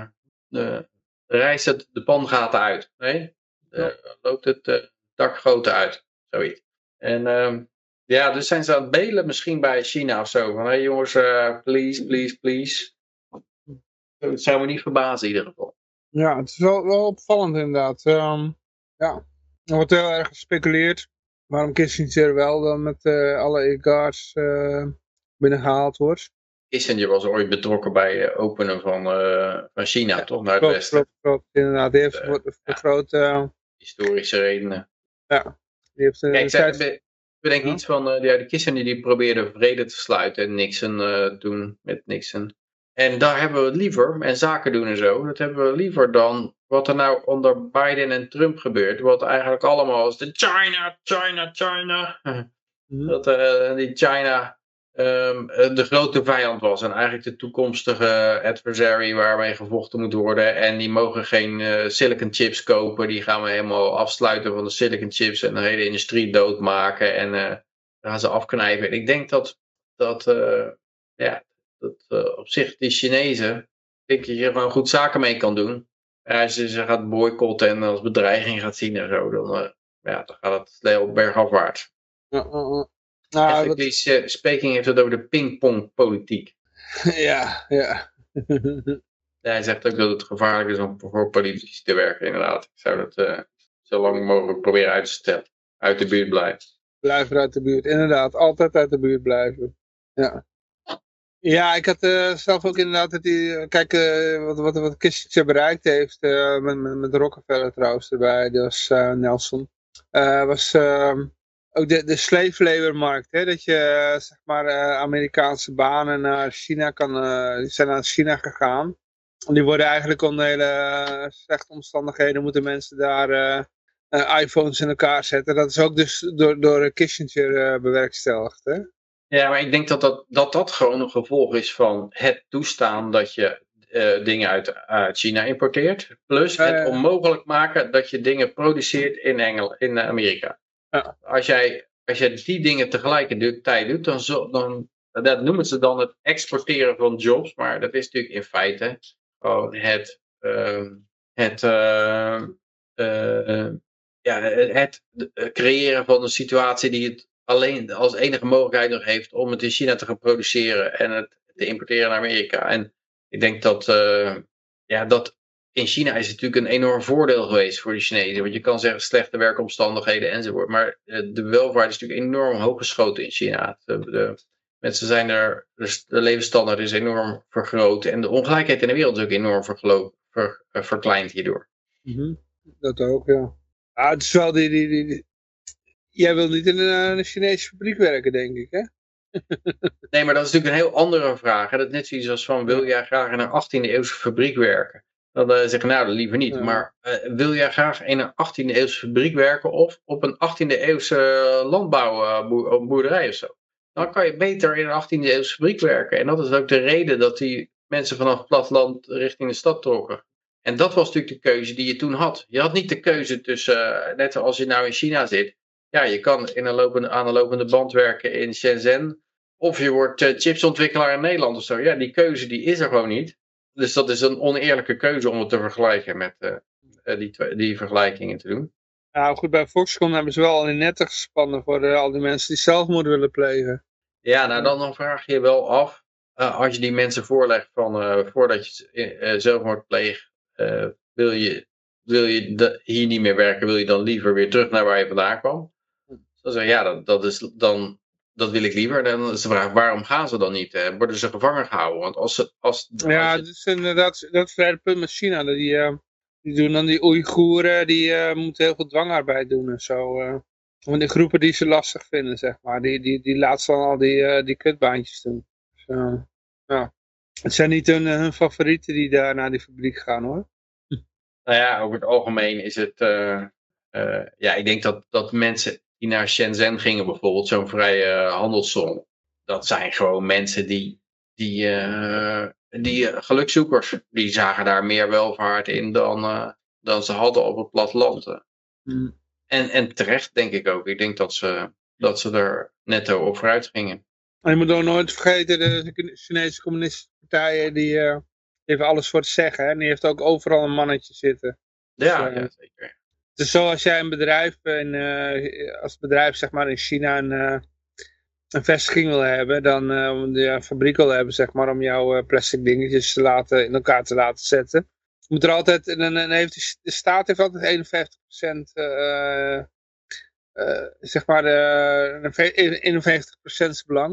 [SPEAKER 3] rijst het de pangaten uit. Nee? Loopt het dakgoten uit. Zoiets. En ja, dus zijn ze aan het belen misschien bij China of zo. Van, hey jongens, please. Het zou me niet verbazen in ieder geval.
[SPEAKER 2] Ja, het is wel opvallend inderdaad. Ja, er wordt heel erg gespeculeerd waarom Kissinger wel dan met alle egards binnengehaald wordt.
[SPEAKER 3] Kissinger was ooit betrokken bij openen van China, toch? Naar het westen.
[SPEAKER 2] Klopt, inderdaad. Die heeft voor grote...
[SPEAKER 3] historische redenen.
[SPEAKER 2] Ja. Die heeft
[SPEAKER 3] ik bedenk iets van de Kissinger die probeerde vrede te sluiten. En Nixon toen met Nixon. En daar hebben we het liever, en zaken doen en zo, dat hebben we liever dan wat er nou onder Biden en Trump gebeurt. Wat eigenlijk allemaal is de China. Dat die China de grote vijand was. En eigenlijk de toekomstige adversary waarmee gevochten moet worden. En die mogen geen silicon chips kopen. Die gaan we helemaal afsluiten van de silicon chips en de hele industrie doodmaken. En gaan ze afknijpen. En ik denk dat op zich die Chinezen, denk je gewoon goed zaken mee kan doen. Als je ze gaat boycotten en als bedreiging gaat zien en zo, dan gaat het heel bergafwaarts. Speaking heeft het over de pingpongpolitiek.
[SPEAKER 2] Ja.
[SPEAKER 3] Hij zegt ook dat het gevaarlijk is om voor politici te werken, inderdaad. Ik zou dat zo lang mogelijk proberen uit te stellen. Uit de buurt blijven.
[SPEAKER 2] Blijf uit de buurt, inderdaad. Altijd uit de buurt blijven. Ja. Ja, ik had zelf ook inderdaad dat kijk wat Kissinger bereikt heeft met Rockefeller trouwens erbij, dat was Nelson. Was ook de slave labor markt, hè, dat je zeg maar Amerikaanse banen naar China die zijn naar China gegaan. En die worden eigenlijk onder hele slechte omstandigheden moeten mensen daar iPhones in elkaar zetten. Dat is ook dus door Kissinger bewerkstelligd, hè.
[SPEAKER 3] Ja, maar ik denk dat gewoon een gevolg is van het toestaan dat je dingen uit China importeert. Plus het onmogelijk maken dat je dingen produceert in Amerika. Ja. Als jij die dingen tegelijkertijd doet, dan dat noemen ze dan het exporteren van jobs. Maar dat is natuurlijk in feite gewoon het creëren van een situatie die het alleen als enige mogelijkheid nog heeft om het in China te gaan produceren en het te importeren naar Amerika. En ik denk dat in China is het natuurlijk een enorm voordeel geweest voor de Chinezen. Want je kan zeggen slechte werkomstandigheden enzovoort. Maar de welvaart is natuurlijk enorm hoog geschoten in China. De mensen zijn dus de levensstandaard is enorm vergroot. En de ongelijkheid in de wereld is ook enorm verkleind hierdoor.
[SPEAKER 2] Dat ook, ja. Het is wel Jij wil niet in een Chinese fabriek werken, denk ik, hè?
[SPEAKER 3] Nee, maar dat is natuurlijk een heel andere vraag. Hè? Dat is net zoiets als van, wil jij graag in een 18e eeuwse fabriek werken? Dan zeggen nou, dat liever niet. Ja. Maar wil jij graag in een 18e eeuwse fabriek werken of op een 18e eeuwse landbouwboerderij of zo? Dan kan je beter in een 18e eeuwse fabriek werken. En dat is ook de reden dat die mensen vanaf het platteland richting de stad trokken. En dat was natuurlijk de keuze die je toen had. Je had niet de keuze tussen, net als je nou in China zit. Ja, je kan aan een lopende band werken in Shenzhen. Of je wordt chipsontwikkelaar in Nederland of zo. Ja, die keuze die is er gewoon niet. Dus dat is een oneerlijke keuze om het te vergelijken met die vergelijkingen te doen.
[SPEAKER 2] Nou goed, bij Foxconn hebben ze wel al in netten gespannen voor al die mensen die zelfmoord willen plegen.
[SPEAKER 3] Ja, nou dan vraag je je wel af. Als je die mensen voorlegt van voordat je zelfmoord pleegt. Wil je hier niet meer werken, wil je dan liever weer terug naar waar je vandaan kwam? Dan zeg je, ja, dat wil ik liever. Dan is de vraag, waarom gaan ze dan niet? Worden ze gevangen gehouden? Want
[SPEAKER 2] dat is inderdaad dat is het punt met China. Die doen dan die Oeigoeren, die moeten heel veel dwangarbeid doen en zo. Van die groepen die ze lastig vinden, zeg maar. Die laten ze dan al die kutbaantjes doen. Dus, ja. Het zijn niet hun favorieten die daar naar die fabriek gaan, hoor.
[SPEAKER 3] Nou ja, over het algemeen is het... ik denk dat mensen die naar Shenzhen gingen bijvoorbeeld, zo'n vrije handelszone. Dat zijn gewoon mensen die gelukzoekers. Die zagen daar meer welvaart in dan ze hadden op het platteland. En terecht denk ik ook. Ik denk dat ze er netto op vooruit gingen.
[SPEAKER 2] En je moet ook nooit vergeten, de Chinese communistische partijen, die heeft alles voor te zeggen. Hè? En die heeft ook overal een mannetje zitten.
[SPEAKER 3] Ja,
[SPEAKER 2] dus,
[SPEAKER 3] ja zeker.
[SPEAKER 2] Het is zo als jij een bedrijf, als bedrijf zeg maar in China een vestiging wil hebben, dan een fabriek wil hebben zeg maar om jouw plastic dingetjes in elkaar te laten zetten. Moet er altijd, de staat heeft altijd 51% zeg maar 51% belang.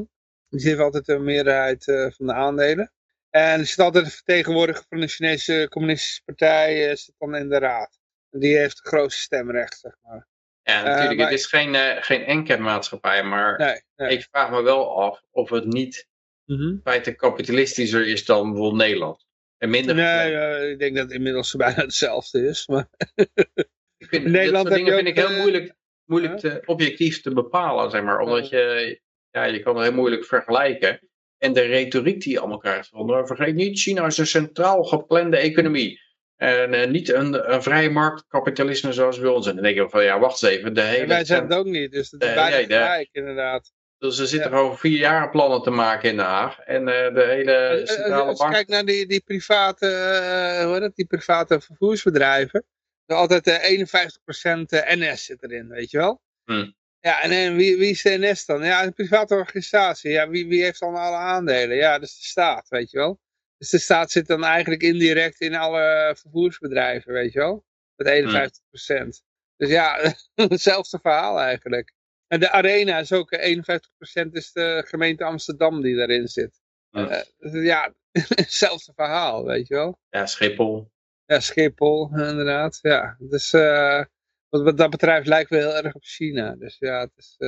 [SPEAKER 2] Die heeft altijd de meerderheid van de aandelen. En er zit altijd een vertegenwoordiger van de Chinese Communistische Partij zit dan in de raad. Die heeft het grootste stemrecht, zeg maar.
[SPEAKER 3] Ja, natuurlijk.
[SPEAKER 2] maar-
[SPEAKER 3] Het is geen enkele maar
[SPEAKER 2] Nee.
[SPEAKER 3] ik vraag me wel af of het niet in feite kapitalistischer is dan bijvoorbeeld Nederland. En minder.
[SPEAKER 2] Nee, ik denk dat het inmiddels bijna hetzelfde is. Maar
[SPEAKER 3] Ik vind,
[SPEAKER 2] in Nederland
[SPEAKER 3] dit soort dingen
[SPEAKER 2] heb je
[SPEAKER 3] vind ik
[SPEAKER 2] ook,
[SPEAKER 3] heel moeilijk objectief te bepalen, zeg maar. Omdat je kan het heel moeilijk vergelijken. En de retoriek die je allemaal krijgt van, vergeet niet, China is een centraal geplande economie. En niet een vrije marktkapitalisme zoals bij ons. En dan denk je van, ja, wacht eens even.
[SPEAKER 2] wij zijn het ook niet, dus het is bijna gelijk, inderdaad.
[SPEAKER 3] Dus er zitten gewoon 4 jaar plannen te maken in Den Haag. En de hele centrale
[SPEAKER 2] Als je
[SPEAKER 3] bank...
[SPEAKER 2] kijkt naar die private, die private vervoersbedrijven. Er altijd 51% NS zit erin, weet je wel? Ja, en wie is de NS dan? Ja, een private organisatie. Ja, wie heeft dan alle aandelen? Ja, dat is de staat, weet je wel? Dus de staat zit dan eigenlijk indirect in alle vervoersbedrijven, weet je wel? Met 51%. Dus ja, hetzelfde verhaal eigenlijk. En de Arena is ook 51% is de gemeente Amsterdam die daarin zit. Ja, hetzelfde verhaal, weet je wel?
[SPEAKER 3] Ja, Schiphol.
[SPEAKER 2] Ja, Schiphol, inderdaad. Ja, dus wat dat betreft lijkt wel heel erg op China. Dus ja, het is...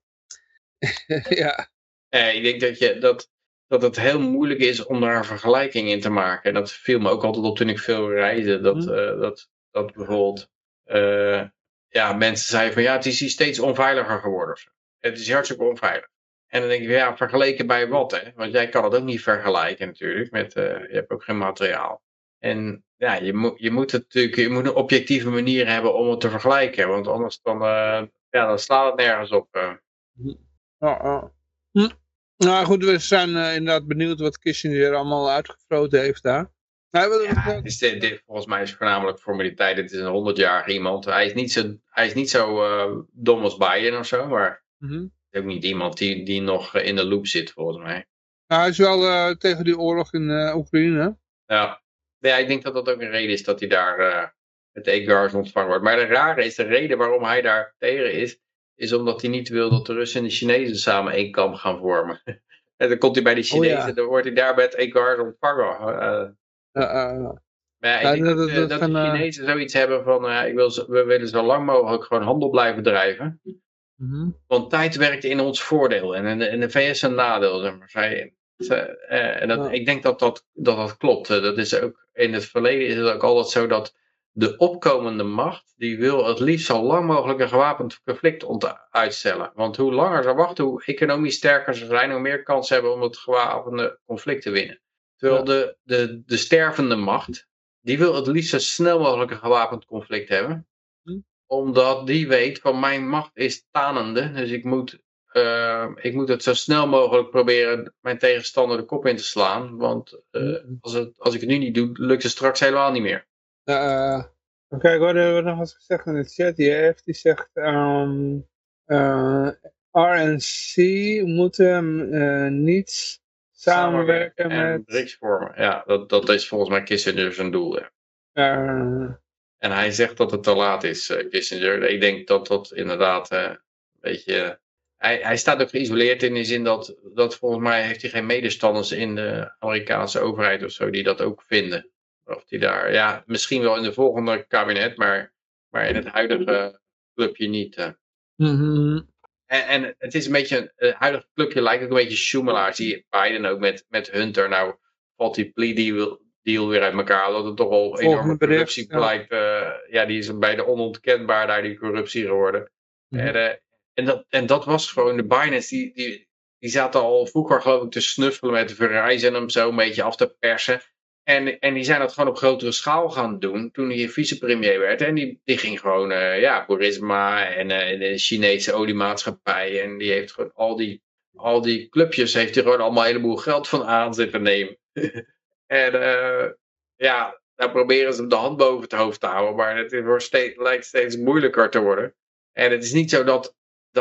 [SPEAKER 2] ja.
[SPEAKER 3] Ik denk dat het heel moeilijk is om daar een vergelijking in te maken. En dat viel me ook altijd op toen ik veel reisde. Dat bijvoorbeeld mensen zeiden van ja, het is hier steeds onveiliger geworden. Het is hartstikke onveilig. En dan denk ik, ja, vergeleken bij wat, hè? Want jij kan het ook niet vergelijken natuurlijk. Je hebt ook geen materiaal. En ja, je moet een objectieve manier hebben om het te vergelijken. Want anders dan slaat het nergens op.
[SPEAKER 2] Nou goed, we zijn inderdaad benieuwd wat Kissinger allemaal uitgefroten heeft daar.
[SPEAKER 3] Volgens mij is het voornamelijk formaliteit. Het is een 100-jarige iemand. Hij is niet zo dom als Biden of zo, maar het is ook niet iemand die nog in de loop zit, volgens mij.
[SPEAKER 2] Nou, hij is wel tegen die oorlog in Oekraïne.
[SPEAKER 3] Ja, ik denk dat dat ook een reden is dat hij daar met Egars ontvangen wordt. Maar de rare is, de reden waarom hij daar tegen is omdat hij niet wil dat de Russen en de Chinezen samen één kamp gaan vormen. En dan komt hij bij de Chinezen, dan wordt hij daar met Egars ontvangen. Maar ik denk dat de Chinezen zoiets hebben van, we willen zo lang mogelijk gewoon handel blijven drijven. Want tijd werkt in ons voordeel en de VS een nadeel. Zeg maar. Ik denk dat klopt. Dat is ook, in het verleden is het ook altijd zo dat de opkomende macht, die wil het liefst zo lang mogelijk een gewapend conflict uitstellen. Want hoe langer ze wachten, hoe economisch sterker ze zijn, hoe meer kans ze hebben om het gewapende conflict te winnen. Terwijl de stervende macht, die wil het liefst zo snel mogelijk een gewapend conflict hebben. Omdat die weet van mijn macht is tanende. Dus ik moet het zo snel mogelijk proberen mijn tegenstander de kop in te slaan. Want als ik het nu niet doe, lukt het straks helemaal niet meer.
[SPEAKER 2] Kijk, we hebben nog wat gezegd in de chat. Die zegt RNC moeten niet samenwerken met...
[SPEAKER 3] BRICS vormen. Ja, dat is volgens mij Kissinger zijn doel. En hij zegt dat het te laat is, Kissinger. Ik denk dat inderdaad een beetje... Hij staat ook geïsoleerd in de zin dat volgens mij heeft hij geen medestanders in de Amerikaanse overheid of zo die dat ook vinden. Of die daar, ja, misschien wel in de volgende kabinet, maar in het huidige clubje niet. En het is een beetje, het huidige clubje lijkt ook een beetje Schumelaar. Zie je Biden ook met Hunter. Nou valt die plea deal weer uit elkaar. Dat het toch al enorme corruptie blijkt. Die is bijna onontkenbaar daar, die corruptie geworden. En dat was gewoon de Binance. Die zaten al vroeger geloof ik te snuffelen met Verizon en hem zo een beetje af te persen. En die zijn dat gewoon op grotere schaal gaan doen toen hij vicepremier werd. En die ging gewoon, Burisma en de Chinese oliemaatschappij. En die heeft gewoon al die clubjes heeft hij gewoon allemaal een heleboel geld van aan zitten nemen. En daar proberen ze hem de hand boven het hoofd te houden. Maar het lijkt steeds moeilijker te worden. En het is niet zo dat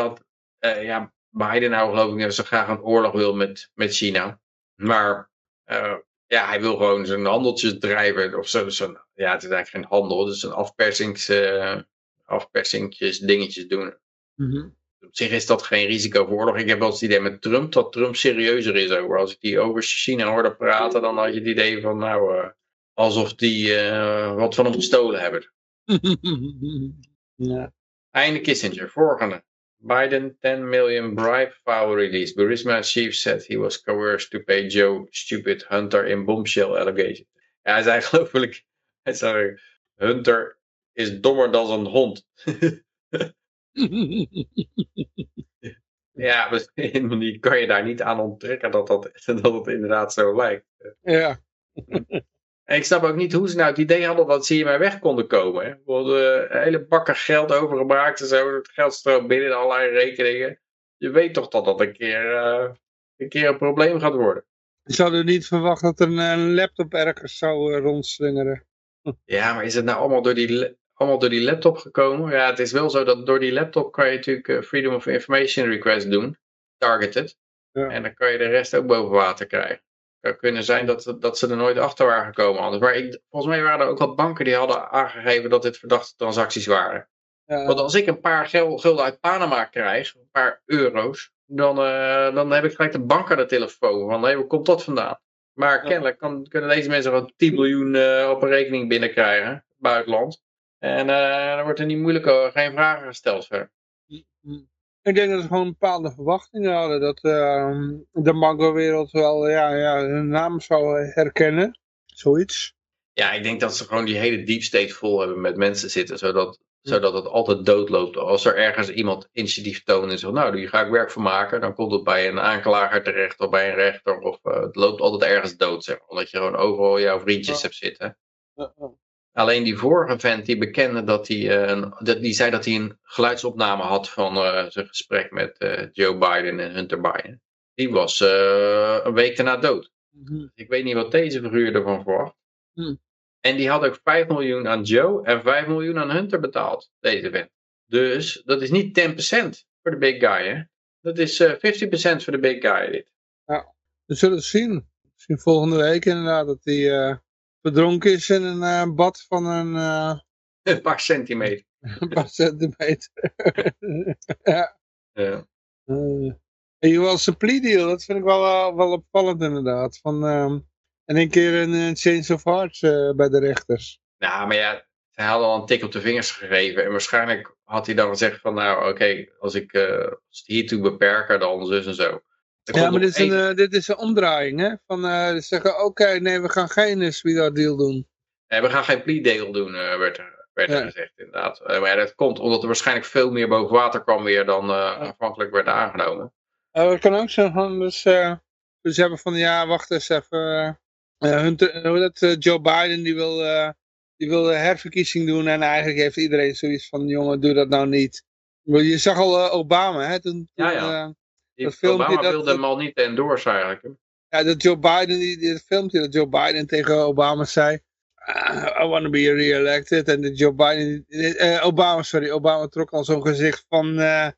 [SPEAKER 3] Biden nou geloof ik zo graag een oorlog wil met China. Maar... hij wil gewoon zijn handeltjes drijven. Of zo. Het is eigenlijk geen handel. Het is een afpersingjes dingetjes doen. Op zich is dat geen risico voor oorlog. Ik heb wel eens het idee met Trump dat Trump serieuzer is over. Als ik die over China hoorde praten, dan had je het idee van alsof die wat van hem gestolen hebben.
[SPEAKER 2] Ja.
[SPEAKER 3] Einde Kissinger, volgende. Biden 10 million bribe file release. Burisma chief said he was coerced to pay Joe Stupid Hunter in bombshell allegation. Ja, hij zei gelooflijk, Hunter is dommer dan een hond. Ja, die kan je daar niet aan onttrekken dat het inderdaad zo lijkt.
[SPEAKER 2] Ja.
[SPEAKER 3] En ik snap ook niet hoe ze nou het idee hadden dat ze hiermee weg konden komen. Hè. Een hele bakken geld overgemaakt en zo. Het geld stroomt binnen in allerlei rekeningen. Je weet toch dat dat een keer een probleem gaat worden.
[SPEAKER 2] Je zou niet verwachten dat er een laptop ergens zou rondslingeren.
[SPEAKER 3] Ja, maar is het nou allemaal door die laptop gekomen? Ja, het is wel zo dat door die laptop kan je natuurlijk Freedom of Information request doen. Targeted. Ja. En dan kan je de rest ook boven water krijgen. Het zou kunnen zijn dat ze er nooit achter waren gekomen anders. Maar volgens mij waren er ook wat banken die hadden aangegeven dat dit verdachte transacties waren. Ja. Want als ik een paar gulden uit Panama krijg, een paar euro's, dan heb ik gelijk de bank aan de telefoon. Van, hé, waar komt dat vandaan? Maar kennelijk kunnen deze mensen gewoon 10 miljoen op een rekening binnenkrijgen, buitenland. En dan wordt er niet moeilijk geen vragen gesteld verder.
[SPEAKER 2] Ik denk dat ze gewoon bepaalde verwachtingen hadden. Dat de bankenwereld wel hun naam zou herkennen. Zoiets.
[SPEAKER 3] Ja, ik denk dat ze gewoon die hele deep state vol hebben met mensen zitten. Zodat het altijd doodloopt. Als er ergens iemand initiatief toont en zegt, nou, hier ga ik werk van maken. Dan komt het bij een aanklager terecht of bij een rechter. Of het loopt altijd ergens dood, zeg maar. Omdat je gewoon overal jouw vriendjes hebt zitten. Alleen die vorige vent die bekende die zei dat hij een geluidsopname had van zijn gesprek met Joe Biden en Hunter Biden. Die was een week daarna dood. Ik weet niet wat deze figuur ervan verwacht. En die had ook 5 miljoen aan Joe en 5 miljoen aan Hunter betaald, deze vent. Dus dat is niet 10% voor de big guy, hè. Dat is 50% voor de big guy, dit.
[SPEAKER 2] Ja, we zullen het zien. Misschien volgende week inderdaad dat hij verdronken is in een bad van
[SPEAKER 3] een paar centimeter.
[SPEAKER 2] Een paar centimeter. Ja. Je was een plea deal, dat vind ik wel opvallend inderdaad. Van, in één keer een change of heart bij de rechters.
[SPEAKER 3] Nou, maar ja, hij had al een tik op de vingers gegeven. En waarschijnlijk had hij dan gezegd van, nou oké, als ik het hiertoe beperken, dan zus en zo.
[SPEAKER 2] Ja, maar dit is een omdraaiing, hè? Van zeggen, oké, nee, we gaan geen sweetheart deal doen.
[SPEAKER 3] Nee, we gaan geen plea deal doen, werd er gezegd inderdaad. Maar ja, dat komt omdat er waarschijnlijk veel meer boven water kwam weer dan aanvankelijk werd aangenomen.
[SPEAKER 2] Dat kan ook zo, dus ze hebben van, ja, wacht eens even. Joe Biden die wil de herverkiezing doen en eigenlijk heeft iedereen zoiets van, jongen, doe dat nou niet. Je zag al Obama, hè?
[SPEAKER 3] Obama wilde hem al niet endorsen eigenlijk.
[SPEAKER 2] Ja, dat Joe Biden, die filmpje dat Joe Biden tegen Obama zei, I want to be re-elected. En de Joe Biden, Obama trok al zo'n gezicht van,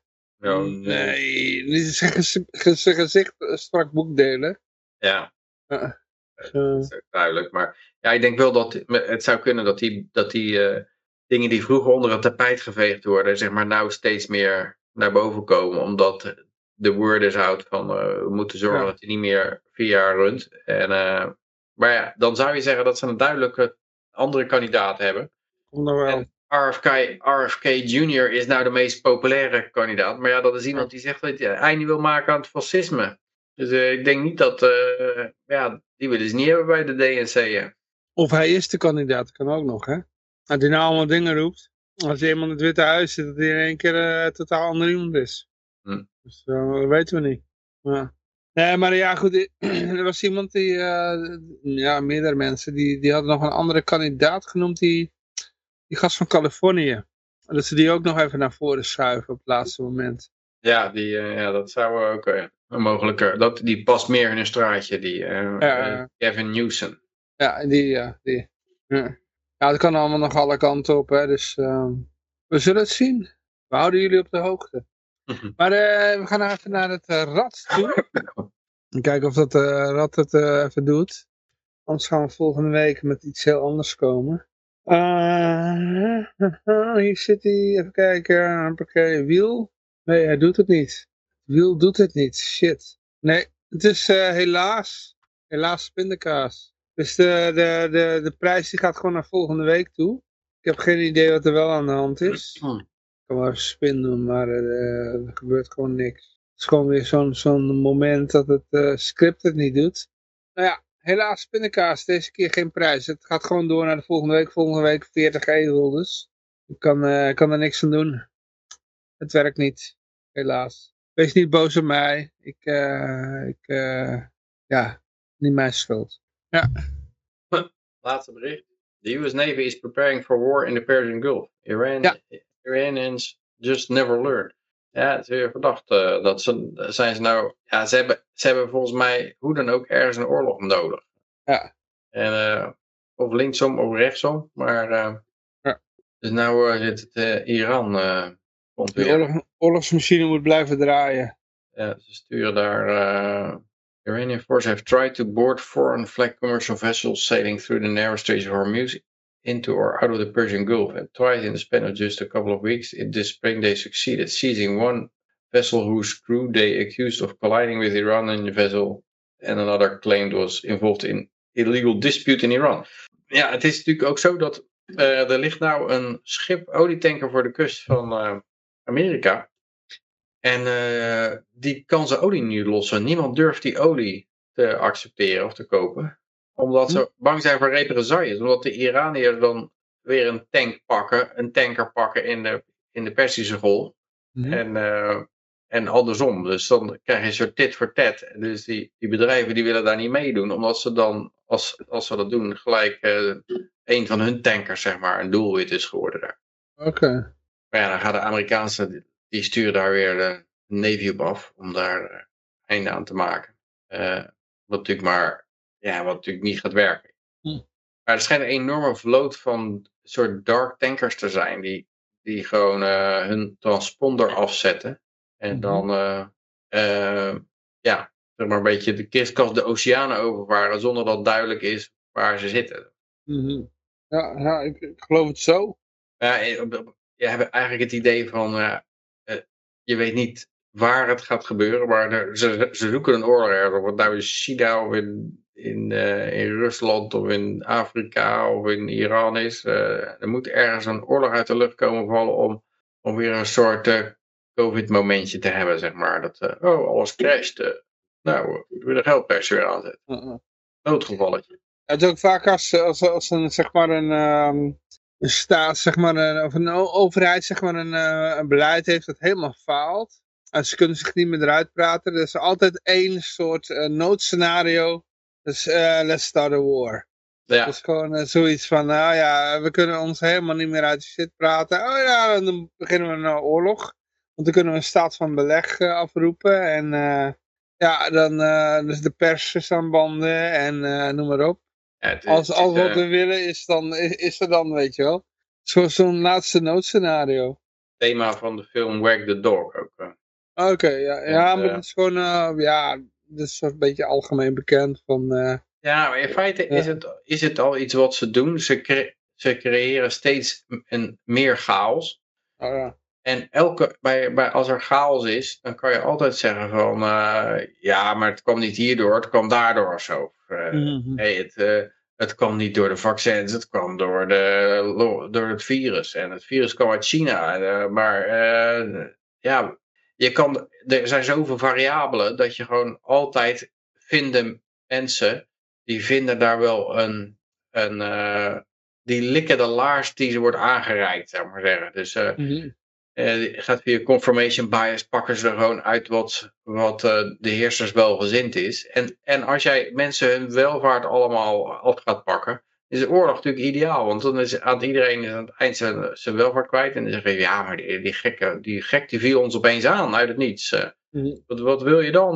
[SPEAKER 2] nee, zijn gezicht strak boekdelen.
[SPEAKER 3] Ja. Dat is ook duidelijk. Maar ja, ik denk wel dat het zou kunnen dat die dingen die vroeger onder het tapijt geveegd worden, zeg maar nou steeds meer naar boven komen. Omdat de word is out van we moeten zorgen dat hij niet meer 4 jaar runt. Maar ja, dan zou je zeggen dat ze een duidelijke andere kandidaat hebben. En RFK Jr. is nou de meest populaire kandidaat. Maar ja, dat is iemand die zegt dat hij einde wil maken aan het fascisme. Dus ik denk niet dat, die willen ze niet hebben bij de DNC.
[SPEAKER 2] Of hij is de kandidaat, kan ook nog, hè. Als hij nou allemaal dingen roept. Als er iemand in het Witte Huis zit, dat hij in één keer totaal ander iemand is. Dus dat weten we niet. Ja. Nee, maar ja, goed, er was iemand die, meerdere mensen, die hadden nog een andere kandidaat genoemd, die gast van Californië. Dat ze die ook nog even naar voren schuiven op het laatste moment.
[SPEAKER 3] Ja, dat zou ook een mogelijke, die past meer in een straatje, Gavin Newsom.
[SPEAKER 2] Ja, die. Ja, het kan allemaal nog alle kanten op, hè, dus we zullen het zien. We houden jullie op de hoogte. Maar we gaan even naar het rad toe. Kijken of dat rad het even doet. Anders gaan we volgende week met iets heel anders komen. Hier zit hij. Even kijken. Wiel. Nee, hij doet het niet. Wiel doet het niet. Shit. Nee, het is helaas pindakaas. Dus de prijs die gaat gewoon naar volgende week toe. Ik heb geen idee wat er wel aan de hand is. Ik kan wel even spin doen, maar er gebeurt gewoon niks. Het is gewoon weer zo'n moment dat het script het niet doet. Nou ja, helaas pindakaas. Deze keer geen prijs. Het gaat gewoon door naar de volgende week. Volgende week 40 e-guldens. Ik kan er niks aan doen. Het werkt niet. Helaas. Wees niet boos op mij. Ja, niet mijn schuld. Ja.
[SPEAKER 3] Laatste bericht. The US Navy is preparing for war in the Persian Gulf. Iranians just never learn. Ja, het is weer verdacht. Zijn ze nou... Ja, ze hebben volgens mij hoe dan ook ergens een oorlog nodig.
[SPEAKER 2] Ja.
[SPEAKER 3] En of linksom of rechtsom. Maar
[SPEAKER 2] ja.
[SPEAKER 3] Dus nou zit het Iran...
[SPEAKER 2] De oorlogsmachine moet blijven draaien.
[SPEAKER 3] Ja, ze sturen daar... Iranian forces have tried to board foreign flag commercial vessels sailing through the narrow Straits of Hormuz into or out of the Persian Gulf. And twice in the span of just a couple of weeks, this spring they succeeded seizing one vessel whose crew they accused of colliding with Iranian vessel and another claimed was involved in illegal dispute in Iran. Ja, het is natuurlijk ook zo dat er ligt nou een schip olietanker voor de kust van Amerika. En die kan zijn olie niet lossen. Niemand durft die olie te accepteren of te kopen. Omdat ze bang zijn voor represailles. Omdat de Iraniërs dan weer een tanker pakken in de Perzische Golf. En andersom. Dus dan krijg je een soort tit voor tat. Dus die bedrijven die willen daar niet meedoen. Omdat ze dan, als ze dat doen, gelijk een van hun tankers zeg maar een doelwit is geworden daar.
[SPEAKER 2] Oké.
[SPEAKER 3] Maar ja, dan gaan de Amerikaanse... Die sturen daar weer de Navy op af om daar einde aan te maken. Wat natuurlijk niet gaat werken. Maar er schijnt een enorme vloot van een soort dark tankers te zijn. Die gewoon hun transponder afzetten. En dan zeg maar een beetje de kistkast de oceanen overvaren. Zonder dat duidelijk is waar ze zitten.
[SPEAKER 2] Ja, ik geloof het zo.
[SPEAKER 3] Ja, je hebt eigenlijk het idee van... je weet niet waar het gaat gebeuren, maar ze zoeken een oorlog ergens. Of het nou in China of in Rusland of in Afrika of in Iran is. Er moet ergens een oorlog uit de lucht komen vallen om weer een soort COVID-momentje te hebben, zeg maar. Dat, alles crasht. Nou, we willen de geldpers weer aanzetten. Noodgevalletje.
[SPEAKER 2] Het is ook vaak als een, zeg maar een staat, zeg maar, of een overheid, zeg maar, een beleid heeft dat helemaal faalt. En ze kunnen zich niet meer eruit praten. Er is altijd één soort noodscenario. Dus let's start a war.
[SPEAKER 3] Ja.
[SPEAKER 2] Dus gewoon zoiets van, nou ja, we kunnen ons helemaal niet meer uit de shit praten. Oh ja, dan beginnen we een oorlog. Want dan kunnen we een staat van beleg afroepen. En dan dus de pers is aan banden en noem maar op. Ja, als wat we willen is er dan, weet je wel. Zo'n laatste noodscenario.
[SPEAKER 3] Thema van de film Wag the Dog ook.
[SPEAKER 2] Oké, ja, maar het is gewoon, dat is een beetje algemeen bekend van...
[SPEAKER 3] Ja, maar in feite is het al iets wat ze doen. Ze creëren steeds meer chaos.
[SPEAKER 2] Oh, ja.
[SPEAKER 3] En als er chaos is, dan kan je altijd zeggen van... ja, maar het kwam niet hierdoor, het kwam daardoor of zo. Het kwam niet door de vaccins, het kwam door het virus. En het virus kwam uit China. Er zijn zoveel variabelen dat je gewoon altijd vinden mensen... Die vinden daar wel die likken de laars die ze wordt aangereikt, zou ik maar zeggen. Dus gaat via confirmation bias, pakken ze er gewoon uit wat de heersers welgezind is. En als jij mensen hun welvaart allemaal af gaat pakken, is de oorlog natuurlijk ideaal. Want dan is iedereen aan het eind zijn welvaart kwijt. En dan zeggen je, ja, maar die gek die viel ons opeens aan uit het niets. Wat wil je dan?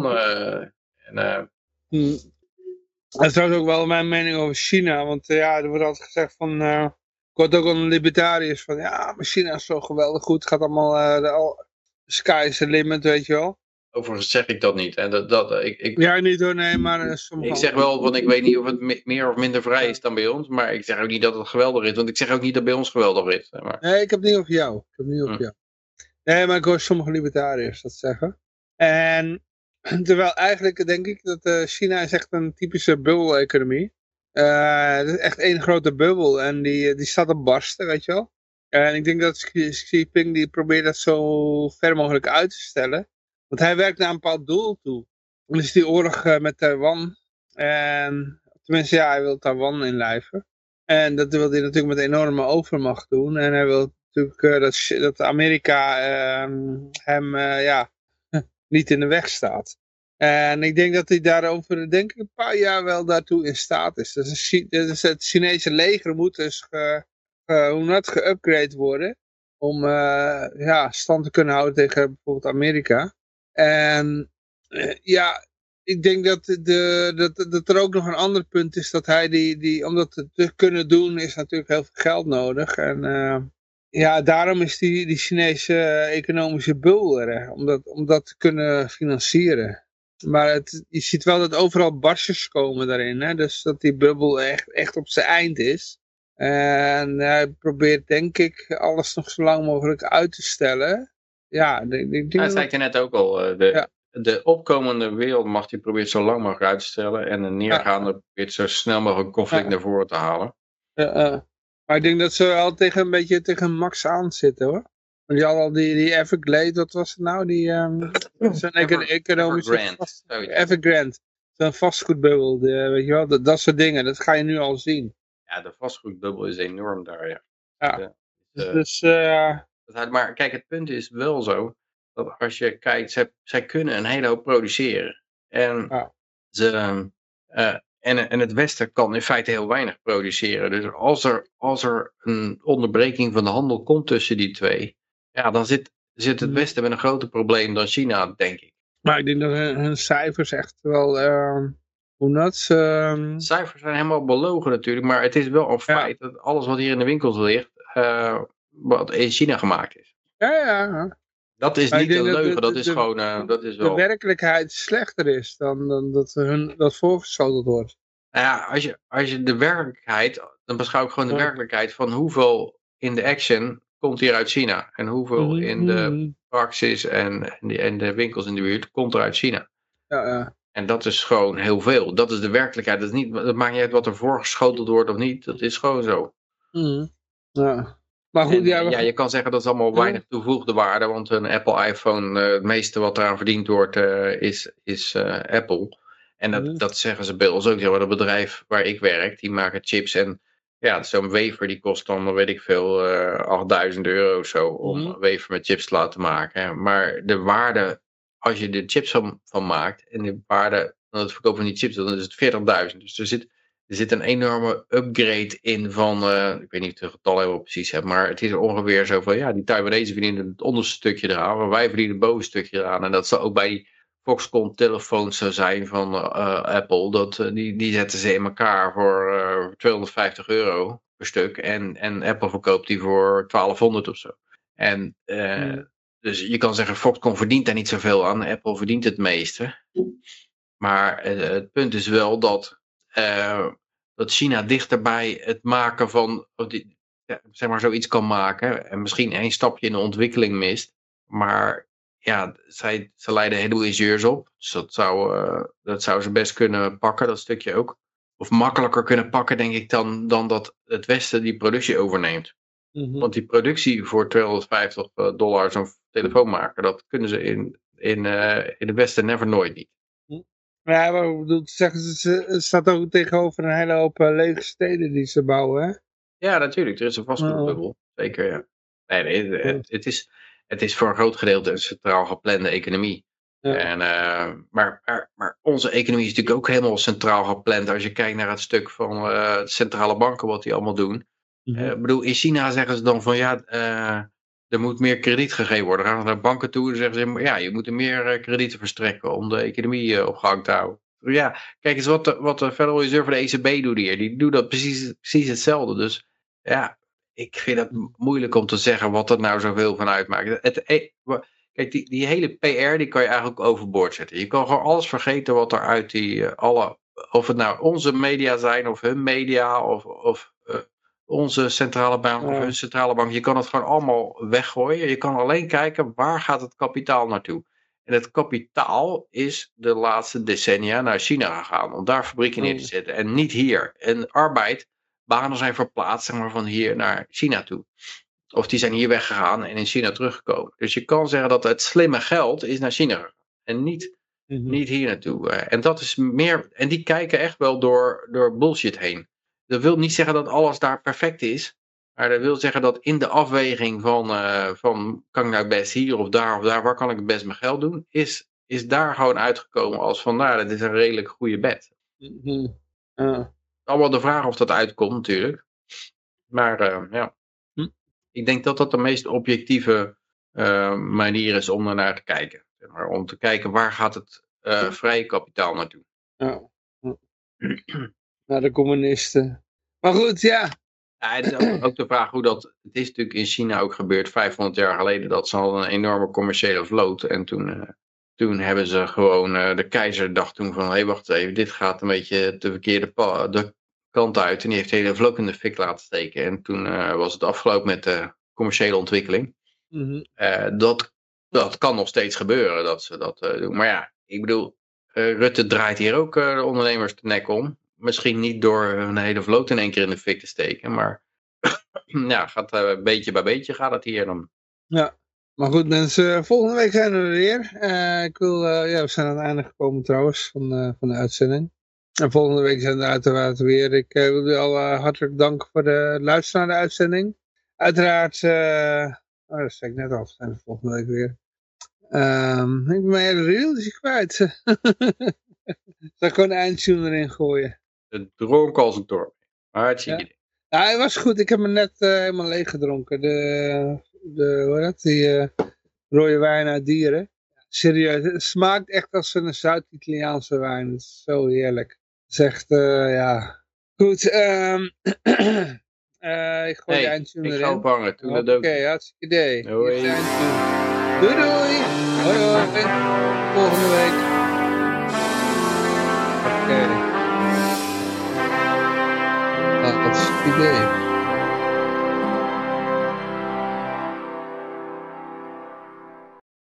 [SPEAKER 2] Dat is trouwens ook wel mijn mening over China. Want er wordt altijd gezegd van... ik word ook al een libertariër van... Ja, maar China is zo geweldig goed. Het gaat allemaal... de sky is the limit, weet je wel.
[SPEAKER 3] Overigens zeg ik dat niet. En
[SPEAKER 2] ja, niet hoor, nee, maar...
[SPEAKER 3] ik zeg wel, want ik weet niet of het meer of minder vrij is dan bij ons. Maar ik zeg ook niet dat het geweldig is. Want ik zeg ook niet dat bij ons geweldig is. Maar...
[SPEAKER 2] Nee, ik heb het niet over jou. Nee, maar ik hoor sommige libertariërs dat zeggen. En terwijl eigenlijk denk ik dat China is echt een typische bubbel-economie. Het is echt één grote bubbel en die staat op barsten, weet je wel. En ik denk dat Xi Jinping die probeert dat zo ver mogelijk uit te stellen. Want hij werkt naar een bepaald doel toe. En dus die oorlog met Taiwan. En tenminste, ja, hij wil Taiwan inlijven. En dat wil hij natuurlijk met enorme overmacht doen. En hij wil natuurlijk dat Amerika hem niet in de weg staat. En ik denk dat hij daarover, denk ik, een paar jaar wel daartoe in staat is. Dus het Chinese leger moet dus geüpgrade worden. Om stand te kunnen houden tegen bijvoorbeeld Amerika. En ik denk dat er ook nog een ander punt is. Dat hij om dat te kunnen doen is natuurlijk heel veel geld nodig. En daarom is die Chinese economische bubbel er. Om dat te kunnen financieren. Maar je ziet wel dat overal barstjes komen daarin. Hè? Dus dat die bubbel echt op zijn eind is. En hij probeert denk ik alles nog zo lang mogelijk uit te stellen. Ja, ik denk
[SPEAKER 3] dat zei je net ook al. De opkomende wereldmacht die probeert zo lang mogelijk uit te stellen. En de neergaande probeert zo snel mogelijk conflict naar voren te halen.
[SPEAKER 2] Maar ik denk dat ze wel een beetje tegen Max aan zitten hoor. Want die had al die Evergrande, wat was het nou? Zo'n economische Evergrande. Zo'n vastgoedbubbel, weet je wel, dat soort dingen. Dat ga je nu al zien.
[SPEAKER 3] Ja, de vastgoedbubbel is enorm daar, Maar kijk, het punt is wel zo, dat als je kijkt, zij kunnen een hele hoop produceren. En, en het Westen kan in feite heel weinig produceren. Dus als er een onderbreking van de handel komt tussen die twee, ja, dan zit het Westen met een groter probleem dan China, denk ik.
[SPEAKER 2] Maar ik denk dat hun cijfers echt wel...
[SPEAKER 3] Cijfers zijn helemaal belogen natuurlijk, maar het is wel een feit dat alles wat hier in de winkels ligt, wat in China gemaakt is.
[SPEAKER 2] Ja.
[SPEAKER 3] Dat is niet een leugen, dat is gewoon... dat is wel...
[SPEAKER 2] De werkelijkheid slechter is dan dat voorgeschoteld wordt.
[SPEAKER 3] Nou ja, als je de werkelijkheid, dan beschouw ik gewoon de werkelijkheid van hoeveel in de action komt hier uit China. En hoeveel in de praxis en de winkels in de buurt komt er uit China.
[SPEAKER 2] Ja.
[SPEAKER 3] En dat is gewoon heel veel. Dat is de werkelijkheid. Dat maakt niet uit wat er voorgeschoteld wordt of niet. Dat is gewoon zo.
[SPEAKER 2] Ja. Maar goed,
[SPEAKER 3] je kan zeggen dat is allemaal weinig toegevoegde waarde. Want een Apple iPhone, het meeste wat eraan verdiend wordt, is Apple. En dat zeggen ze bij ons ook. Dat bedrijf waar ik werk, die maken chips. En ja, zo'n wafer die kost dan, weet ik veel, €8.000 of zo. Om een wafer met chips te laten maken. Maar de waarde, als je de chips van maakt. En de waarde van het verkopen van die chips, dan is het 40.000. Dus er zit een enorme upgrade in van, ik weet niet of ik het getal helemaal precies heb, maar het is ongeveer zo van, ja, die Taiwanese verdienen het onderste stukje eraan, maar wij verdienen het bovenste stukje eraan. En dat zal ook bij die Foxconn telefoons zo zijn van Apple, die zetten ze in elkaar voor €250 per stuk en Apple verkoopt die voor 1200 of zo. En dus je kan zeggen, Foxconn verdient daar niet zoveel aan, Apple verdient het meeste. Maar het punt is wel dat China dichterbij het maken van, zeg maar, zoiets kan maken. En misschien één stapje in de ontwikkeling mist. Maar ja, ze leiden een heleboel ingenieurs op. Dus dat zou ze best kunnen pakken, dat stukje ook. Of makkelijker kunnen pakken, denk ik, dan dat het Westen die productie overneemt. Want die productie voor $250 zo'n telefoon maken, dat kunnen ze in het Westen never nooit niet.
[SPEAKER 2] Ja, maar ik bedoel, het staat ook tegenover een hele hoop lege steden die ze bouwen, hè?
[SPEAKER 3] Ja, natuurlijk. Er is een vastgoedbubbel. Zeker, ja. Nee, het is voor een groot gedeelte een centraal geplande economie. Ja. En, maar onze economie is natuurlijk ook helemaal centraal gepland. Als je kijkt naar het stuk van de centrale banken, wat die allemaal doen. Ik bedoel, in China zeggen ze dan van ja, er moet meer krediet gegeven worden. Dan gaan ze naar banken toe en zeggen ze, ja, je moet er meer kredieten verstrekken om de economie op gang te houden. Ja, kijk eens wat de Federal Reserve, de ECB doet hier. Die doet dat precies hetzelfde. Dus ja, ik vind het moeilijk om te zeggen wat er nou zoveel van uitmaakt. Kijk, die hele PR, die kan je eigenlijk overboord zetten. Je kan gewoon alles vergeten wat er uit of het nou onze media zijn, of hun media, of onze centrale bank of hun centrale bank. Je kan het gewoon allemaal weggooien. Je kan alleen kijken waar gaat het kapitaal naartoe. En het kapitaal is de laatste decennia naar China gegaan. Om daar fabrieken neer te zetten. En niet hier. En banen zijn verplaatst zeg maar, van hier naar China toe. Of die zijn hier weggegaan en in China teruggekomen. Dus je kan zeggen dat het slimme geld is naar China gegaan. En niet hier naartoe. En dat is meer. En die kijken echt wel door bullshit heen. Dat wil niet zeggen dat alles daar perfect is. Maar dat wil zeggen dat in de afweging van kan ik nou best hier of daar, waar kan ik het best mijn geld doen, is daar gewoon uitgekomen als van, nou, dat is een redelijk goede bet. Allemaal de vraag of dat uitkomt natuurlijk. Maar ja. Ik denk dat dat de meest objectieve manier is om ernaar te kijken. Zeg maar, om te kijken waar gaat het vrije kapitaal naartoe.
[SPEAKER 2] Naar de communisten. Maar goed, ja.
[SPEAKER 3] Het is ook de vraag hoe dat. Het is natuurlijk in China ook gebeurd 500 jaar geleden. Dat ze hadden een enorme commerciële vloot. En toen hebben ze gewoon. De keizer dacht toen van. Hé, wacht even. Dit gaat een beetje de verkeerde de kant uit. En die heeft de hele vloot in de fik laten steken. En toen was het afgelopen met de commerciële ontwikkeling. Dat kan nog steeds gebeuren. Dat ze dat doen. Maar ja, ik bedoel. Rutte draait hier ook de ondernemers de nek om. Misschien niet door een hele vloot in één keer in de fik te steken, maar ja, gaat beetje bij beetje gaat het hier dan.
[SPEAKER 2] Ja, maar goed mensen, volgende week zijn we er weer. We zijn aan het einde gekomen trouwens van de uitzending. En volgende week zijn we er uiteraard weer. Ik wil u al hartelijk danken voor de luister naar de uitzending. Uiteraard, dat zei ik net al, we zijn er volgende week weer. Ik ben mijn hele reeltje kwijt. Zal ik gewoon een eindtune erin gooien?
[SPEAKER 3] Het dronk als een dorp. Maar het zie je niet.
[SPEAKER 2] Ja, hij was goed. Ik heb hem net helemaal leeg gedronken. Die rode wijn uit Dieren. Serieus, het smaakt echt als een Zuid-Italiaanse wijn. Het is zo heerlijk. Het is echt, ja. Goed, ik gooi de eindtune erin.
[SPEAKER 3] Ik ga ophangen.
[SPEAKER 2] Oké, hartstikke idee.
[SPEAKER 3] Doei.
[SPEAKER 2] Doei doei. Hoi hoi. Volgende week.